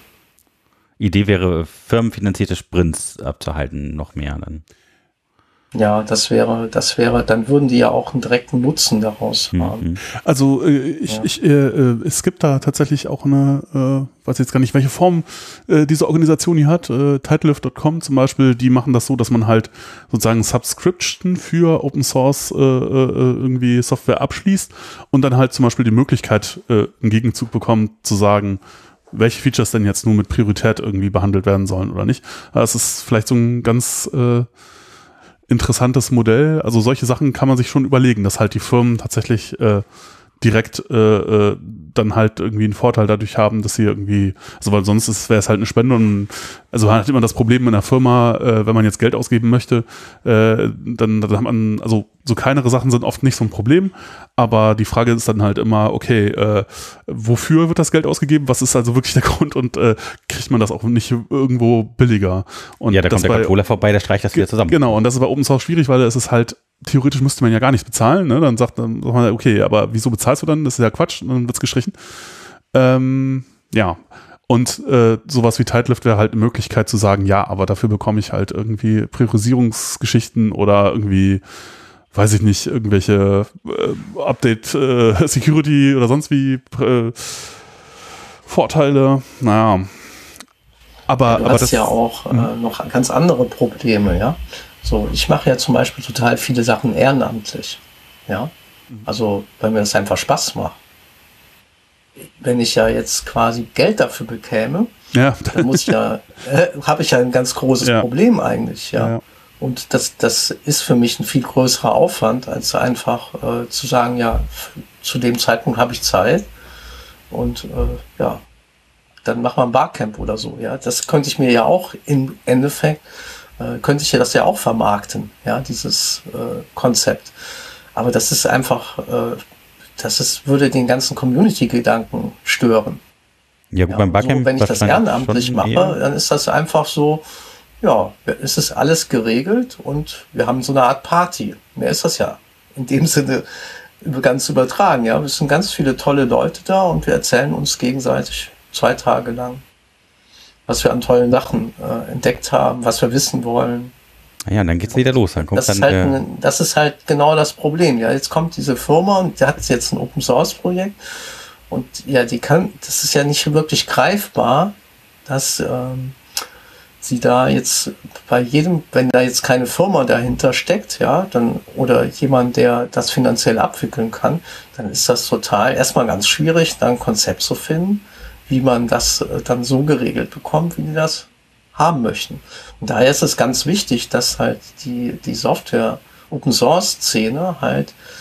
Idee wäre, firmenfinanzierte Sprints abzuhalten, noch mehr dann. ja, das wäre, das wäre, dann würden die ja auch einen direkten Nutzen daraus haben. Mhm. Also äh, ich, Ja. ich, äh, äh, es gibt da tatsächlich auch eine, äh, weiß jetzt gar nicht, welche Form äh, diese Organisation hier hat, äh, Titlelift Punkt com zum Beispiel, die machen das so, dass man halt sozusagen Subscription für Open Source äh, äh, irgendwie Software abschließt und dann halt zum Beispiel die Möglichkeit äh, im Gegenzug bekommt, zu sagen, welche Features denn jetzt nur mit Priorität irgendwie behandelt werden sollen oder nicht. Das ist vielleicht so ein ganz äh, interessantes Modell. Also solche Sachen kann man sich schon überlegen, dass halt die Firmen tatsächlich äh, direkt äh, äh, dann halt irgendwie einen Vorteil dadurch haben, dass sie irgendwie, also weil sonst wäre es halt eine Spende und also man hat immer das Problem in der Firma, äh, wenn man jetzt Geld ausgeben möchte, äh, dann, dann hat man, also so kleinere Sachen sind oft nicht so ein Problem, aber die Frage ist dann halt immer, okay, äh, wofür wird das Geld ausgegeben, was ist also wirklich der Grund und äh, kriegt man das auch nicht irgendwo billiger? Und Ja, da das kommt der bei- Controller vorbei, der streicht das wieder zusammen. Genau, und das ist bei Open Source schwierig, weil es ist halt, theoretisch müsste man ja gar nichts bezahlen, ne? Dann sagt, dann sagt man, okay, aber wieso bezahlst du dann? Das ist ja Quatsch, und dann wird's gestrichen. Ähm, ja. Und äh, sowas wie Tidelift wäre halt eine Möglichkeit zu sagen, ja, aber dafür bekomme ich halt irgendwie Priorisierungsgeschichten oder irgendwie, weiß ich nicht, irgendwelche äh, Update äh, Security oder sonst wie äh, Vorteile. Naja. Aber, du aber hast das ja auch äh, noch ganz andere Probleme, ja. So, ich mache ja zum Beispiel total viele Sachen ehrenamtlich, ja. Also, weil mir das einfach Spaß macht. Wenn ich ja jetzt quasi Geld dafür bekäme, ja. dann muss ich ja, äh, habe ich ja ein ganz großes Ja. Problem eigentlich, ja. Ja. Und das, das ist für mich ein viel größerer Aufwand, als einfach äh, zu sagen, ja, f- zu dem Zeitpunkt habe ich Zeit und äh, ja, dann machen wir ein Barcamp oder so, ja. Das könnte ich mir ja auch im Endeffekt, äh, könnte ich ja das ja auch vermarkten, ja, dieses äh, Konzept. Aber das ist einfach, äh, das ist, würde den ganzen Community-Gedanken stören. Ja, gut, Ja, beim so, Barcamp wenn ich das wahrscheinlich ehrenamtlich schon mache, eher. dann ist das einfach so, ja, es ist alles geregelt und wir haben so eine Art Party. Mehr ist das ja in dem Sinne über- ganz übertragen. Ja, es sind ganz viele tolle Leute da und wir erzählen uns gegenseitig zwei Tage lang, was wir an tollen Sachen äh, entdeckt haben, was wir wissen wollen. Ja, dann geht's wieder los. Dann kommt Das dann ist, halt der, ein, das ist halt genau das Problem. Ja, jetzt kommt diese Firma und die hat jetzt ein Open Source Projekt und ja, die kann, das ist ja nicht wirklich greifbar, dass ähm, sie da jetzt bei jedem, wenn da jetzt keine Firma dahinter steckt, ja, dann oder jemand, der das finanziell abwickeln kann, dann ist das total erstmal ganz schwierig, da ein Konzept zu finden, wie man das äh, dann so geregelt bekommt, wie die das haben möchten. Und daher ist es ganz wichtig, dass halt die, die Software Open Source Szene halt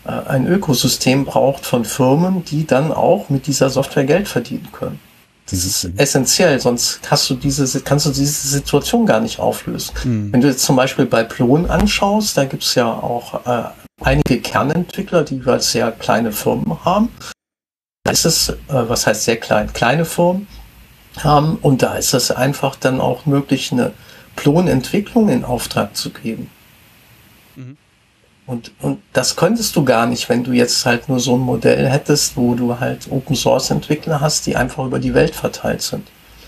äh, ein Ökosystem braucht von Firmen, die dann auch mit dieser Software Geld verdienen können. Das mhm. ist essentiell, sonst hast du diese, kannst du diese Situation gar nicht auflösen. Mhm. Wenn du jetzt zum Beispiel bei Plon anschaust, da gibt es ja auch äh, einige Kernentwickler, die jeweils sehr kleine Firmen haben. Da ist es, äh, was heißt sehr klein, kleine Firmen haben, und da ist es einfach dann auch möglich, eine Plon-Entwicklung in Auftrag zu geben. Mhm. Und, und das könntest du gar nicht, wenn du jetzt halt nur so ein Modell hättest, wo du halt Open-Source-Entwickler hast, die einfach über die Welt verteilt sind.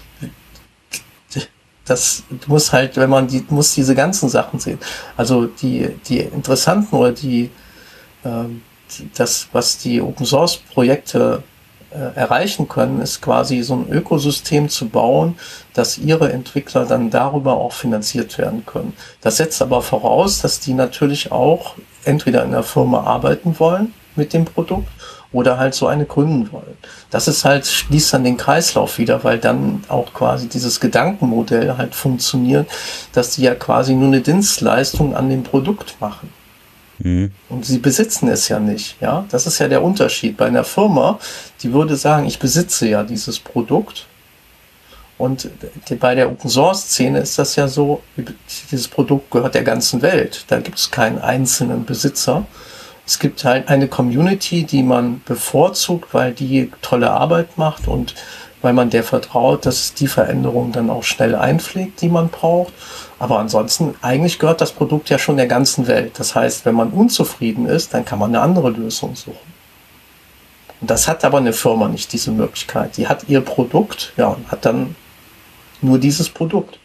Das muss halt, wenn man die, muss diese ganzen Sachen sehen. Also die, die interessanten oder die, ähm, die das, was die Open-Source-Projekte äh, erreichen können, ist quasi so ein Ökosystem zu bauen, dass ihre Entwickler dann darüber auch finanziert werden können. Das setzt aber voraus, dass die natürlich auch entweder in der Firma arbeiten wollen mit dem Produkt oder halt so eine gründen wollen. Das ist halt, schließt dann den Kreislauf wieder, weil dann auch quasi dieses Gedankenmodell halt funktioniert, dass die ja quasi nur eine Dienstleistung an dem Produkt machen. Mhm. Und sie besitzen es ja nicht, ja. Das ist ja der Unterschied. Bei einer Firma, die würde sagen, ich besitze ja dieses Produkt. Und bei der Open-Source-Szene ist das ja so, dieses Produkt gehört der ganzen Welt. Da gibt es keinen einzelnen Besitzer. Es gibt halt eine Community, die man bevorzugt, weil die tolle Arbeit macht und weil man der vertraut, dass die Veränderungen dann auch schnell einpflegt, die man braucht. Aber ansonsten, eigentlich gehört das Produkt ja schon der ganzen Welt. Das heißt, wenn man unzufrieden ist, dann kann man eine andere Lösung suchen. Und das hat aber eine Firma nicht, diese Möglichkeit. Die hat ihr Produkt, ja, und hat dann nur dieses Produkt.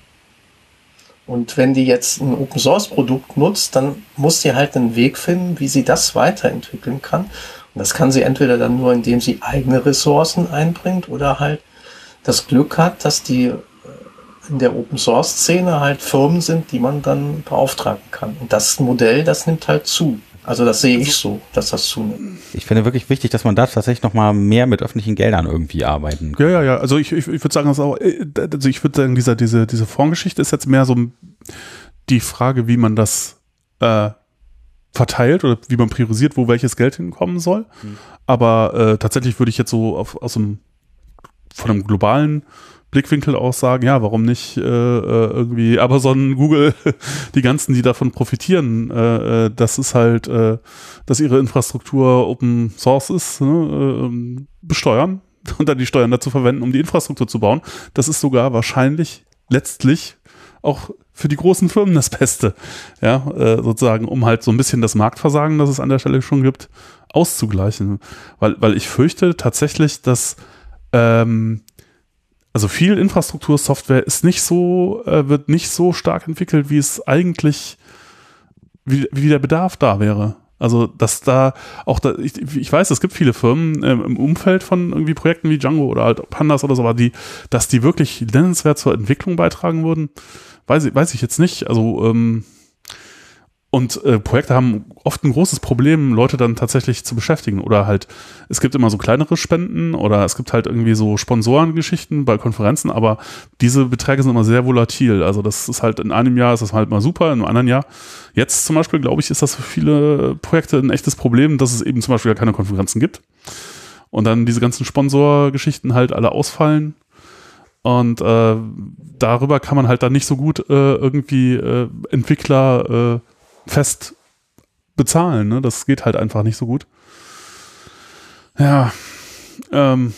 Und wenn die jetzt ein Open-Source-Produkt nutzt, dann muss sie halt einen Weg finden, wie sie das weiterentwickeln kann. Und das kann sie entweder dann nur, indem sie eigene Ressourcen einbringt oder halt das Glück hat, dass die in der Open-Source-Szene halt Firmen sind, die man dann beauftragen kann. Und das Modell, das nimmt halt zu. Also das sehe ich so, dass das zunimmt. Ich finde wirklich wichtig, dass man da tatsächlich noch mal mehr mit öffentlichen Geldern irgendwie arbeiten kann. Ja, ja, ja. Also ich, ich, ich würde sagen, das auch, also ich würde sagen, dieser, diese, diese Fondsgeschichte ist jetzt mehr so die Frage, wie man das äh, verteilt oder wie man priorisiert, wo welches Geld hinkommen soll. Mhm. Aber äh, tatsächlich würde ich jetzt so auf, aus dem, von einem globalen Blickwinkel aus sagen, ja, warum nicht äh, irgendwie Amazon, Google, die ganzen, die davon profitieren, äh, das ist halt, äh, dass ihre Infrastruktur Open Source ist, ne, äh, besteuern und dann die Steuern dazu verwenden, um die Infrastruktur zu bauen. Das ist sogar wahrscheinlich letztlich auch für die großen Firmen das Beste, ja, äh, sozusagen, um halt so ein bisschen das Marktversagen, das es an der Stelle schon gibt, auszugleichen. Weil, weil ich fürchte tatsächlich, dass ähm, also viel Infrastruktursoftware ist nicht so, äh, wird nicht so stark entwickelt, wie es eigentlich, wie, wie der Bedarf da wäre. Also, dass da auch, da, ich, ich weiß, es gibt viele Firmen ähm, im Umfeld von irgendwie Projekten wie Django oder halt Pandas oder so, aber die, dass die wirklich nennenswert zur Entwicklung beitragen würden, weiß ich, weiß ich jetzt nicht. Also, ähm, und äh, Projekte haben oft ein großes Problem, Leute dann tatsächlich zu beschäftigen. Oder halt, es gibt immer so kleinere Spenden oder es gibt halt irgendwie so Sponsorengeschichten bei Konferenzen, aber diese Beträge sind immer sehr volatil. Also das ist halt in einem Jahr ist das halt mal super, in einem anderen Jahr. Jetzt zum Beispiel, glaube ich, ist das für viele Projekte ein echtes Problem, dass es eben zum Beispiel keine Konferenzen gibt. Und dann diese ganzen Sponsorgeschichten halt alle ausfallen. Und äh, darüber kann man halt dann nicht so gut äh, irgendwie äh, Entwickler äh, fest bezahlen, ne? Das geht halt einfach nicht so gut. Ja, ähm,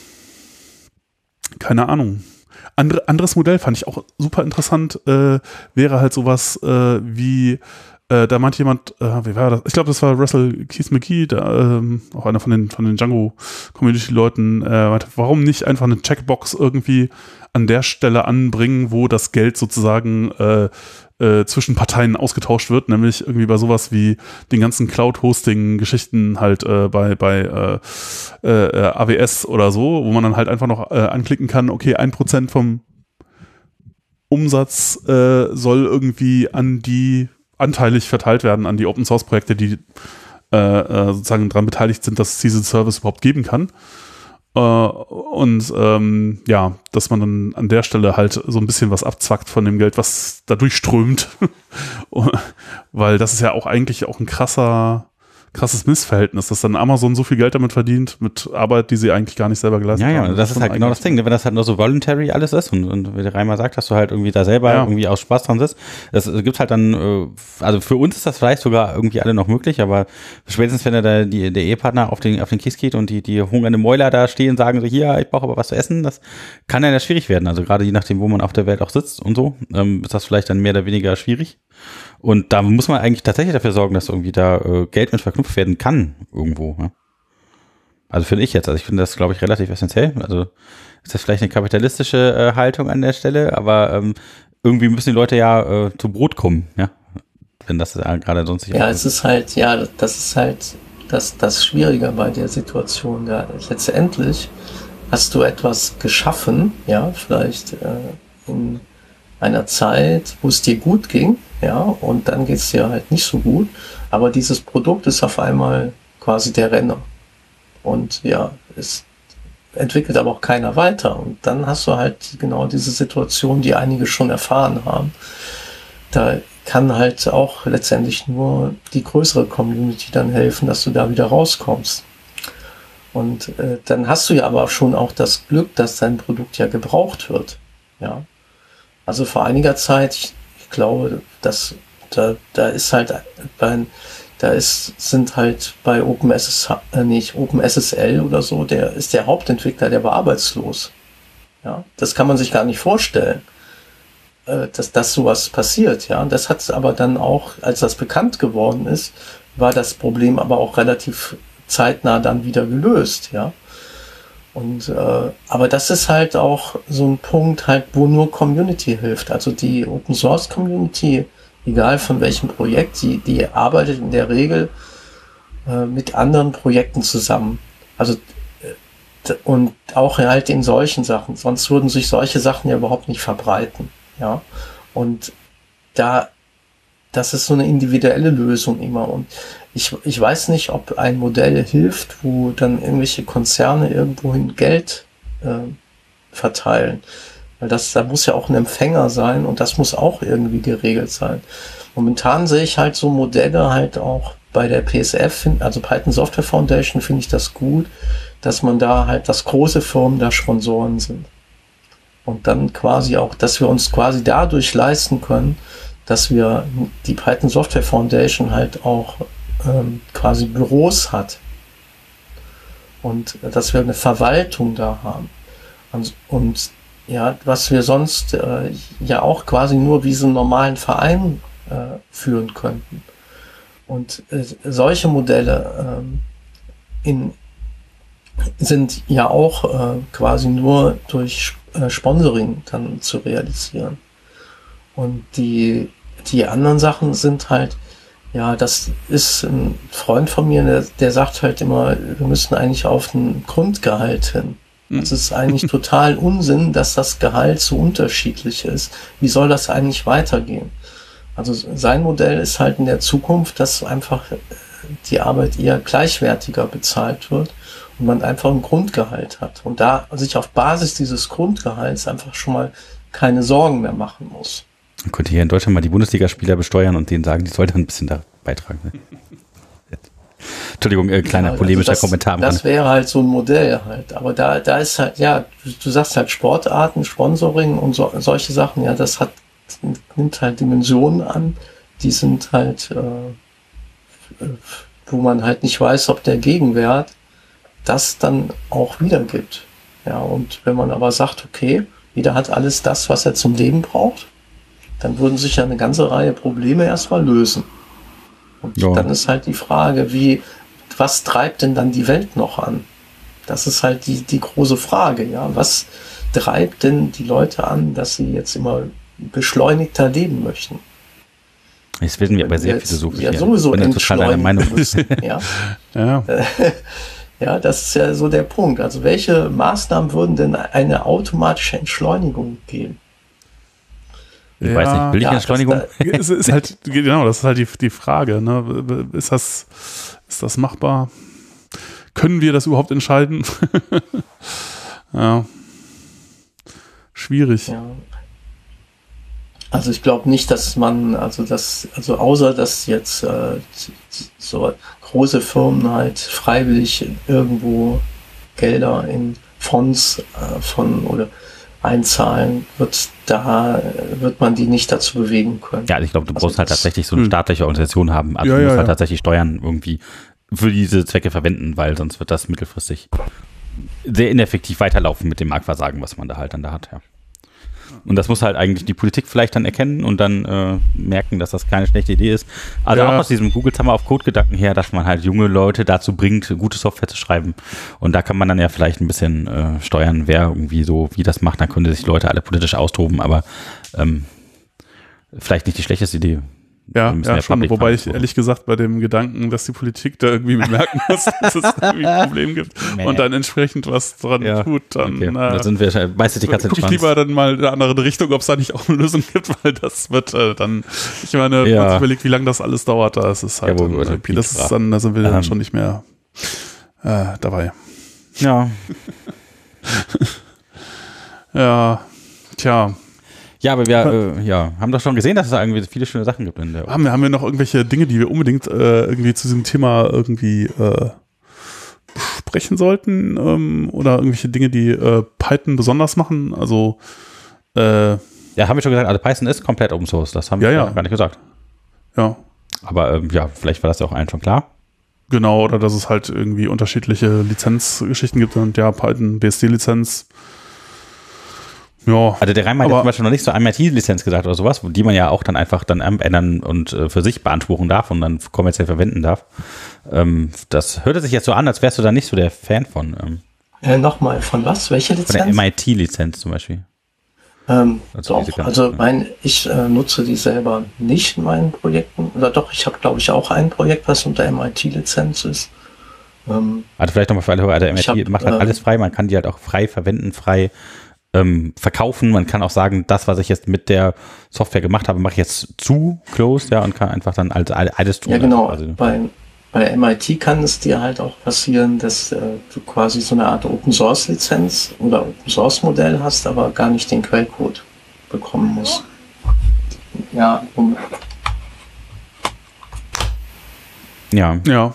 keine Ahnung. Andere, anderes Modell fand ich auch super interessant, äh, wäre halt sowas äh, wie, äh, da meinte jemand, äh, wie war das? Ich glaube, das war Russell Keith McGee, da, ähm, auch einer von den, von den Django-Community-Leuten, äh, meinte, warum nicht einfach eine Checkbox irgendwie an der Stelle anbringen, wo das Geld sozusagen äh, Äh, zwischen Parteien ausgetauscht wird, nämlich irgendwie bei sowas wie den ganzen Cloud-Hosting-Geschichten halt äh, bei, bei äh, äh, A W S oder so, wo man dann halt einfach noch äh, anklicken kann, okay, ein Prozent vom Umsatz äh, soll irgendwie an die anteilig verteilt werden, an die Open-Source-Projekte, die äh, äh, sozusagen daran beteiligt sind, dass es diesen Service überhaupt geben kann. Und ähm, ja, dass man dann an der Stelle halt so ein bisschen was abzwackt von dem Geld, was da durchströmt. Weil das ist ja auch eigentlich auch ein krasser, krasses Missverhältnis, dass dann Amazon so viel Geld damit verdient, mit Arbeit, die sie eigentlich gar nicht selber geleistet ja, haben. Ja, ja, das ist halt genau das Ding, wenn das halt nur so voluntary alles ist und, und wie der Reimer sagt, dass du halt irgendwie da selber ja. irgendwie aus Spaß dran sitzt, das gibt halt dann, also für uns ist das vielleicht sogar irgendwie alle noch möglich, aber spätestens, wenn da die, der Ehepartner auf den, auf den Kies geht und die, die hungernde Mäuler da stehen und sagen so, hier, ich brauche aber was zu essen, das kann ja schwierig werden, also gerade je nachdem, wo man auf der Welt auch sitzt und so, ähm, ist das vielleicht dann mehr oder weniger schwierig. Und da muss man eigentlich tatsächlich dafür sorgen, dass irgendwie da äh, Geld mit verknüpft werden kann irgendwo. Ja? Also finde ich jetzt. Also ich finde das, glaube ich, relativ essentiell. Also ist das vielleicht eine kapitalistische äh, Haltung an der Stelle, aber ähm, irgendwie müssen die Leute ja äh, zu Brot kommen, ja. Wenn das äh, gerade sonst nicht. Ja, es ist halt, ja, das ist halt das, das Schwierige bei der Situation. Ja, letztendlich hast du etwas geschaffen, ja, vielleicht äh, in einer Zeit, wo es dir gut ging, ja, und dann geht es dir halt nicht so gut, aber dieses Produkt ist auf einmal quasi der Renner und ja, es entwickelt aber auch keiner weiter und dann hast du halt genau diese Situation, die einige schon erfahren haben. Da kann halt auch letztendlich nur die größere Community dann helfen, dass du da wieder rauskommst. Und äh, dann hast du ja aber schon auch das Glück, dass dein Produkt ja gebraucht wird, ja. Also vor einiger Zeit, ich, ich glaube, dass da, da ist halt bei, da ist, sind halt bei OpenSSH, äh, nicht OpenSSL oder so, der ist der Hauptentwickler, der war arbeitslos. Ja, das kann man sich gar nicht vorstellen, äh, dass das sowas passiert. Ja, und das hat es aber dann auch, als das bekannt geworden ist, war das Problem aber auch relativ zeitnah dann wieder gelöst. Ja. Und äh, aber das ist halt auch so ein Punkt, halt, wo nur Community hilft. Also die Open Source Community, egal von welchem Projekt, die, die arbeitet in der Regel äh, mit anderen Projekten zusammen. Also äh, und auch halt in solchen Sachen. Sonst würden sich solche Sachen ja überhaupt nicht verbreiten. Ja. Und da das ist so eine individuelle Lösung immer. Und ich, ich weiß nicht, ob ein Modell hilft, wo dann irgendwelche Konzerne irgendwohin Geld äh, verteilen. Weil das, da muss ja auch ein Empfänger sein und das muss auch irgendwie geregelt sein. Momentan sehe ich halt so Modelle halt auch bei der P S F, also Python Software Foundation, finde ich das gut, dass man da halt, dass große Firmen da Sponsoren sind. Und dann quasi auch, dass wir uns quasi dadurch leisten können, dass wir die Python Software Foundation halt auch ähm, quasi Büros hat und dass wir eine Verwaltung da haben und, und ja, was wir sonst äh, ja auch quasi nur wie so einen normalen Verein äh, führen könnten. Und äh, solche Modelle äh, in, sind ja auch äh, quasi nur durch äh, Sponsoring dann zu realisieren. Und die Die anderen Sachen sind halt, ja, das ist ein Freund von mir, der, der sagt halt immer, wir müssen eigentlich auf ein Grundgehalt hin. Es ist eigentlich total Unsinn, dass das Gehalt so unterschiedlich ist. Wie soll das eigentlich weitergehen? Also sein Modell ist halt in der Zukunft, dass einfach die Arbeit eher gleichwertiger bezahlt wird und man einfach ein Grundgehalt hat. Und da sich auf Basis dieses Grundgehalts einfach schon mal keine Sorgen mehr machen muss. Man könnte hier in Deutschland mal die Bundesligaspieler besteuern und denen sagen, die sollten ein bisschen da beitragen. Ne? Entschuldigung, äh, kleiner ja, polemischer also das, Kommentar. Das wäre halt so ein Modell halt. Aber da, da ist halt, ja, du, du sagst halt Sportarten, Sponsoring und so, solche Sachen, ja, das hat, nimmt halt Dimensionen an, die sind halt, äh, wo man halt nicht weiß, ob der Gegenwert das dann auch wiedergibt. Ja, und wenn man aber sagt, okay, jeder hat alles das, was er zum Leben braucht, dann würden sich ja eine ganze Reihe Probleme erstmal lösen. Und ja. Dann ist halt die Frage, wie, was treibt denn dann die Welt noch an? Das ist halt die, die große Frage, ja. Was treibt denn die Leute an, dass sie jetzt immer beschleunigter leben möchten? Jetzt werden wir aber sehr philosophisch. Ja, sowieso entschleunigen müssen, ja. Ja. Ja, das ist ja so der Punkt. Also welche Maßnahmen würden denn eine automatische Entschleunigung geben? Ich ja, weiß nicht, will ich ja, Entschleunigung? Das, ist, ist halt, genau, das ist halt die, die Frage. Ne? Ist das, ist das machbar? Können wir das überhaupt entscheiden? Ja. Schwierig. Ja. Also ich glaube nicht, dass man, also das, also außer dass jetzt äh, so große Firmen halt freiwillig irgendwo Gelder in Fonds äh, von oder einzahlen, wird da wird man die nicht dazu bewegen können. Ja, also ich glaube, du also brauchst halt tatsächlich so eine hm. staatliche Organisation haben. Also Ja, du musst ja, halt ja. tatsächlich Steuern irgendwie für diese Zwecke verwenden, weil sonst wird das mittelfristig sehr ineffektiv weiterlaufen mit dem Marktversagen, was man da halt dann da hat, ja. Und das muss halt eigentlich die Politik vielleicht dann erkennen und dann äh, merken, dass das keine schlechte Idee ist. Also Ja. auch aus diesem Google Summer of Code-Gedanken her, dass man halt junge Leute dazu bringt, gute Software zu schreiben. Und da kann man dann ja vielleicht ein bisschen äh, steuern, wer irgendwie so, wie das macht. Dann können sich Leute alle politisch austoben, aber ähm, vielleicht nicht die schlechteste Idee. Ja, Wir müssen ja, ja schon. Public Wobei ich Funds ehrlich gesagt bei dem Gedanken, dass die Politik da irgendwie bemerken muss, dass es irgendwie ein Problem gibt Nee. und dann entsprechend was dran Ja, tut, dann okay. äh, Da sind wir meistens die Katze im gucke ich Schwanz. lieber dann mal in eine andere Richtung, ob es da nicht auch eine Lösung gibt, weil das wird äh, dann, ich meine, wenn Ja. man sich überlegt, wie lange das alles dauert, da ist es halt, Ja, wo dann, wir irgendwie, das Krieg ist dann, da sind wir dann Ähm. schon nicht mehr äh, dabei. Ja. Ja, tja. Ja, aber wir äh, ja, haben doch schon gesehen, dass es da irgendwie viele schöne Sachen gibt in der Haben wir, haben wir noch irgendwelche Dinge, die wir unbedingt äh, irgendwie zu diesem Thema irgendwie äh, besprechen sollten? Ähm, oder irgendwelche Dinge, die äh, Python besonders machen? Also äh, Ja, haben wir schon gesagt, also Python ist komplett Open Source, das haben Ja, wir ja. gar nicht gesagt. ja, Aber ähm, ja, vielleicht war das ja auch allen schon klar. genau, oder dass es halt irgendwie unterschiedliche Lizenzgeschichten gibt und ja, Python, B S D-Lizenz. Ja, Also der Reimann hat aber- zum Beispiel noch nicht so I M I T-Lizenz gesagt oder sowas, die man ja auch dann einfach dann ändern und äh, für sich beanspruchen darf und dann kommerziell verwenden darf. Ähm, das hörte sich jetzt so an, als wärst du da nicht so der Fan von. Ähm, Äh, Nochmal, von was? Welche von der Lizenz? M I T-Lizenz zum Beispiel. Ähm, Also diese doch, ganzen- also mein, ich äh, nutze die selber nicht in meinen Projekten. Oder doch, ich habe glaube ich auch ein Projekt, was unter M I T-Lizenz ist. Ähm, Also vielleicht nochmal für alle Hörer, also M I Ich T hab, macht halt äh, alles frei, man kann die halt auch frei verwenden, frei ähm, verkaufen. Man kann auch sagen, das, was ich jetzt mit der Software gemacht habe, mache ich jetzt zu closed, ja, und kann einfach dann alles, alles tun. ja genau, Also, bei, bei M I T kann es dir halt auch passieren, dass äh, du quasi so eine Art Open Source Lizenz oder Open Source Modell hast, aber gar nicht den Quellcode bekommen musst. Ja, um, ja, ja.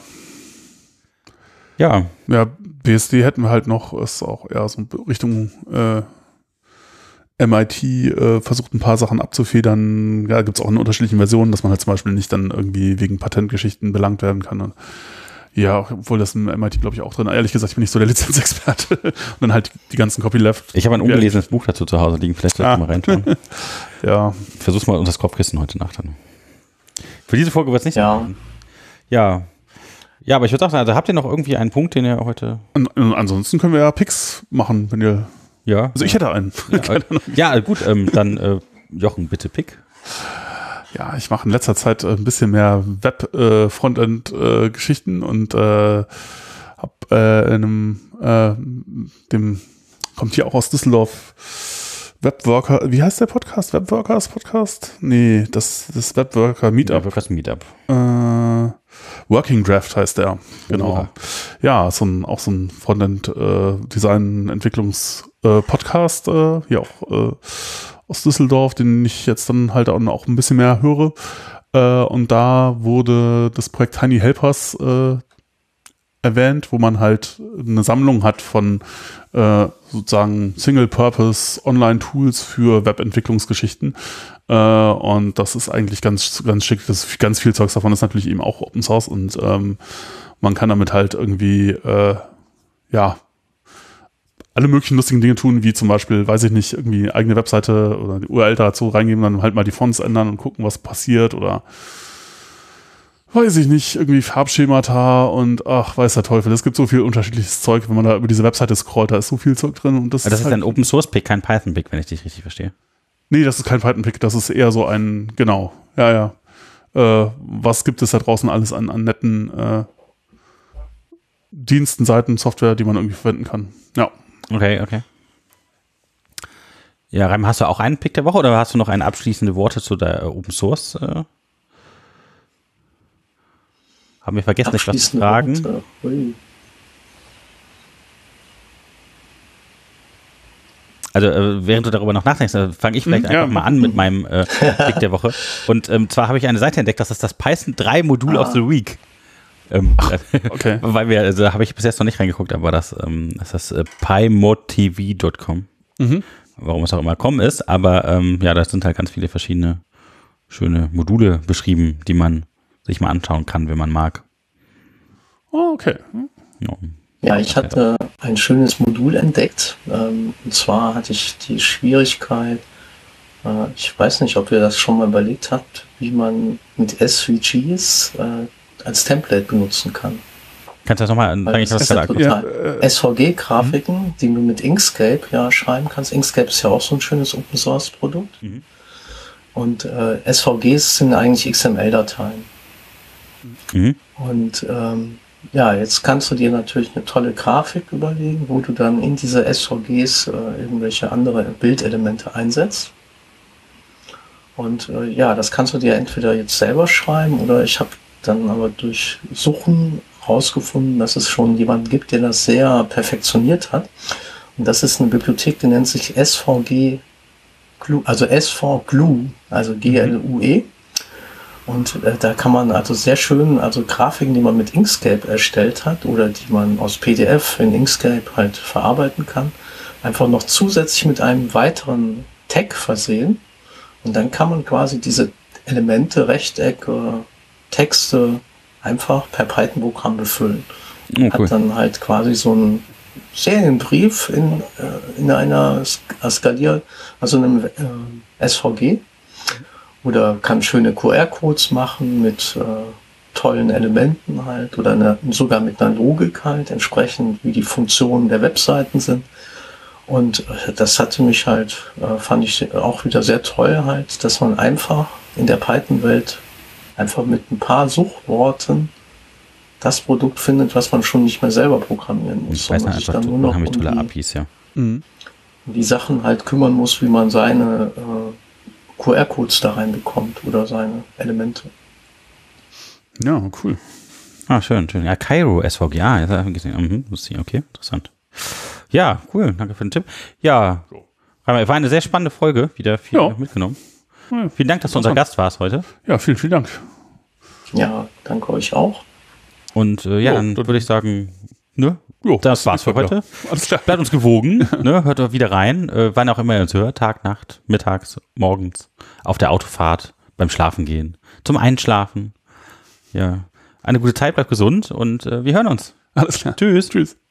ja, Ja, B S D hätten wir halt noch, ist auch eher so Richtung äh, M I T äh, versucht ein paar Sachen abzufedern. Ja, gibt es auch in unterschiedlichen Versionen, dass man halt zum Beispiel nicht dann irgendwie wegen Patentgeschichten belangt werden kann. Und ja, obwohl das im M I T glaube ich auch drin. Ehrlich gesagt, ich bin nicht so der Lizenzexperte. Und dann halt die ganzen Copyleft. ich habe ein ungelesenes Buch dazu zu Hause liegen, vielleicht sollst Ah. du mal reinschauen. Ja, Versuch's mal unter das Kopfkissen heute Nacht dann. Für diese Folge wird es nicht Ja. sein. Ja. Ja, aber ich würde sagen, also habt ihr noch irgendwie einen Punkt, den ihr heute. an, ansonsten können wir ja Picks machen, wenn ihr. Ja. Also ich hätte einen. Ja, äh, ja gut, ähm, dann äh, Jochen, bitte Pick. Ja, ich mache in letzter Zeit ein bisschen mehr Web-Frontend-Geschichten und äh, habe äh, in einem, äh, dem kommt hier auch aus Düsseldorf, Webworker, wie heißt der Podcast? Webworkers Podcast? Nee, das das Webworker Meetup. Workers Meetup. Äh, Working Draft heißt der, genau. Oha. Ja, so ein, auch so ein Frontend-Design-Entwicklungs-Podcast, äh, hier auch äh, aus Düsseldorf, den ich jetzt dann halt auch ein bisschen mehr höre. Äh, und da wurde das Projekt Tiny Helpers äh, erwähnt, wo man halt eine Sammlung hat von äh, sozusagen Single-Purpose Online-Tools für Webentwicklungsgeschichten. Äh, und das ist eigentlich ganz, ganz schick. Das ist ganz viel Zeugs davon ist natürlich eben auch Open Source und ähm, man kann damit halt irgendwie äh, ja alle möglichen lustigen Dinge tun, wie zum Beispiel, weiß ich nicht, irgendwie eine eigene Webseite oder die U R L dazu reingeben, dann halt mal die Fonts ändern und gucken, was passiert oder weiß ich nicht, irgendwie Farbschemata und ach, weiß der Teufel, es gibt so viel unterschiedliches Zeug, wenn man da über diese Webseite scrollt, da ist so viel Zeug drin und das, Also das ist halt, ein Open Source Pick, kein Python Pick, wenn ich dich richtig verstehe. nee, das ist kein Python-Pick, das ist eher so ein, genau, ja, ja. Äh, was gibt es da draußen alles an, an netten äh, Diensten, Seiten, Software, die man irgendwie verwenden kann. Ja. Okay, okay. Ja, Reim, hast du auch einen Pick der Woche oder hast du noch ein abschließende Worte zu der äh, Open Source? Äh? Haben wir vergessen, dich was zu abschließende fragen? Worte. Ui. Also äh, während du darüber noch nachdenkst, äh, fange ich vielleicht Mhm, einfach ja. mal an mit meinem äh, Pick der Woche. Und ähm, zwar habe ich eine Seite entdeckt, das ist das Python drei Modul Ah. of the Week. Ähm, okay. Weil wir, also, da habe ich bis jetzt noch nicht reingeguckt, aber das, ähm, das ist äh, pymodtv Punkt com. Mhm. Warum es auch immer com ist, aber ähm, ja, da sind halt ganz viele verschiedene schöne Module beschrieben, die man sich mal anschauen kann, wenn man mag. Oh, okay. Ja. Ja, ich hatte ein schönes Modul entdeckt. Ähm, und zwar hatte ich die Schwierigkeit, äh, ich weiß nicht, ob ihr das schon mal überlegt habt, wie man mit S V Gs äh, als Template benutzen kann. Kannst du das nochmal, Weil sag ich das was ist ja gesagt? Ja, total- äh, S V G-Grafiken, die du mit Inkscape ja schreiben kannst. Inkscape ist ja auch so ein schönes Open-Source-Produkt. Mhm. Und äh, S V Gs sind eigentlich X M L-Dateien. Mhm. Und ähm, ja, jetzt kannst du dir natürlich eine tolle Grafik überlegen, wo du dann in diese S V Gs äh, irgendwelche andere Bildelemente einsetzt. Und äh, ja, das kannst du dir entweder jetzt selber schreiben oder ich habe dann aber durch Suchen rausgefunden, dass es schon jemanden gibt, der das sehr perfektioniert hat. Und das ist eine Bibliothek, die nennt sich S V G Glue, also S V Glue, also G L U E. Und äh, da kann man also sehr schön, also Grafiken, die man mit Inkscape erstellt hat oder die man aus P D F in Inkscape halt verarbeiten kann, einfach noch zusätzlich mit einem weiteren Tag versehen. Und dann kann man quasi diese Elemente, Rechtecke, Texte einfach per Python-Programm befüllen. Oh, cool. Hat dann halt quasi so einen Serienbrief in, äh, in einer sk- skaliert, also einem äh, S V G. Oder kann schöne Q R-Codes machen mit äh, tollen Elementen halt oder eine, sogar mit einer Logik halt, entsprechend wie die Funktionen der Webseiten sind. Und äh, das hatte mich halt, äh, fand ich auch wieder sehr toll halt, dass man einfach in der Python-Welt einfach mit ein paar Suchworten das Produkt findet, was man schon nicht mehr selber programmieren muss. Ich weiß sondern nicht, sich einfach, dann nur dann noch haben wir um tolle die, A P Is, ja. Mhm. um die Sachen halt kümmern muss, wie man seine äh, Q R-Codes da reinbekommt oder seine Elemente. Ja, cool. Ah, schön, schön. Ja, Cairo S V G, ah, jetzt habe ich gesehen. Mhm, lustig, okay, interessant. Ja, cool, danke für den Tipp. Ja, war eine sehr spannende Folge, wieder viel Ja. mitgenommen. Ja, Vielen Dank, dass du unser Gast warst heute. ja, vielen, vielen Dank. Ja, danke euch auch. Und äh, ja, Jo, dann das- würde ich sagen, ne, Jo, das war's für heute. Alles klar. Bleibt uns gewogen, ne, hört doch wieder rein, äh, wann auch immer ihr uns hört, Tag, Nacht, mittags, morgens, auf der Autofahrt, beim Schlafengehen, zum Einschlafen. Ja, eine gute Zeit, bleibt gesund und äh, wir hören uns. Alles klar. Tschüss. Tschüss.